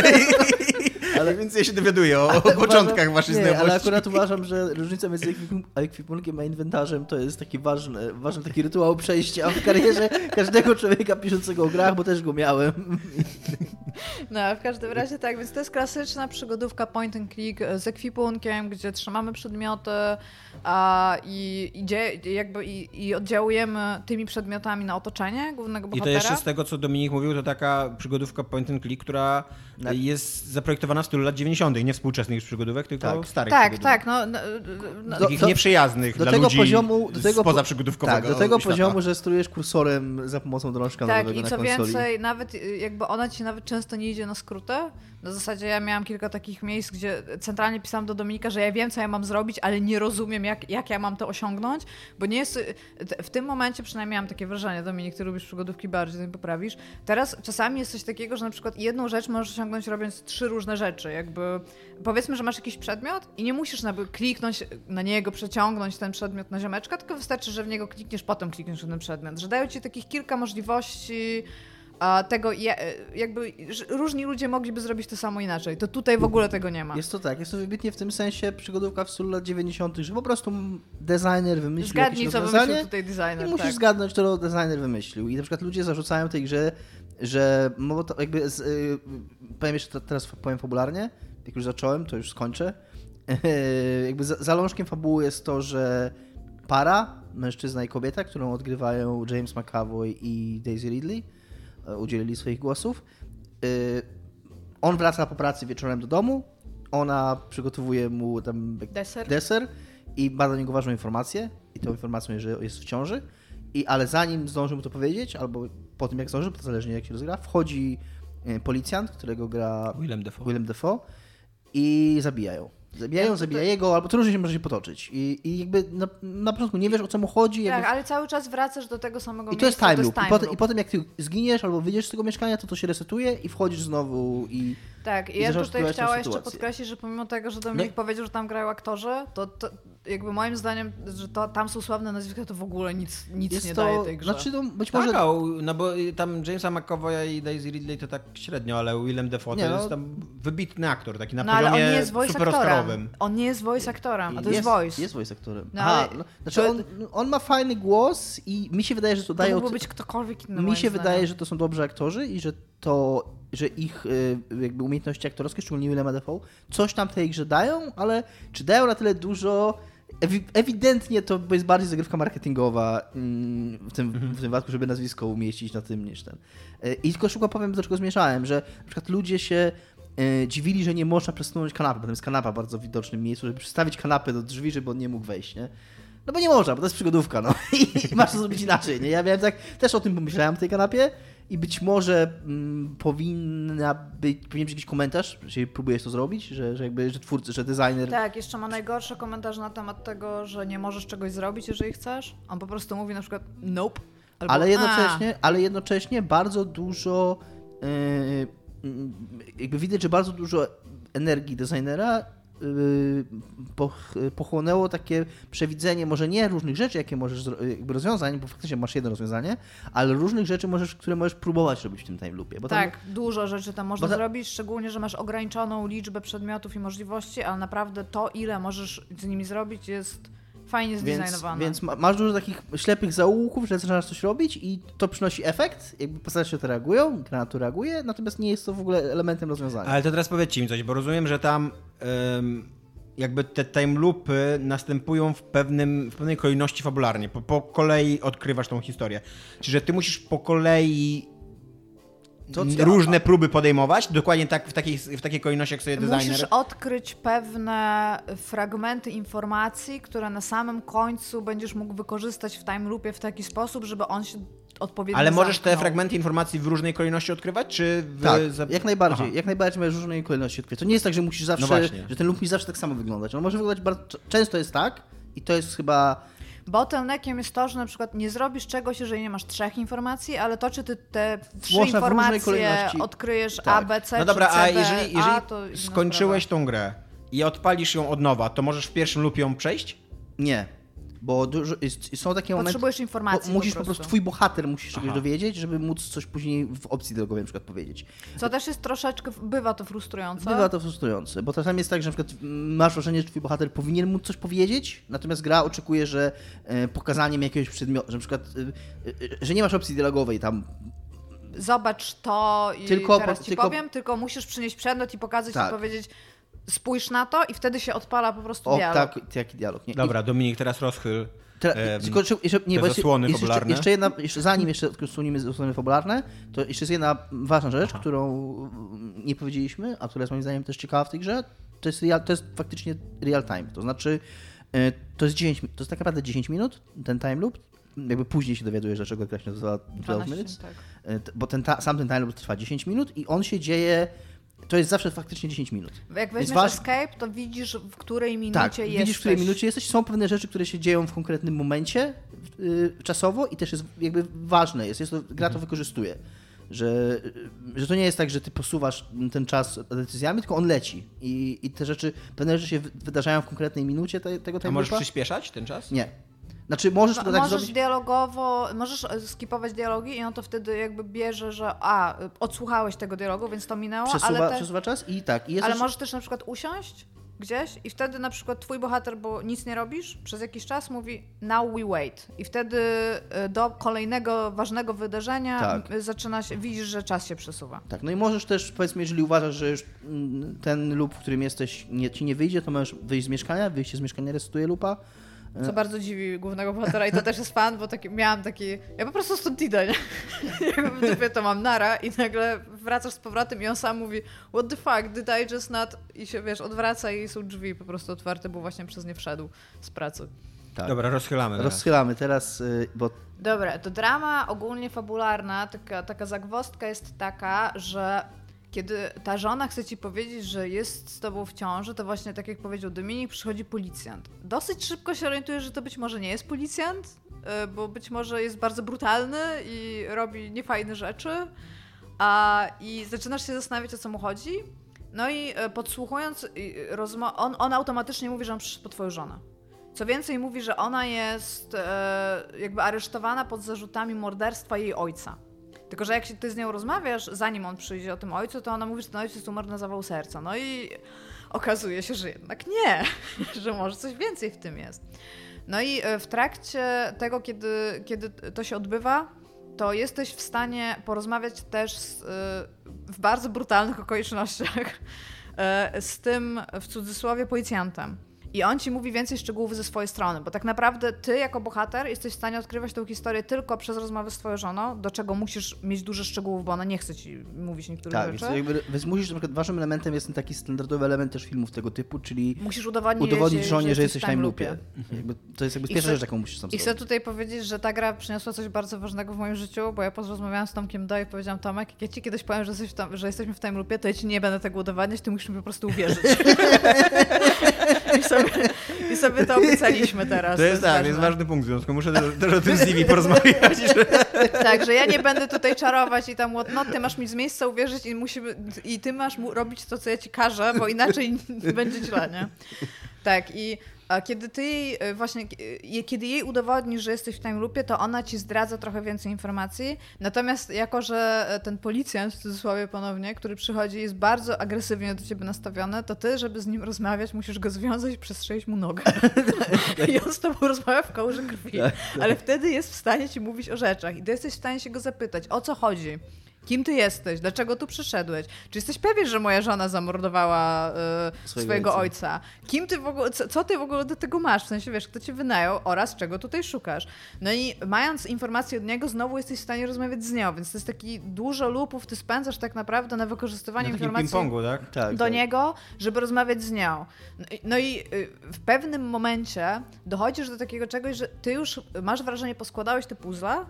Ale więc ja się dowiaduję o, o początkach uważam, waszej nie, znajomości. Ale akurat uważam, że różnica między ekwipunkiem a inwentarzem to jest taki ważny, ważny taki rytuał przejścia w karierze każdego człowieka piszącego o grach, bo też go miałem. No, w każdym razie tak, więc to jest klasyczna przygodówka point and click z ekwipunkiem, gdzie trzymamy przedmioty a, i, i, dzie, jakby, i, i oddziałujemy tymi przedmiotami na otoczenie głównego bohatera. I to jeszcze z tego, co Dominik mówił, to taka przygodówka point and click, która tak. jest zaprojektowana w stylu lat dziewięćdziesiątych, nie współczesnych przygodówek, tylko tak. starych tak, przygodówek. Tak, no, no, no takich do, nieprzyjaznych do dla tego ludzi poziomu, do tego spoza przygodówkowego Tak, do tego świata. poziomu, że sterujesz kursorem za pomocą drążka tak, nowego na konsoli. Tak, i co więcej, nawet jakby ona ci nawet często nie idzie na skróty. Na zasadzie ja miałam kilka takich miejsc, gdzie centralnie pisałam do Dominika, że ja wiem, co ja mam zrobić, ale nie rozumiem, jak, jak ja mam to osiągnąć, bo nie jest... W tym momencie przynajmniej miałam takie wrażenie, Dominik, ty lubisz przygodówki bardziej, to mi poprawisz. Teraz czasami jest coś takiego, że na przykład jedną rzecz możesz osiągnąć robiąc trzy różne rzeczy. Jakby powiedzmy, że masz jakiś przedmiot i nie musisz na, kliknąć na niego, przeciągnąć ten przedmiot na ziomeczka, tylko wystarczy, że w niego klikniesz, potem klikniesz na ten przedmiot. Że dają ci takich kilka możliwości tego, jakby różni ludzie mogliby zrobić to samo inaczej. To tutaj w ogóle tego nie ma. Jest to tak, jest to wybitnie w tym sensie przygodówka w stylu lat dziewięćdziesiątych, że po prostu designer wymyślił Zgadnij, jakieś co rozwiązanie wymyślił tutaj designer. i musisz tak. zgadnąć, co designer wymyślił. I na przykład ludzie zarzucają tej grze, że jakby z, yy, powiem jeszcze teraz powiem fabularnie, jak już zacząłem, to już skończę. Jakby zalążkiem fabuły jest to, że para, mężczyzna i kobieta, którą odgrywają James McAvoy i Daisy Ridley, udzielili swoich głosów. On wraca po pracy wieczorem do domu, ona przygotowuje mu tam deser, deser i ma do niego ważną informację i tą informacją jest, że jest w ciąży, I, ale zanim zdąży mu to powiedzieć, albo po tym jak zdąży, to zależnie jak się rozgra, wchodzi policjant, którego gra Willem Dafoe, Willem Dafoe i zabija ją. Zabijają, Ja zabija tutaj- jego, albo to różnie się może się potoczyć. I, i jakby na, na początku nie wiesz, o co mu chodzi. Tak, jakby... ale cały czas wracasz do tego samego I to jest miejsca. time loop. time I, potem, loop. I potem jak ty zginiesz albo wyjdziesz z tego mieszkania, to to się resetuje i wchodzisz znowu i... Tak, i I ja zacząłeś tutaj odkrywać tę chciała jeszcze sytuację. podkreślić, że pomimo tego, że Dominik No. powiedział, że tam grają aktorzy, to, to jakby moim zdaniem, że to, tam są sławne nazwiska, to w ogóle nic, nic Jest nie to, daje tej grze. znaczy no, być Tak, może... a u- no bo tam Jamesa McAvoya i Daisy Ridley to tak średnio, ale Willem Dafoe Nie, to no. jest tam wybitny aktor, taki na No ale on poziomie nie jest voice aktorem. superoscarowym. On nie jest voice aktorem, a to jest, voice. Jest voice aktorem. No, Aha, ale no, znaczy to- on, on ma fajny głos i mi się wydaje, że to To daje... mógłby od- być ktokolwiek inny, Mi moim się zdaniem. wydaje, że to są dobrzy aktorzy i że to, że ich y, jakby umiejętności aktorskie, szczególnie Willema Dafoe, coś tam tej grze dają, ale czy dają na tyle dużo? Ewi- ewidentnie to jest bardziej zagrywka marketingowa mm, w tym, w tym wypadku, żeby nazwisko umieścić na tym niż ten. Y, I tylko szybko powiem, do czego zmierzałem, że na przykład ludzie się y, dziwili, że nie można przesunąć kanapy, bo tam jest kanapa w bardzo widocznym miejscu, żeby przystawić kanapę do drzwi, żeby on nie mógł wejść, nie? No bo nie można, bo to jest przygodówka, no. I masz to zrobić inaczej, nie? Ja miałem tak, też o tym pomyślałem w tej kanapie i być może mm, powinna być, powinien być jakiś komentarz, jeśli próbujesz to zrobić, że, że jakby, że twórcy, że designer... Tak, jeszcze ma najgorszy komentarz na temat tego, że nie możesz czegoś zrobić, jeżeli chcesz. On po prostu mówi na przykład nope. Albo, ale jednocześnie, ale jednocześnie bardzo dużo yy, yy, jakby widać, że bardzo dużo energii designera yy, poch, pochłonęło takie przewidzenie, może nie różnych rzeczy, jakie możesz, zro- jakby rozwiązań, bo faktycznie masz jedno rozwiązanie, ale różnych rzeczy, możesz, które możesz próbować robić w tym time loopie. Bo tam, Tak, dużo rzeczy tam można bo ta- zrobić, szczególnie, że masz ograniczoną liczbę przedmiotów i możliwości, ale naprawdę to, ile możesz z nimi zrobić, jest fajnie Więc, zdizajnowane. więc ma- masz dużo takich ślepych zaułków, że zaczynasz coś robić i to przynosi efekt, jakby postacie to reagują, gra na to reaguje, natomiast nie jest to w ogóle elementem rozwiązania. Ale to teraz powiedzcie mi coś, bo rozumiem, że tam ym, jakby te time loopy następują w, pewnym, w pewnej kolejności fabularnie. Po, po kolei odkrywasz tą historię. Czyli, że ty musisz po kolei To n- co? różne próby podejmować, dokładnie tak w takiej, w takiej kolejności, jak sobie designer. Musisz odkryć pewne fragmenty informacji, które na samym końcu będziesz mógł wykorzystać w time loopie w taki sposób, żeby on się odpowiednio Ale możesz te zamknął. fragmenty informacji w różnej kolejności odkrywać, czy w... Tak, za- jak najbardziej. Aha. Jak najbardziej możesz w różnej kolejności odkryć. To nie jest tak, że musisz zawsze, No właśnie. że ten loop musi zawsze tak samo wyglądać. On może wyglądać bardzo... Często jest tak i to jest chyba... Bottleneckiem jest to, że na przykład nie zrobisz czegoś, jeżeli nie masz trzech informacji, ale to, czy ty te trzy Można w różnej informacje kolejności- odkryjesz tak. A, B, C, No dobra, czy C, a D, jeżeli, A, jeżeli to inna skończyłeś sprawa. tą grę i odpalisz ją od nowa, to możesz w pierwszym loopie ją przejść? Nie. Bo dużo, jest, są takie momenty... Potrzebujesz informacji bo musisz po po prostu. prostu, twój bohater musisz czegoś Aha. dowiedzieć, żeby móc coś później w opcji dialogowej na przykład powiedzieć. Co też jest troszeczkę, bywa to frustrujące. Bywa to frustrujące, bo czasami jest tak, że na przykład masz wrażenie, że twój bohater powinien móc coś powiedzieć, natomiast gra oczekuje, że e, pokazaniem jakiegoś przedmiotu, że na przykład, e, e, że nie masz opcji dialogowej tam. Zobacz to i Tylko teraz po- ci tylko- powiem, tylko musisz przynieść przedmiot i pokazać Tak. i powiedzieć spójrz na to i wtedy się odpala po prostu O, dialog. tak, taki dialog. Nie? Dobra, Dominik, teraz rozchyl. Teraz, Em, tylko, jeszcze, jeszcze, nie, te bo jeszcze, zasłony jest jeszcze, fabularne. jeszcze jedna, jeszcze, zanim jeszcze usuniemy zasłony fabularne, to jeszcze jest jedna ważna rzecz, którą mm, nie powiedzieliśmy, a która jest moim zdaniem też ciekawa w tej grze, to jest, real, to jest faktycznie real time, to znaczy e, to jest, dziesięć, mi- to jest tak naprawdę dziesięć minut, ten time loop, jakby później się dowiadujesz, dlaczego gra się nazywa dwanaście dwanaście, minutes, tak. e, t- bo ten ta, sam ten time loop trwa dziesięć minut i on się dzieje, to jest zawsze faktycznie dziesięć minut. Jak Więc weźmiesz waż- escape, to widzisz w której minucie Tak, jesteś. widzisz, w której minucie jesteś. Są pewne rzeczy, które się dzieją w konkretnym momencie yy, czasowo i też jest jakby ważne jest, jest to, gra to wykorzystuje. Że, że to nie jest tak, że ty posuwasz ten czas decyzjami, tylko on leci. I, i te rzeczy, pewne rzeczy się wy- wydarzają w konkretnej minucie te, tego A time możesz loopa. przyspieszać ten czas? Nie. Znaczy możesz No, to tak możesz zrobić. dialogowo, możesz e, skipować dialogi i on to wtedy jakby bierze, że a, y, odsłuchałeś tego dialogu, więc to minęło, Przesuwa, ale, te, przesuwa czas i tak. I jest ale też- możesz też na przykład usiąść gdzieś i wtedy na przykład twój bohater, bo nic nie robisz, przez jakiś czas mówi now we wait i wtedy y, do kolejnego ważnego wydarzenia Tak. y, zaczyna się, widzisz, że czas się przesuwa. Tak, no i możesz też, powiedzmy, jeżeli uważasz, że już mm, ten loop, w którym jesteś, nie, ci nie wyjdzie, to możesz wyjść z mieszkania, wyjście z mieszkania resetuje loopa. Co bardzo dziwi głównego bohatera i to też jest fan, bo taki, miałam taki, ja po prostu stąd idę, nie? Jakby w dupie to mam nara i nagle wracasz z powrotem i on sam mówi what the fuck, did I just not... I się, wiesz, odwraca i są drzwi po prostu otwarte, bo właśnie przez nie wszedł z pracy. Tak. Dobra, rozchylamy teraz. Rozchylamy teraz, y, bo Dobra, to drama ogólnie fabularna, taka, taka zagwozdka jest taka, że kiedy ta żona chce ci powiedzieć, że jest z tobą w ciąży, to właśnie tak jak powiedział Dominik, przychodzi policjant. Dosyć szybko się orientujesz, że to być może nie jest policjant, bo być może jest bardzo brutalny i robi niefajne rzeczy, a i zaczynasz się zastanawiać, o co mu chodzi. No i podsłuchując rozmo- on, on automatycznie mówi, że on przyszedł po twoją żonę. Co więcej, mówi, że ona jest e, jakby aresztowana pod zarzutami morderstwa jej ojca. Tylko że jak się ty z nią rozmawiasz, zanim on przyjdzie o tym ojcu, to ona mówi, że ten ojciec umarł na zawał serca. No i okazuje się, że jednak nie, że może coś więcej w tym jest. No i w trakcie tego, kiedy, kiedy to się odbywa, to jesteś w stanie porozmawiać też z, w bardzo brutalnych okolicznościach z tym, w cudzysłowie, policjantem. I on ci mówi więcej szczegółów ze swojej strony, bo tak naprawdę ty jako bohater jesteś w stanie odkrywać tę historię tylko przez rozmowę z twoją żoną, do czego musisz mieć dużo szczegółów, bo ona nie chce ci mówić niektórych tak, rzeczy. Tak, więc, więc musisz, na przykład ważnym elementem jest ten taki standardowy element też filmów tego typu, czyli musisz udowodnić, udowodnić wiecie, żonie, że, że jesteś w time loopie. loopie. To jest jakby I pierwsza chcę, rzecz, jaką musisz sam I chcę zrobić. tutaj powiedzieć, że ta gra przyniosła coś bardzo ważnego w moim życiu, bo ja porozmawiałam z Tomkiem Do i powiedziałam: Tomek, jak ja ci kiedyś powiem, że, jesteś w tam, że jesteśmy w time loopie, to ja ci nie będę tego udowadniać, ty musisz mi po prostu uwierzyć. I, sobie, I sobie to obiecaliśmy teraz. To jest, to jest tak, jest ważny punkt w związku. Muszę też, też o tym z nimi porozmawiać. Że... Tak, że ja nie będę tutaj czarować i tam no, ty masz mi z miejsca uwierzyć i, musimy, i ty masz mu robić to, co ja ci każę, bo inaczej będzie źle, nie? Tak, i a kiedy ty jej, właśnie, kiedy jej udowodnisz, że jesteś w time loopie, to ona ci zdradza trochę więcej informacji. Natomiast jako, że ten policjant, w cudzysłowie ponownie, który przychodzi, jest bardzo agresywnie do ciebie nastawiony, to ty, żeby z nim rozmawiać, musisz go związać i przestrzelić mu nogę. I on z tobą rozmawia w kałuży krwi. Ale wtedy jest w stanie ci mówić o rzeczach i ty jesteś w stanie się go zapytać, o co chodzi. Kim ty jesteś? Dlaczego tu przyszedłeś? Czy jesteś pewien, że moja żona zamordowała y, swojego, swojego ojca? ojca? Kim ty w ogóle, co, co ty w ogóle do tego masz? W sensie, wiesz, kto cię wynajął oraz czego tutaj szukasz? No i mając informacje od niego, znowu jesteś w stanie rozmawiać z nią, więc to jest taki dużo loopów, ty spędzasz tak naprawdę na wykorzystywanie na informacji ping-pongu, tak? Tak, do tak. niego, żeby rozmawiać z nią. No i, no i w pewnym momencie dochodzisz do takiego czegoś, że ty już masz wrażenie, poskładałeś te puzzle,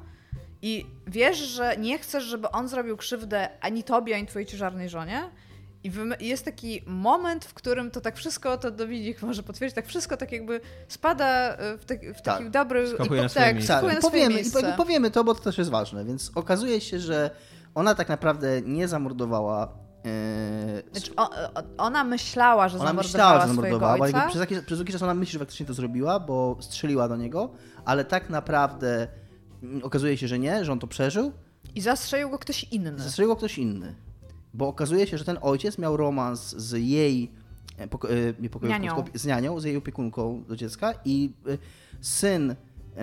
i wiesz, że nie chcesz, żeby on zrobił krzywdę ani tobie, ani twojej ciężarnej żonie. I jest taki moment, w którym to tak wszystko, to Dominik może potwierdzić, tak wszystko tak jakby spada w, te, w taki tak. dobry... Skakuje i, na swoje tak, miejsce. skakuje na swoje Powiemy, miejsce. i powiemy to, bo to też jest ważne. Więc okazuje się, że ona tak naprawdę nie zamordowała... Yy, znaczy, o, ona myślała, że ona zamordowała myślała, że swojego zamordowała, bo ojca. jakby przez, jakiś, przez długi czas ona myśli, że faktycznie to zrobiła, bo strzeliła do niego, ale tak naprawdę okazuje się, że nie, że on to przeżył. I zastrzelił go ktoś inny. Zastrzelił go ktoś inny. Bo okazuje się, że ten ojciec miał romans z jej poko- nie pokoju, nianią. z nianią, z jej opiekunką do dziecka i syn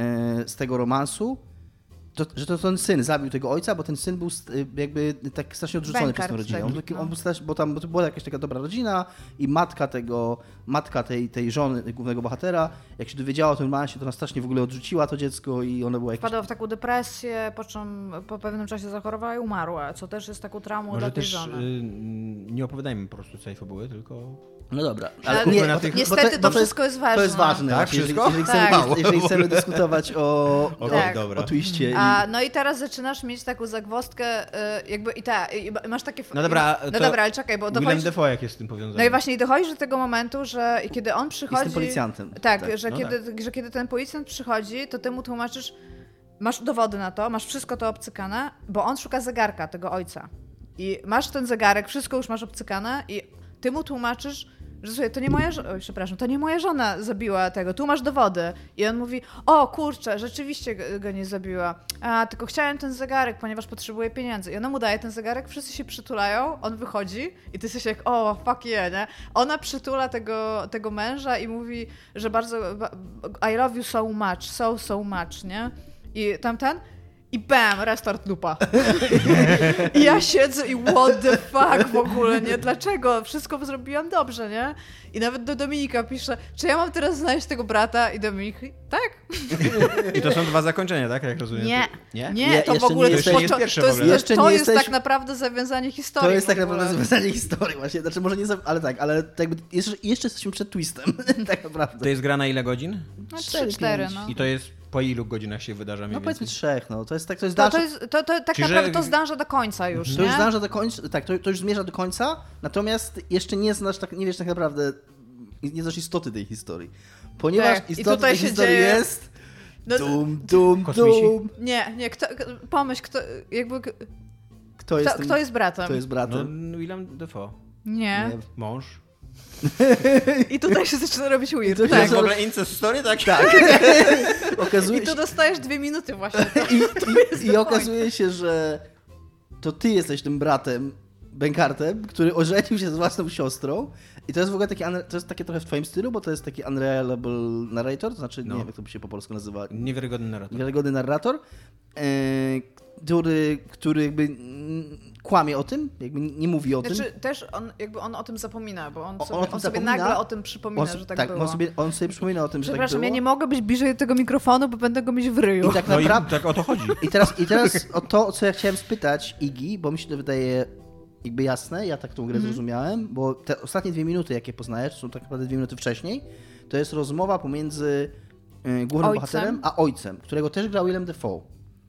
z tego romansu, to, że to ten syn zabił tego ojca, bo ten syn był jakby tak strasznie odrzucony Bękart przez tę rodzinę. On, taki, no. on był strasznie, bo tam bo to była jakaś taka dobra rodzina i matka tego, matka tej, tej żony, głównego bohatera, jak się dowiedziała o tym romansie, to ona strasznie w ogóle odrzuciła to dziecko i ono było jakieś... Wpadła w taką depresję, po czym po pewnym czasie zachorowała i umarła, co też jest taką traumą Może dla tej też żony. y, nie opowiadajmy po prostu całej fabuły, tylko... No dobra, ale nie, nie, tych... niestety to, to wszystko jest ważne. To jest ważne, tak, jeżeli, wszystko? jeżeli, chcemy, Tak. jeżeli chcemy dyskutować o, o, Tak. o twiście. A, no i teraz zaczynasz mieć taką zagwozdkę, y, jakby i ta, i masz takie... No dobra, no to dobra, ale czekaj, bo Willem dochodzi... Dafoe jak jest z tym powiązany? No i właśnie dochodzisz do tego momentu, że kiedy on przychodzi... Jestem policjantem. Tak, Tak, że, no kiedy, tak. że kiedy ten policjant przychodzi, to ty mu tłumaczysz, masz dowody na to, masz wszystko to obcykane, bo on szuka zegarka tego ojca. I masz ten zegarek, wszystko już masz obcykane i ty mu tłumaczysz, że słuchaj, to nie moja żona, oj, przepraszam, to nie moja żona zabiła tego, tu masz dowody. I on mówi, o kurczę, rzeczywiście go nie zabiła, a tylko chciałem ten zegarek, ponieważ potrzebuję pieniędzy. I ona mu daje ten zegarek, wszyscy się przytulają, on wychodzi i ty jesteś jak, o fuck yeah, nie? Ona przytula tego, tego męża i mówi, że bardzo, I love you so much, so, so much, nie? I tamten... I bam, restart lupa. I ja siedzę i what the fuck w ogóle, nie? Dlaczego? Wszystko zrobiłam dobrze, nie? I nawet do Dominika piszę, czy ja mam teraz znaleźć tego brata? I Dominik, tak. I to są dwa zakończenia, tak? Jak rozumiem. Nie, nie, nie, Nie, to w jeszcze ogóle nie to, jesteś- jest, to, pierwsze to w jest, ogóle. Jeszcze to nie jest jesteś- tak naprawdę zawiązanie historii. To jest w tak ogóle. naprawdę zawiązanie historii właśnie. Znaczy może nie, za, ale tak, ale tak jakby jeszcze, jeszcze jesteśmy przed twistem, tak naprawdę. To jest gra na ile godzin? No, trzy, cztery, cztery, pięć. no. I to jest po ilu godzinach się wydarza mniej No powiedzmy więcej? trzech, no. To jest tak, to jest To, dalsza... to, jest, to, to tak Czyli, naprawdę że- to zdąża do końca już, To nie? już zdąża do końca, tak, to, to już zmierza do końca, natomiast jeszcze nie znasz, tak, nie wiesz tak naprawdę, nie znasz istoty tej historii. Ponieważ Tak, i istota tutaj tej się historii dzieje- jest... No, Dum, dum, Kosmici? dum. nie, nie, kto, pomyśl, kto, jakby, Kto jest, kto, tym, kto jest bratem? kto jest No, bratem? William Dafoe. Nie. Nie. Mąż. I tutaj się zaczyna robić weird. to się Tak. Tak, w ogóle incest story, tak? Tak. Okazuje I się... tu dostajesz dwie minuty właśnie. I, jest i, do i okazuje się, że to ty jesteś tym bratem Benkartem, który ożenił się z własną siostrą. I to jest w ogóle taki, to jest takie trochę w twoim stylu, bo to jest taki unreliable narrator, to znaczy, No. nie wiem jak to się po polsku nazywa, Niewiarygodny narrator. niewiarygodny narrator, e, który, który jakby mm, kłamie o tym, jakby nie mówi o tym. Znaczy też on, jakby on o tym zapomina, bo on O- sobie, on o tym on sobie zapomina. nagle o tym przypomina, On, że tak, tak, było. on sobie, on sobie przypomina o tym, że tak Przepraszam, było. ja nie mogę być bliżej tego mikrofonu, bo będę go mieć w ryju. I tak No i naprawdę... tak o to chodzi. I teraz, I teraz o to, co ja chciałem spytać Iggy, bo mi się to wydaje jakby jasne, ja tak tą grę Mhm. zrozumiałem, bo te ostatnie dwie minuty, jakie poznajesz, są tak naprawdę dwie minuty wcześniej, to jest rozmowa pomiędzy y, głównym Ojcem. bohaterem a ojcem, którego też grał Willem Dafoe.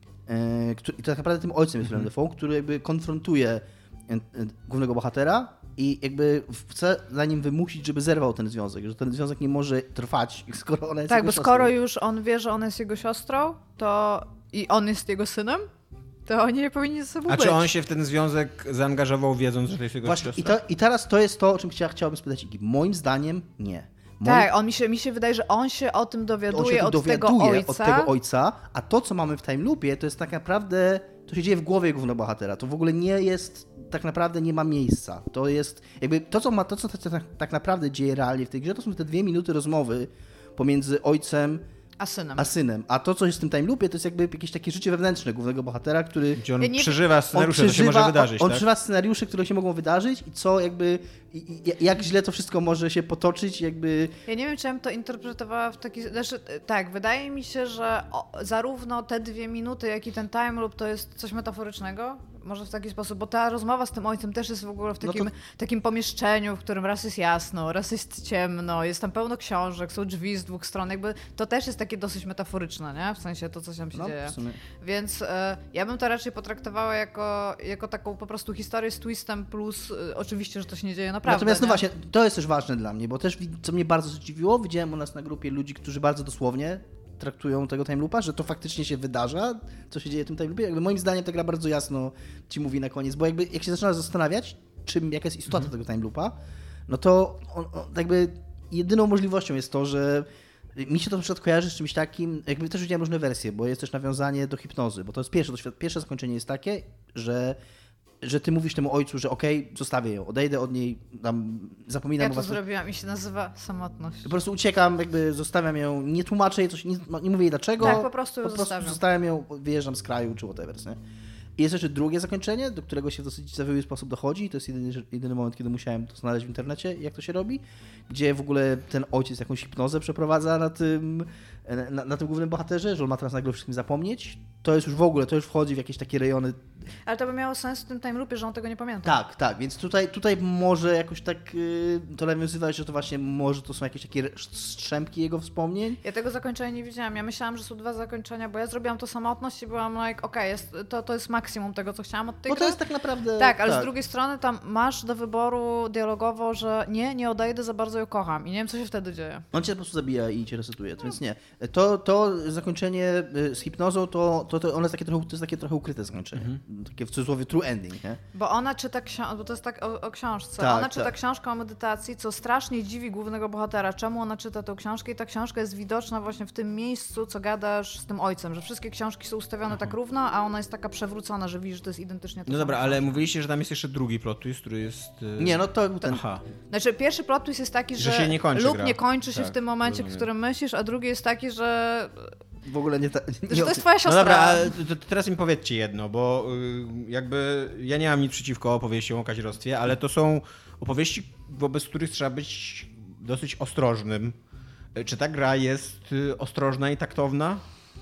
Y, który, I to tak naprawdę tym ojcem jest Willem Dafoe, który jakby konfrontuje y, y, głównego bohatera i jakby chce za nim wymusić, żeby zerwał ten związek, że ten związek nie może trwać, skoro ona jest Tak, jego bo siostrą. skoro już on wie, że ona jest jego siostrą, to i on jest jego synem, to oni nie powinni ze sobą A być. czy on się w ten związek zaangażował, wiedząc, że to jest jego Właśnie, i, siostra? to, I teraz to jest to, o czym chcia, chciałbym spytać Iggy. Moim zdaniem nie. Moim, Tak, on mi się, mi się wydaje, że on się o tym on dowiaduje, się od, dowiaduje tego ojca. od tego ojca, a to, co mamy w time loopie, to jest tak naprawdę, to się dzieje w głowie głównego bohatera. To w ogóle nie jest, tak naprawdę nie ma miejsca. To jest, jakby to, co ma, to, co tak, tak naprawdę dzieje realnie w tej grze, to są te dwie minuty rozmowy pomiędzy ojcem A synem. a synem. A to, co jest w tym time loopie, to jest jakby jakieś takie życie wewnętrzne głównego bohatera, który... Gdzie on Ja nie- przeżywa On scenariusze, to się może wydarzyć, on, on tak? przeżywa scenariusze, które się mogą wydarzyć i co jakby, i, i, jak źle to wszystko może się potoczyć, jakby... Ja nie wiem, czy ja bym to interpretowała w taki... Znaczy, tak, wydaje mi się, że o, zarówno te dwie minuty, jak i ten time loop to jest coś metaforycznego. Może w taki sposób, bo ta rozmowa z tym ojcem też jest w ogóle w No takim, to- takim pomieszczeniu, w którym raz jest jasno, raz jest ciemno, jest tam pełno książek, są drzwi z dwóch stron, jakby to też jest takie dosyć metaforyczne, nie? W sensie to, co się, się No, dzieje. w sumie. Więc e, ja bym to raczej potraktowała jako, jako taką po prostu historię z twistem plus e, oczywiście, że to się nie dzieje naprawdę. Natomiast no nie? właśnie, to jest też ważne dla mnie, bo też, wi- co mnie bardzo zdziwiło, widziałem u nas na grupie ludzi, którzy bardzo dosłownie traktują tego time loopa, że to faktycznie się wydarza, co się dzieje w tym time loopie. Jakby moim zdaniem ta gra bardzo jasno ci mówi na koniec, bo jakby jak się zaczyna zastanawiać, czym, jaka jest istota Mhm. tego time loopa, no to on, on, jakby jedyną możliwością jest to, że mi się to na przykład kojarzy z czymś takim, jakby też widziałem różne wersje, bo jest też nawiązanie do hipnozy, bo to jest pierwsze, doświad- pierwsze zakończenie jest takie, że że ty mówisz temu ojcu, że okej, okay, zostawię ją, odejdę od niej, tam zapominam Ja o to was. zrobiłam i się nazywa samotność. Po prostu uciekam, jakby zostawiam ją, nie tłumaczę jej coś, nie, nie mówię jej dlaczego. Tak, po prostu ją po prostu zostawiam. zostawiam ją, wyjeżdżam z kraju, czy whatever, nie? I jest jeszcze drugie zakończenie, do którego się w dosyć zawiły sposób dochodzi. To jest jedyny, jedyny moment, kiedy musiałem to znaleźć w internecie, jak to się robi, gdzie w ogóle ten ojciec jakąś hipnozę przeprowadza na tym, na, na tym głównym bohaterze, że on ma teraz nagle o wszystkim zapomnieć. To jest już w ogóle, to już wchodzi w jakieś takie rejony. Ale to by miało sens w tym time loopie, że on tego nie pamięta. Tak, tak, więc tutaj, tutaj może jakoś tak yy, to nawiązywać, że to właśnie może to są jakieś takie strzępki jego wspomnień. Ja tego zakończenia nie widziałam. Ja myślałam, że są dwa zakończenia, bo ja zrobiłam to samotność i byłam like, okej, okay, to, to jest maksimum tego, co chciałam od tej Bo gry. to jest tak naprawdę... Tak, ale z drugiej strony tam masz do wyboru dialogowo, że nie, nie odejdę, za bardzo ją kocham i nie wiem, co się wtedy dzieje. On cię po prostu zabija i cię resetuje, więc nie. To, to zakończenie y, z hipnozą, to, to, to, ono jest takie trochę, to jest takie trochę ukryte zakończenie. Mhm. Takie w cudzysłowie true ending, nie? Bo ona czyta książkę, bo to jest tak o, o książce. Tak, ona czyta tak. książkę o medytacji, co strasznie dziwi głównego bohatera. Czemu ona czyta tę książkę? I ta książka jest widoczna właśnie w tym miejscu, co gadasz z tym ojcem, że wszystkie książki są ustawione tak równo, a ona jest taka przewrócona, że widzisz, że to jest identycznie to No samo. dobra, ale mówiliście, że tam jest jeszcze drugi plot twist, który jest... Yy... Nie, no to był ten... Aha. Znaczy, pierwszy plot twist jest taki, że, Że się nie kończy lub gra. nie kończy się Tak, w tym momencie, rozumiem. w którym myślisz, a drugi jest taki, że, W ogóle nie... Ta, nie że to jest twoja No siostra. dobra, ale to, to teraz mi powiedzcie jedno, bo y, jakby ja nie mam nic przeciwko opowieściom o kazirodztwie, ale to są opowieści, wobec których trzeba być dosyć ostrożnym. Y, Czy ta gra jest y, ostrożna i taktowna?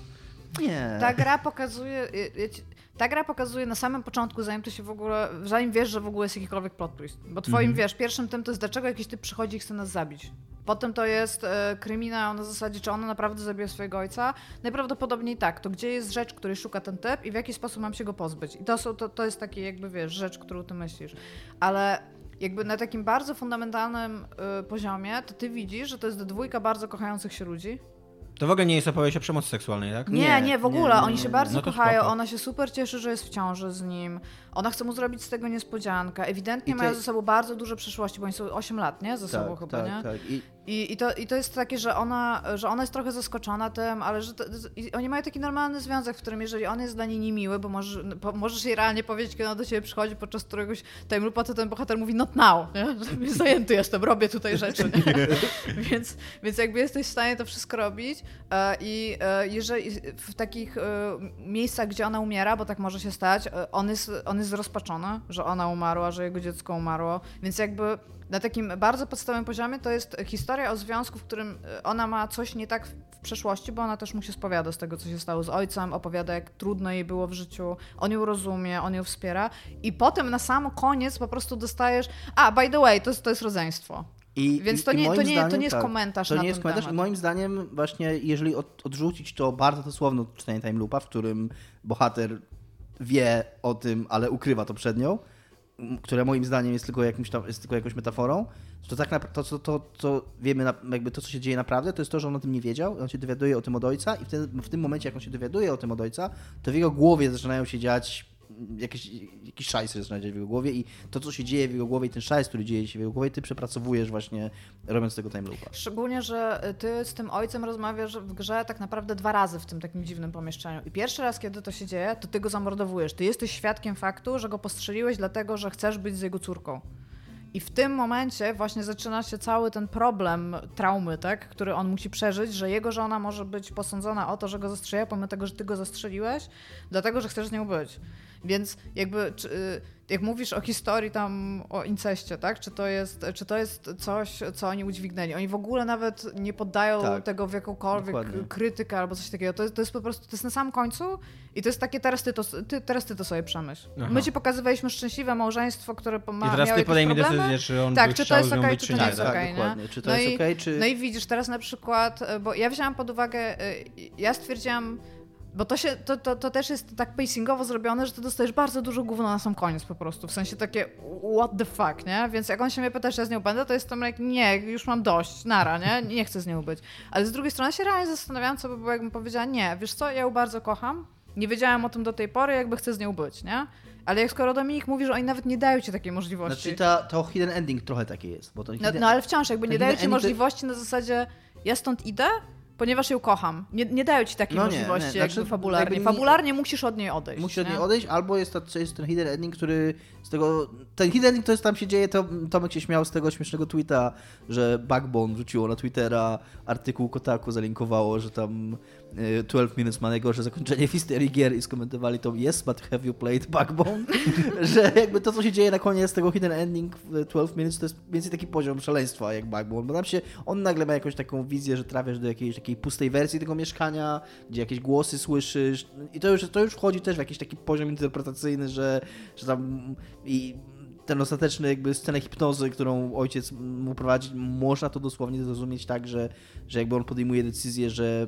Nie. Ta gra pokazuje... ja- ja ci- Ta gra pokazuje na samym początku, zanim ty się w ogóle, zanim wiesz, że w ogóle jest jakikolwiek plot twist. Bo twoim, Mhm. wiesz, pierwszym tym to jest, dlaczego jakiś typ przychodzi i chce nas zabić. Potem to jest e, kryminał na zasadzie, czy ona naprawdę zabija swojego ojca. Najprawdopodobniej tak. To gdzie jest rzecz, której szuka ten typ i w jaki sposób mam się go pozbyć. I to, są, to, to jest taki jakby, wiesz, rzecz, którą ty myślisz. Ale jakby na takim bardzo fundamentalnym y, poziomie, to ty widzisz, że to jest dwójka bardzo kochających się ludzi. To w ogóle nie jest opowieść o przemocy seksualnej, tak? Nie, nie, nie w ogóle. Nie, nie, Oni się bardzo no kochają, spoko. ona się super cieszy, że jest w ciąży z nim. Ona chce mu zrobić z tego niespodziankę. Ewidentnie te... mają ze sobą bardzo duże przeszłości, bo oni są osiem lat, nie? Ze tak, sobą chyba, tak, nie? Tak. I... I, i, to, I to jest takie, że ona, że ona jest trochę zaskoczona tym, ale że to, i oni mają taki normalny związek, w którym jeżeli on jest dla niej niemiły, bo możesz, po, możesz jej realnie powiedzieć, kiedy ona do ciebie przychodzi podczas któregoś time loopa, to ten bohater mówi not now, nie? Zajęty jestem, robię tutaj rzeczy, nie? więc, więc jakby jesteś w stanie to wszystko robić i jeżeli w takich miejscach, gdzie ona umiera, bo tak może się stać, on jest, on jest zrozpaczony, że ona umarła, że jego dziecko umarło, więc jakby na takim bardzo podstawowym poziomie to jest historia o związku, w którym ona ma coś nie tak w przeszłości, bo ona też mu się spowiada z tego, co się stało z ojcem, opowiada, jak trudno jej było w życiu, on ją rozumie, on ją wspiera i potem na sam koniec po prostu dostajesz, a by the way, to jest, to jest rodzeństwo. I, Więc i, to, i nie, to, nie, zdaniem, to nie jest tak, komentarz to na nie ten jest komentarz temat. I moim zdaniem właśnie, jeżeli od, odrzucić to bardzo dosłowne czytanie time loopa, w którym bohater wie o tym, ale ukrywa to przed nią, które moim zdaniem jest tylko, jakimś tam, jest tylko jakąś metaforą, to tak naprawdę to, to, to, to wiemy, na, jakby to, co się dzieje naprawdę, to jest to, że on o tym nie wiedział, on się dowiaduje o tym od ojca i w, ten, w tym momencie, jak on się dowiaduje o tym od ojca, to w jego głowie zaczynają się dziać jakieś, jakieś szajsy zaczynają dziać w jego głowie i to, co się dzieje w jego głowie i ten szajs, który dzieje się w jego głowie, ty przepracowujesz właśnie robiąc tego time loopa. Szczególnie, że ty z tym ojcem rozmawiasz w grze tak naprawdę dwa razy w tym takim dziwnym pomieszczeniu. I pierwszy raz, kiedy to się dzieje, to ty go zamordowujesz. Ty jesteś świadkiem faktu, że go postrzeliłeś dlatego, że chcesz być z jego córką. I w tym momencie właśnie zaczyna się cały ten problem traumy, tak, który on musi przeżyć, że jego żona może być posądzona o to, że go zastrzeliła, pomimo tego, że ty go zastrzeliłeś, dlatego, że chcesz z nią być. Więc jakby, czy, jak mówisz o historii tam, o inceście, tak, czy to jest, czy to jest coś, co oni udźwignęli? Oni w ogóle nawet nie poddają tak, tego w jakąkolwiek dokładnie. krytykę albo coś takiego. To jest, to jest po prostu, to jest na samym końcu i to jest takie, teraz ty to, ty, teraz ty to sobie przemyśl. Aha. My ci pokazywaliśmy szczęśliwe małżeństwo, które ma, I teraz ty podaj mi decyzję, czy on tak, by czy chciał to jest z nią okej, być, czy czy to nie. nie jest tak, okej, dokładnie. nie? Czy to no jest i, okej, czy... No i widzisz, teraz na przykład, bo ja wzięłam pod uwagę, ja stwierdziłam, bo to, się, to, to, to też jest tak pacingowo zrobione, że ty dostajesz bardzo dużo gówno na sam koniec po prostu. W sensie takie what the fuck, nie? Więc jak on się mnie pyta, czy ja z nią będę, to jestem jak nie, już mam dość, nara, nie? Nie chcę z nią być. Ale z drugiej strony się realnie zastanawiałam, co by było, jakbym powiedziała, nie, wiesz co, ja ją bardzo kocham, nie wiedziałam o tym do tej pory, jakby chcę z nią być, nie? Ale jak skoro Dominik mówi, że oni nawet nie dają ci takiej możliwości. Znaczy ta, to hidden ending trochę takie jest. Bo to hidden... no, no ale wciąż jakby nie dają ci ending... możliwości na zasadzie ja stąd idę, ponieważ ją kocham. Nie, nie dają ci takiej no nie, możliwości nie. jakby znaczy, fabularnie. jakby nie... Fabularnie musisz od niej odejść. Musisz od nie? niej odejść, albo jest, to, jest ten hidden ending, który z tego... Ten hidden ending, to jest tam się dzieje, to Tomek się śmiał z tego śmiesznego tweeta, że Backbone wrzuciło na Twittera artykuł Kotaku, zalinkowało, że tam twelve minutes ma najgorsze zakończenie w historii gier i skomentowali to yes, but have you played Backbone? Że jakby to, co się dzieje na koniec tego hidden ending w twelve minutes, to jest więcej taki poziom szaleństwa jak Backbone, bo tam się, on nagle ma jakąś taką wizję, że trafiasz do jakiejś takiej pustej wersji tego mieszkania, gdzie jakieś głosy słyszysz i to już, to już wchodzi też w jakiś taki poziom interpretacyjny, że, że tam i ten ostateczny jakby scenę hipnozy, którą ojciec mu prowadzi, można to dosłownie zrozumieć tak, że, że jakby on podejmuje decyzję, że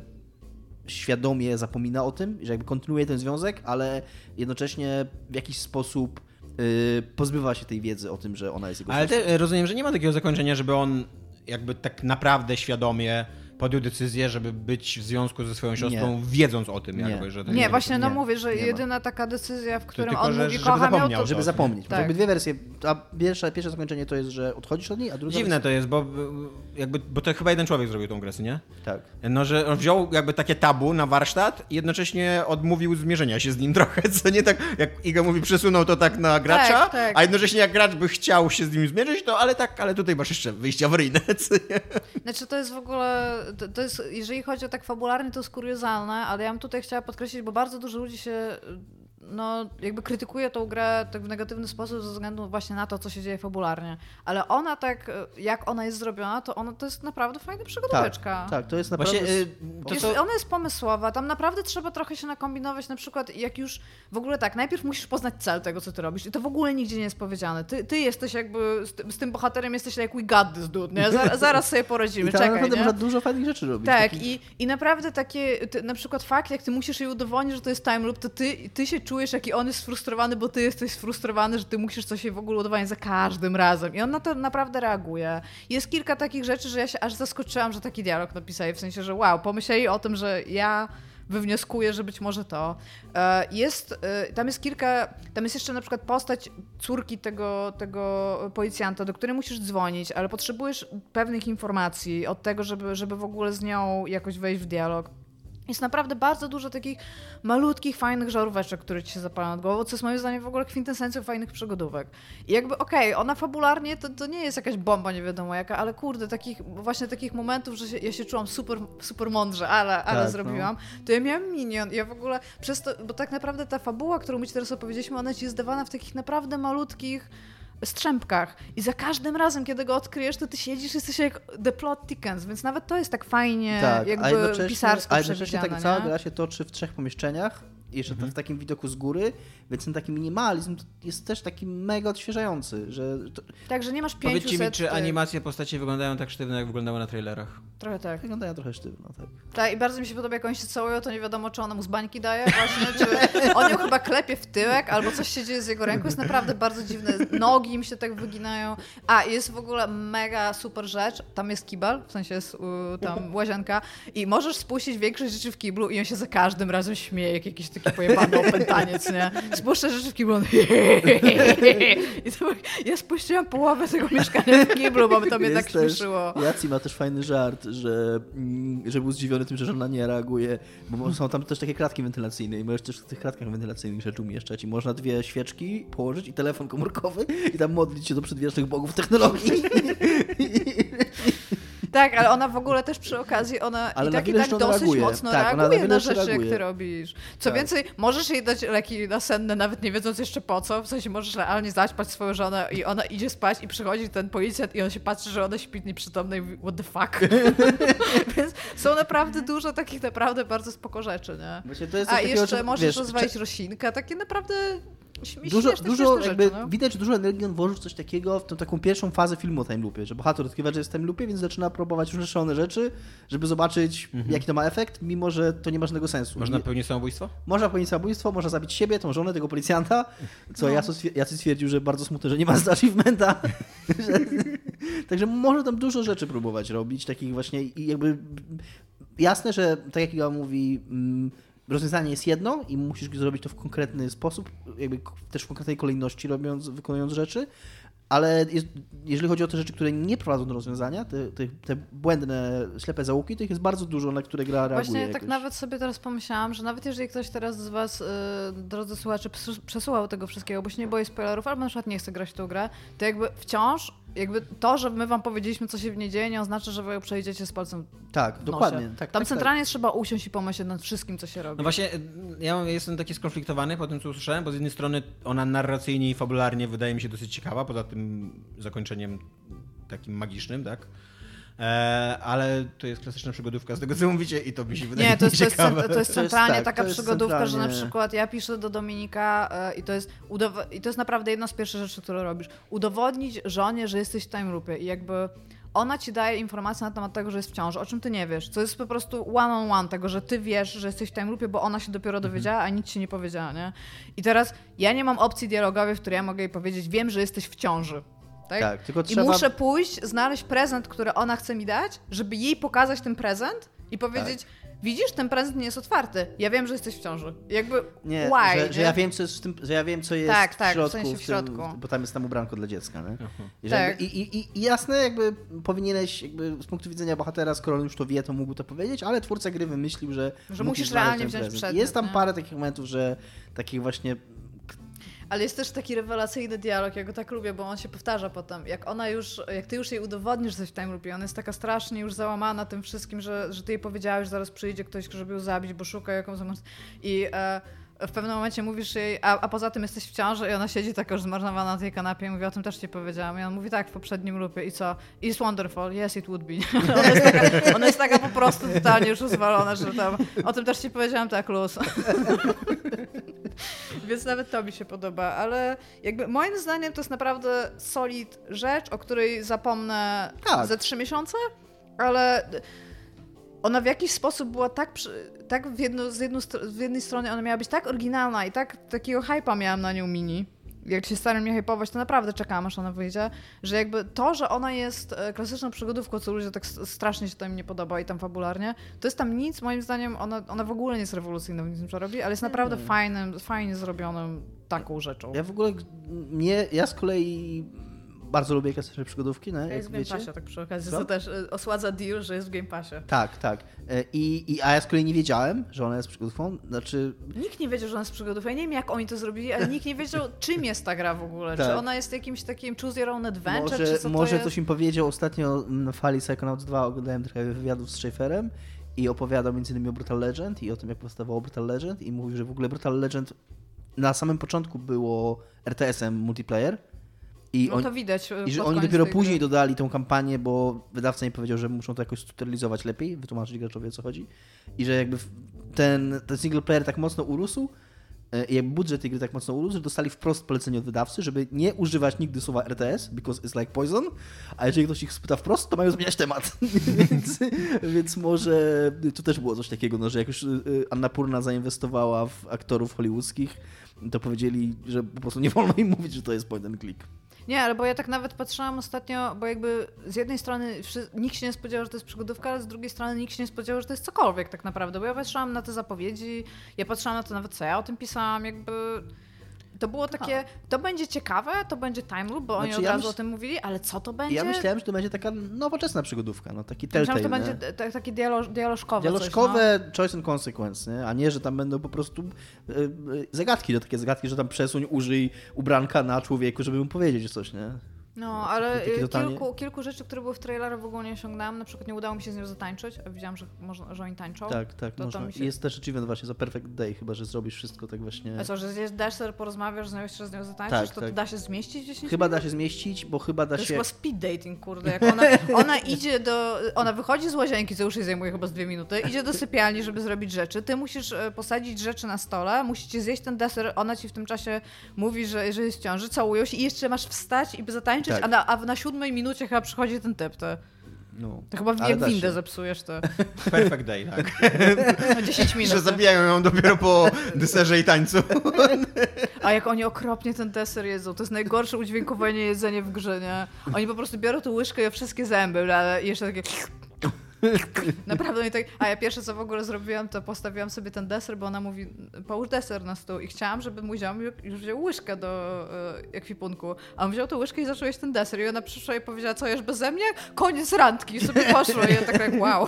świadomie zapomina o tym, że jakby kontynuuje ten związek, ale jednocześnie w jakiś sposób yy, pozbywa się tej wiedzy o tym, że ona jest jego Ale siostrą. te, rozumiem, że nie ma takiego zakończenia, żeby on jakby tak naprawdę świadomie podjął decyzję, żeby być w związku ze swoją siostrą, nie. wiedząc o tym, jakby, nie. że to nie, nie właśnie no nie, mówię, że nie jedyna taka decyzja, w którym tylko, on że, mówi żeby kocham ją, zapomniał to... Żeby to, zapomnieć. Tak. Jakby dwie wersje, a pierwsze, pierwsze zakończenie to jest, że odchodzisz od niej, a druga Dziwne wersja... to jest, bo jakby, bo to chyba jeden człowiek zrobił tą grę, nie? Tak. No, że on wziął jakby takie tabu na warsztat i jednocześnie odmówił zmierzenia się z nim trochę, co nie tak, jak Iga mówi, przesunął to tak na gracza, tak, tak. a jednocześnie jak gracz by chciał się z nim zmierzyć, to ale tak, ale tutaj masz jeszcze wyjście awaryjne, co nie? Znaczy to jest w ogóle, to, to jest, jeżeli chodzi o tak fabularnie, to jest kuriozalne, ale ja bym tutaj chciała podkreślić, bo bardzo dużo ludzi się no, jakby krytykuje tą grę tak w negatywny sposób ze względu właśnie na to, co się dzieje fabularnie. Ale ona tak, jak ona jest zrobiona, to ona to jest naprawdę fajna przygodóweczka. Tak, tak, to jest naprawdę... Właśnie, To, jest, ona jest pomysłowa, tam naprawdę trzeba trochę się nakombinować, na przykład jak już w ogóle tak, najpierw musisz poznać cel tego, co ty robisz i to w ogóle nigdzie nie jest powiedziane. Ty, ty jesteś jakby, z, z tym bohaterem jesteś like we got this dude, nie? Zaraz, zaraz sobie poradzimy, I tam czekaj, naprawdę nie? można dużo fajnych rzeczy robić. Tak, takich... i, i naprawdę takie, ty, na przykład fakt, jak ty musisz jej udowodnić, że to jest time loop, to ty, ty się czujesz, jaki on jest sfrustrowany, bo ty jesteś sfrustrowany, że ty musisz coś jej w ogóle udowodnić za każdym razem i on na to naprawdę reaguje. Jest kilka takich rzeczy, że ja się aż zaskoczyłam, że taki dialog napisali, w sensie, że wow, pomyśleli o tym, że ja wywnioskuję, że być może to. Jest, tam jest kilka, tam jest jeszcze na przykład postać córki tego, tego policjanta, do której musisz dzwonić, ale potrzebujesz pewnych informacji od tego, żeby, żeby w ogóle z nią jakoś wejść w dialog. Jest naprawdę bardzo dużo takich malutkich, fajnych żaróweczek, które ci się zapalają nad głową, co jest moim zdaniem w ogóle kwintesencją fajnych przygodówek. I jakby okej, okay, ona fabularnie to, to nie jest jakaś bomba nie wiadomo jaka, ale kurde, takich, właśnie takich momentów, że się, ja się czułam super, super mądrze, ale, ale tak, zrobiłam, no. To ja miałam minion. Ja w ogóle przez to, bo tak naprawdę ta fabuła, którą my ci teraz opowiedzieliśmy, ona ci jest dawana w takich naprawdę malutkich strzępkach. I za każdym razem, kiedy go odkryjesz, to ty siedzisz i jesteś jak the plot thickens, więc nawet to jest tak fajnie tak, jakby a pisarsko a jednocześnie przewidziane. Tak, cała gra się toczy w trzech pomieszczeniach, jeszcze mhm. w takim widoku z góry, więc ten taki minimalizm jest też taki mega odświeżający. Że to... Tak, że nie masz pięciuset... Powiedzcie mi, czy animacje postaci wyglądają tak sztywno, jak wyglądały na trailerach? Trochę tak. Wyglądają trochę sztywno, tak. Tak, i bardzo mi się podoba, jak oni się całują, to nie wiadomo, czy ona mu z bańki daje właśnie, czy on ją chyba klepie w tyłek, albo coś się dzieje z jego ręką. Jest naprawdę bardzo dziwne. Nogi im się tak wyginają. A, jest w ogóle mega super rzecz. Tam jest kibel, w sensie jest uh, tam łazienka i możesz spuścić większość rzeczy w kiblu i on się za każdym razem śmieje, jak jakiś taki pojebany opętaniec, nie? Spuszczę rzeczy w kiblu, on i to, ja spuściłam połowę tego mieszkania w kiblu, bo mi to mnie tak śmieszyło. Jaci ma też fajny żart, że, że był zdziwiony tym, że żona nie reaguje, bo są tam też takie kratki wentylacyjne i możesz też w tych kratkach wentylacyjnych rzeczy umieszczać i można dwie świeczki położyć i telefon komórkowy i tam modlić się do przedwiecznych bogów technologii. Tak, ale ona w ogóle też przy okazji, ona ale i tak i tak dosyć reaguje. mocno tak, reaguje na, na rzeczy, reaguje. jak ty robisz. Co tak. więcej, możesz jej dać leki nasenne, nawet nie wiedząc jeszcze po co, w sensie możesz realnie zaćpać swoją żonę i ona idzie spać i przychodzi ten policjant i on się patrzy, że ona śpi nieprzytomna i mówi, what the fuck. Więc są naprawdę dużo takich naprawdę bardzo spoko rzeczy, nie? To jest A jeszcze takiego, możesz wiesz, rozwalić czy... roślinkę, takie naprawdę... Dużo, śmieszne, dużo śmieszne jakby rzeczy, no. widać, że dużo energii on włożył w coś takiego, w tą taką pierwszą fazę filmu o time loopie, że bohater odkrywa, że jest w time loopie, więc zaczyna próbować różne szalone rzeczy, żeby zobaczyć, mhm. jaki to ma efekt, mimo że to nie ma żadnego sensu. Można popełnić samobójstwo? Można popełnić samobójstwo, można zabić siebie, tą żonę, tego policjanta, co no. Jacy stwierdził, że bardzo smutne, że nie ma achievementa. Także można tam dużo rzeczy próbować robić, takich właśnie i jakby jasne, że tak jak Iga mówi, rozwiązanie jest jedno i musisz zrobić to w konkretny sposób, jakby też w konkretnej kolejności robiąc, wykonując rzeczy, ale jest, jeżeli chodzi o te rzeczy, które nie prowadzą do rozwiązania, te, te, te błędne, ślepe zaułki, to ich jest bardzo dużo, na które gra reaguje. Właśnie jakoś. Tak nawet sobie teraz pomyślałam, że nawet jeżeli ktoś teraz z was, yy, drodzy słuchacze, przesłuchał tego wszystkiego, bo się nie boi spoilerów, albo na przykład nie chce grać w tą grę, to jakby wciąż jakby to, że my wam powiedzieliśmy, co się w niej dzieje, nie oznacza, że wy ją przejdziecie z palcem Tak, w dokładnie. nosie. Tak, Tam tak, centralnie tak. trzeba usiąść i pomyśleć nad wszystkim, co się robi. No właśnie, ja jestem taki skonfliktowany po tym, co usłyszałem, bo z jednej strony ona narracyjnie i fabularnie wydaje mi się dosyć ciekawa, poza tym zakończeniem takim magicznym, tak? E, ale to jest klasyczna przygodówka z tego, co mówicie i to mi się wydaje Nie, to jest, ciekawe. To jest centralnie to jest, tak, taka to przygodówka, centralnie... że na przykład ja piszę do Dominika e, i, to jest udow- i to jest naprawdę jedna z pierwszych rzeczy, które robisz. Udowodnić żonie, że jesteś w time loopie i jakby ona ci daje informacje na temat tego, że jest w ciąży, o czym ty nie wiesz. To jest po prostu one on one tego, że ty wiesz, że jesteś w time loopie, bo ona się dopiero dowiedziała, a nic ci nie powiedziała, nie? I teraz ja nie mam opcji dialogowej, w której ja mogę jej powiedzieć, wiem, że jesteś w ciąży. Tak? Tak, tylko I trzeba... muszę pójść, znaleźć prezent, który ona chce mi dać, żeby jej pokazać ten prezent i powiedzieć, tak. Widzisz, ten prezent nie jest otwarty. Ja wiem, że jesteś w ciąży. Jakby nie, why? Że, nie? że ja wiem, co jest w tym, że ja wiem, co jest tak, tak, w środku, w sensie w środku. W tym, bo tam jest tam ubranko dla dziecka. Nie? I, tak. i, i, I jasne, jakby powinieneś jakby z punktu widzenia bohatera, skoro on już to wie, to mógł to powiedzieć, ale twórca gry wymyślił, że, że musisz realnie wziąć przedmiot. Jest tam nie? parę takich momentów, że takich właśnie... Ale jest też taki rewelacyjny dialog, ja go tak lubię, bo on się powtarza potem. Jak ona już, jak ty już jej udowodnisz coś w time loopie, ona jest taka strasznie już załamana tym wszystkim, że, że ty jej powiedziałeś, że zaraz przyjdzie ktoś, żeby ją zabić, bo szuka jakąś... I e, w pewnym momencie mówisz jej, a, a poza tym jesteś w ciąży i ona siedzi taka już zmarnowana na tej kanapie i mówi, o tym też ci powiedziałam. I on mówi, tak, w poprzednim lupie. I co? It's wonderful. Yes, it would be. Ona jest taka, ona jest taka po prostu totalnie już uzwalona, że tam, o tym też ci powiedziałam, tak, luz. Więc nawet to mi się podoba, ale jakby moim zdaniem to jest naprawdę solid rzecz, o której zapomnę tak. ze trzy miesiące, ale ona w jakiś sposób była tak, tak w, jedno, z jedną, w jednej stronie ona miała być tak oryginalna i tak takiego hype'a miałam na nią mini. Jak się starałem mnie hypować, to naprawdę czekałam, aż ona wyjdzie, że jakby to, że ona jest klasyczną przygodówką, co ludzie tak strasznie się to im nie podoba i tam fabularnie, to jest tam nic, moim zdaniem, ona, ona w ogóle nie jest rewolucyjna w niczym, co robi, ale jest naprawdę hmm. fajnym, fajnie zrobioną taką rzeczą. Ja w ogóle, mnie, ja z kolei bardzo lubię klasyczne przygodówki, no, ja jak jest w wiecie. Game Passie, tak przy okazji, co też osładza deal, że jest w Game Passie. Tak, tak. I, i, a ja z kolei nie wiedziałem, że ona jest przygodówką, znaczy... Nikt nie wiedział, że ona jest przygodówką, ja nie wiem jak oni to zrobili, ale nikt nie wiedział, czym jest ta gra w ogóle. Tak. Czy ona jest jakimś takim choose your own adventure, może, czy co Może to jest? coś im powiedział, ostatnio na fali Psychonauts dwa oglądałem trochę wywiadów z Schaeferem i opowiadał między innymi o Brutal Legend i o tym, jak powstawało Brutal Legend i mówił, że w ogóle Brutal Legend na samym początku było R T S-em multiplayer. I no on, to widać. I że oni dopiero później gry. dodali tą kampanię, bo wydawca nie powiedział, że muszą to jakoś strukturalizować lepiej, wytłumaczyć graczowi, o co chodzi. I że jakby ten, ten single player tak mocno urósł i jakby budżet tej gry tak mocno urósł, że dostali wprost polecenie od wydawcy, żeby nie używać nigdy słowa R T S, because it's like poison, a jeżeli ktoś ich spyta wprost, to mają zmieniać temat. więc, więc może tu też było coś takiego, no, że jak już Annapurna zainwestowała w aktorów hollywoodzkich, to powiedzieli, że po prostu nie wolno im mówić, że to jest point and click. Nie, ale bo ja tak nawet patrzyłam ostatnio, bo jakby z jednej strony nikt się nie spodziewał, że to jest przygodówka, ale z drugiej strony nikt się nie spodziewał, że to jest cokolwiek tak naprawdę, bo ja patrzyłam na te zapowiedzi, ja patrzyłam na to nawet, co ja o tym pisałam, jakby... To było takie, a. to będzie ciekawe, to będzie time loop, bo znaczy, oni od ja razu myśl... o tym mówili, ale co to będzie? Ja myślałem, że to będzie taka nowoczesna przygodówka, no taki Telltale. Myślałem, że to będzie t- takie dialo- dialożkowe Dialożkowe coś, no. choice and consequence, nie? A nie, że tam będą po prostu y, y, zagadki, to takie zagadki, że tam przesuń, użyj ubranka na człowieku, żeby mu powiedzieć coś, nie? No, ale kilku, kilku rzeczy, które były w trailerze w ogóle nie osiągnęłam. Na przykład nie udało mi się z nią zatańczyć, a widziałam, że, można, że oni tańczą. Tak, tak, to, można. To się... Jest też achievement właśnie za Perfect Day, chyba, że zrobisz wszystko tak właśnie... A co, że zjesz deser, porozmawiasz z nią, jeszcze z nią zatańczysz, tak, to, tak. to da się zmieścić w dziesięć Chyba minut? da się zmieścić, bo chyba da to się... To jest chyba speed dating, kurde. Jak ona, ona idzie do... Ona wychodzi z łazienki, co już jej zajmuje chyba z dwie minuty, idzie do sypialni, żeby zrobić rzeczy. Ty musisz posadzić rzeczy na stole, musicie zjeść ten deser, ona ci w tym czasie mówi, że, że jest w ciąży, całują się i jeszcze masz wstać i zatańczyć, tak. a, na, a na siódmej minucie chyba przychodzi ten typ, to, no, to chyba jak windę się. zepsujesz to. Perfect day, tak. No dziesięć minut. Że zabijają ją dopiero po deserze i tańcu. A jak oni okropnie ten deser jedzą, to jest najgorsze udźwiękowanie jedzenia w grze, nie? Oni po prostu biorą tą łyżkę i o wszystkie zęby, ale jeszcze takie... Naprawdę mi tak... A ja pierwsze co w ogóle zrobiłam, to postawiłam sobie ten deser, bo ona mówi, połóż deser na stół i chciałam, żeby mój ziom już wziął łyżkę do y, ekwipunku. A on wziął tą łyżkę i zaczął jeść ten deser i ona przyszła i powiedziała, co jesz beze mnie? Koniec randki. I sobie poszła i ja tak jak wow.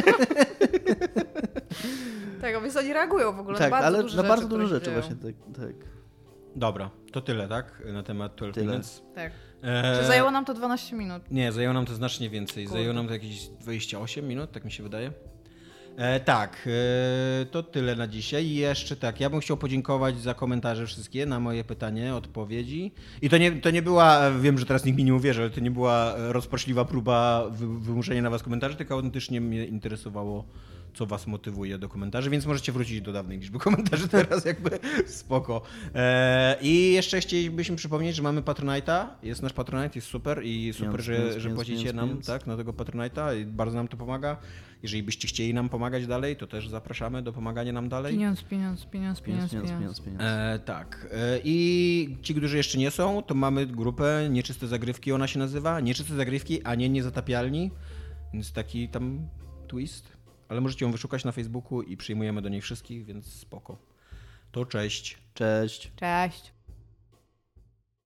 Tak, więc oni reagują w ogóle tak, na bardzo ale duże na rzeczy, bardzo duże rzeczy dzieją. właśnie, tak, tak. Dobra, to tyle, tak? Na temat twelve minutes. Tak. Eee, Czy zajęło nam to dwanaście minut? Nie, zajęło nam to znacznie więcej. Kurde. Zajęło nam to jakieś dwadzieścia osiem minut, tak mi się wydaje. E, tak, e, to tyle na dzisiaj. I jeszcze tak, ja bym chciał podziękować za komentarze wszystkie na moje pytanie, odpowiedzi. I to nie, to nie była, wiem, że teraz nikt mi nie uwierzy, ale to nie była rozpaczliwa próba wy, wymuszenia na was komentarzy, tylko autentycznie mnie interesowało, co was motywuje do komentarzy, więc możecie wrócić do dawnej liczby komentarzy teraz, jakby spoko. E, I jeszcze chcielibyśmy przypomnieć, że mamy Patronite'a, jest nasz Patronite, jest super i super, piąc, że, piąc, że piąc, płacicie piąc, nam piąc. tak, na tego Patronite'a i bardzo nam to pomaga. Jeżeli byście chcieli nam pomagać dalej, to też zapraszamy do pomagania nam dalej. Pieniądz, pieniądz, pieniądz, pieniądz, pieniądz. pieniądz, pieniądz. E, tak. E, I ci, którzy jeszcze nie są, to mamy grupę Nieczyste Zagrywki, ona się nazywa. Nieczyste Zagrywki, a nie Niezatapialni. Więc taki tam twist. Ale możecie ją wyszukać na Facebooku i przyjmujemy do niej wszystkich, więc spoko. To cześć. Cześć. Cześć.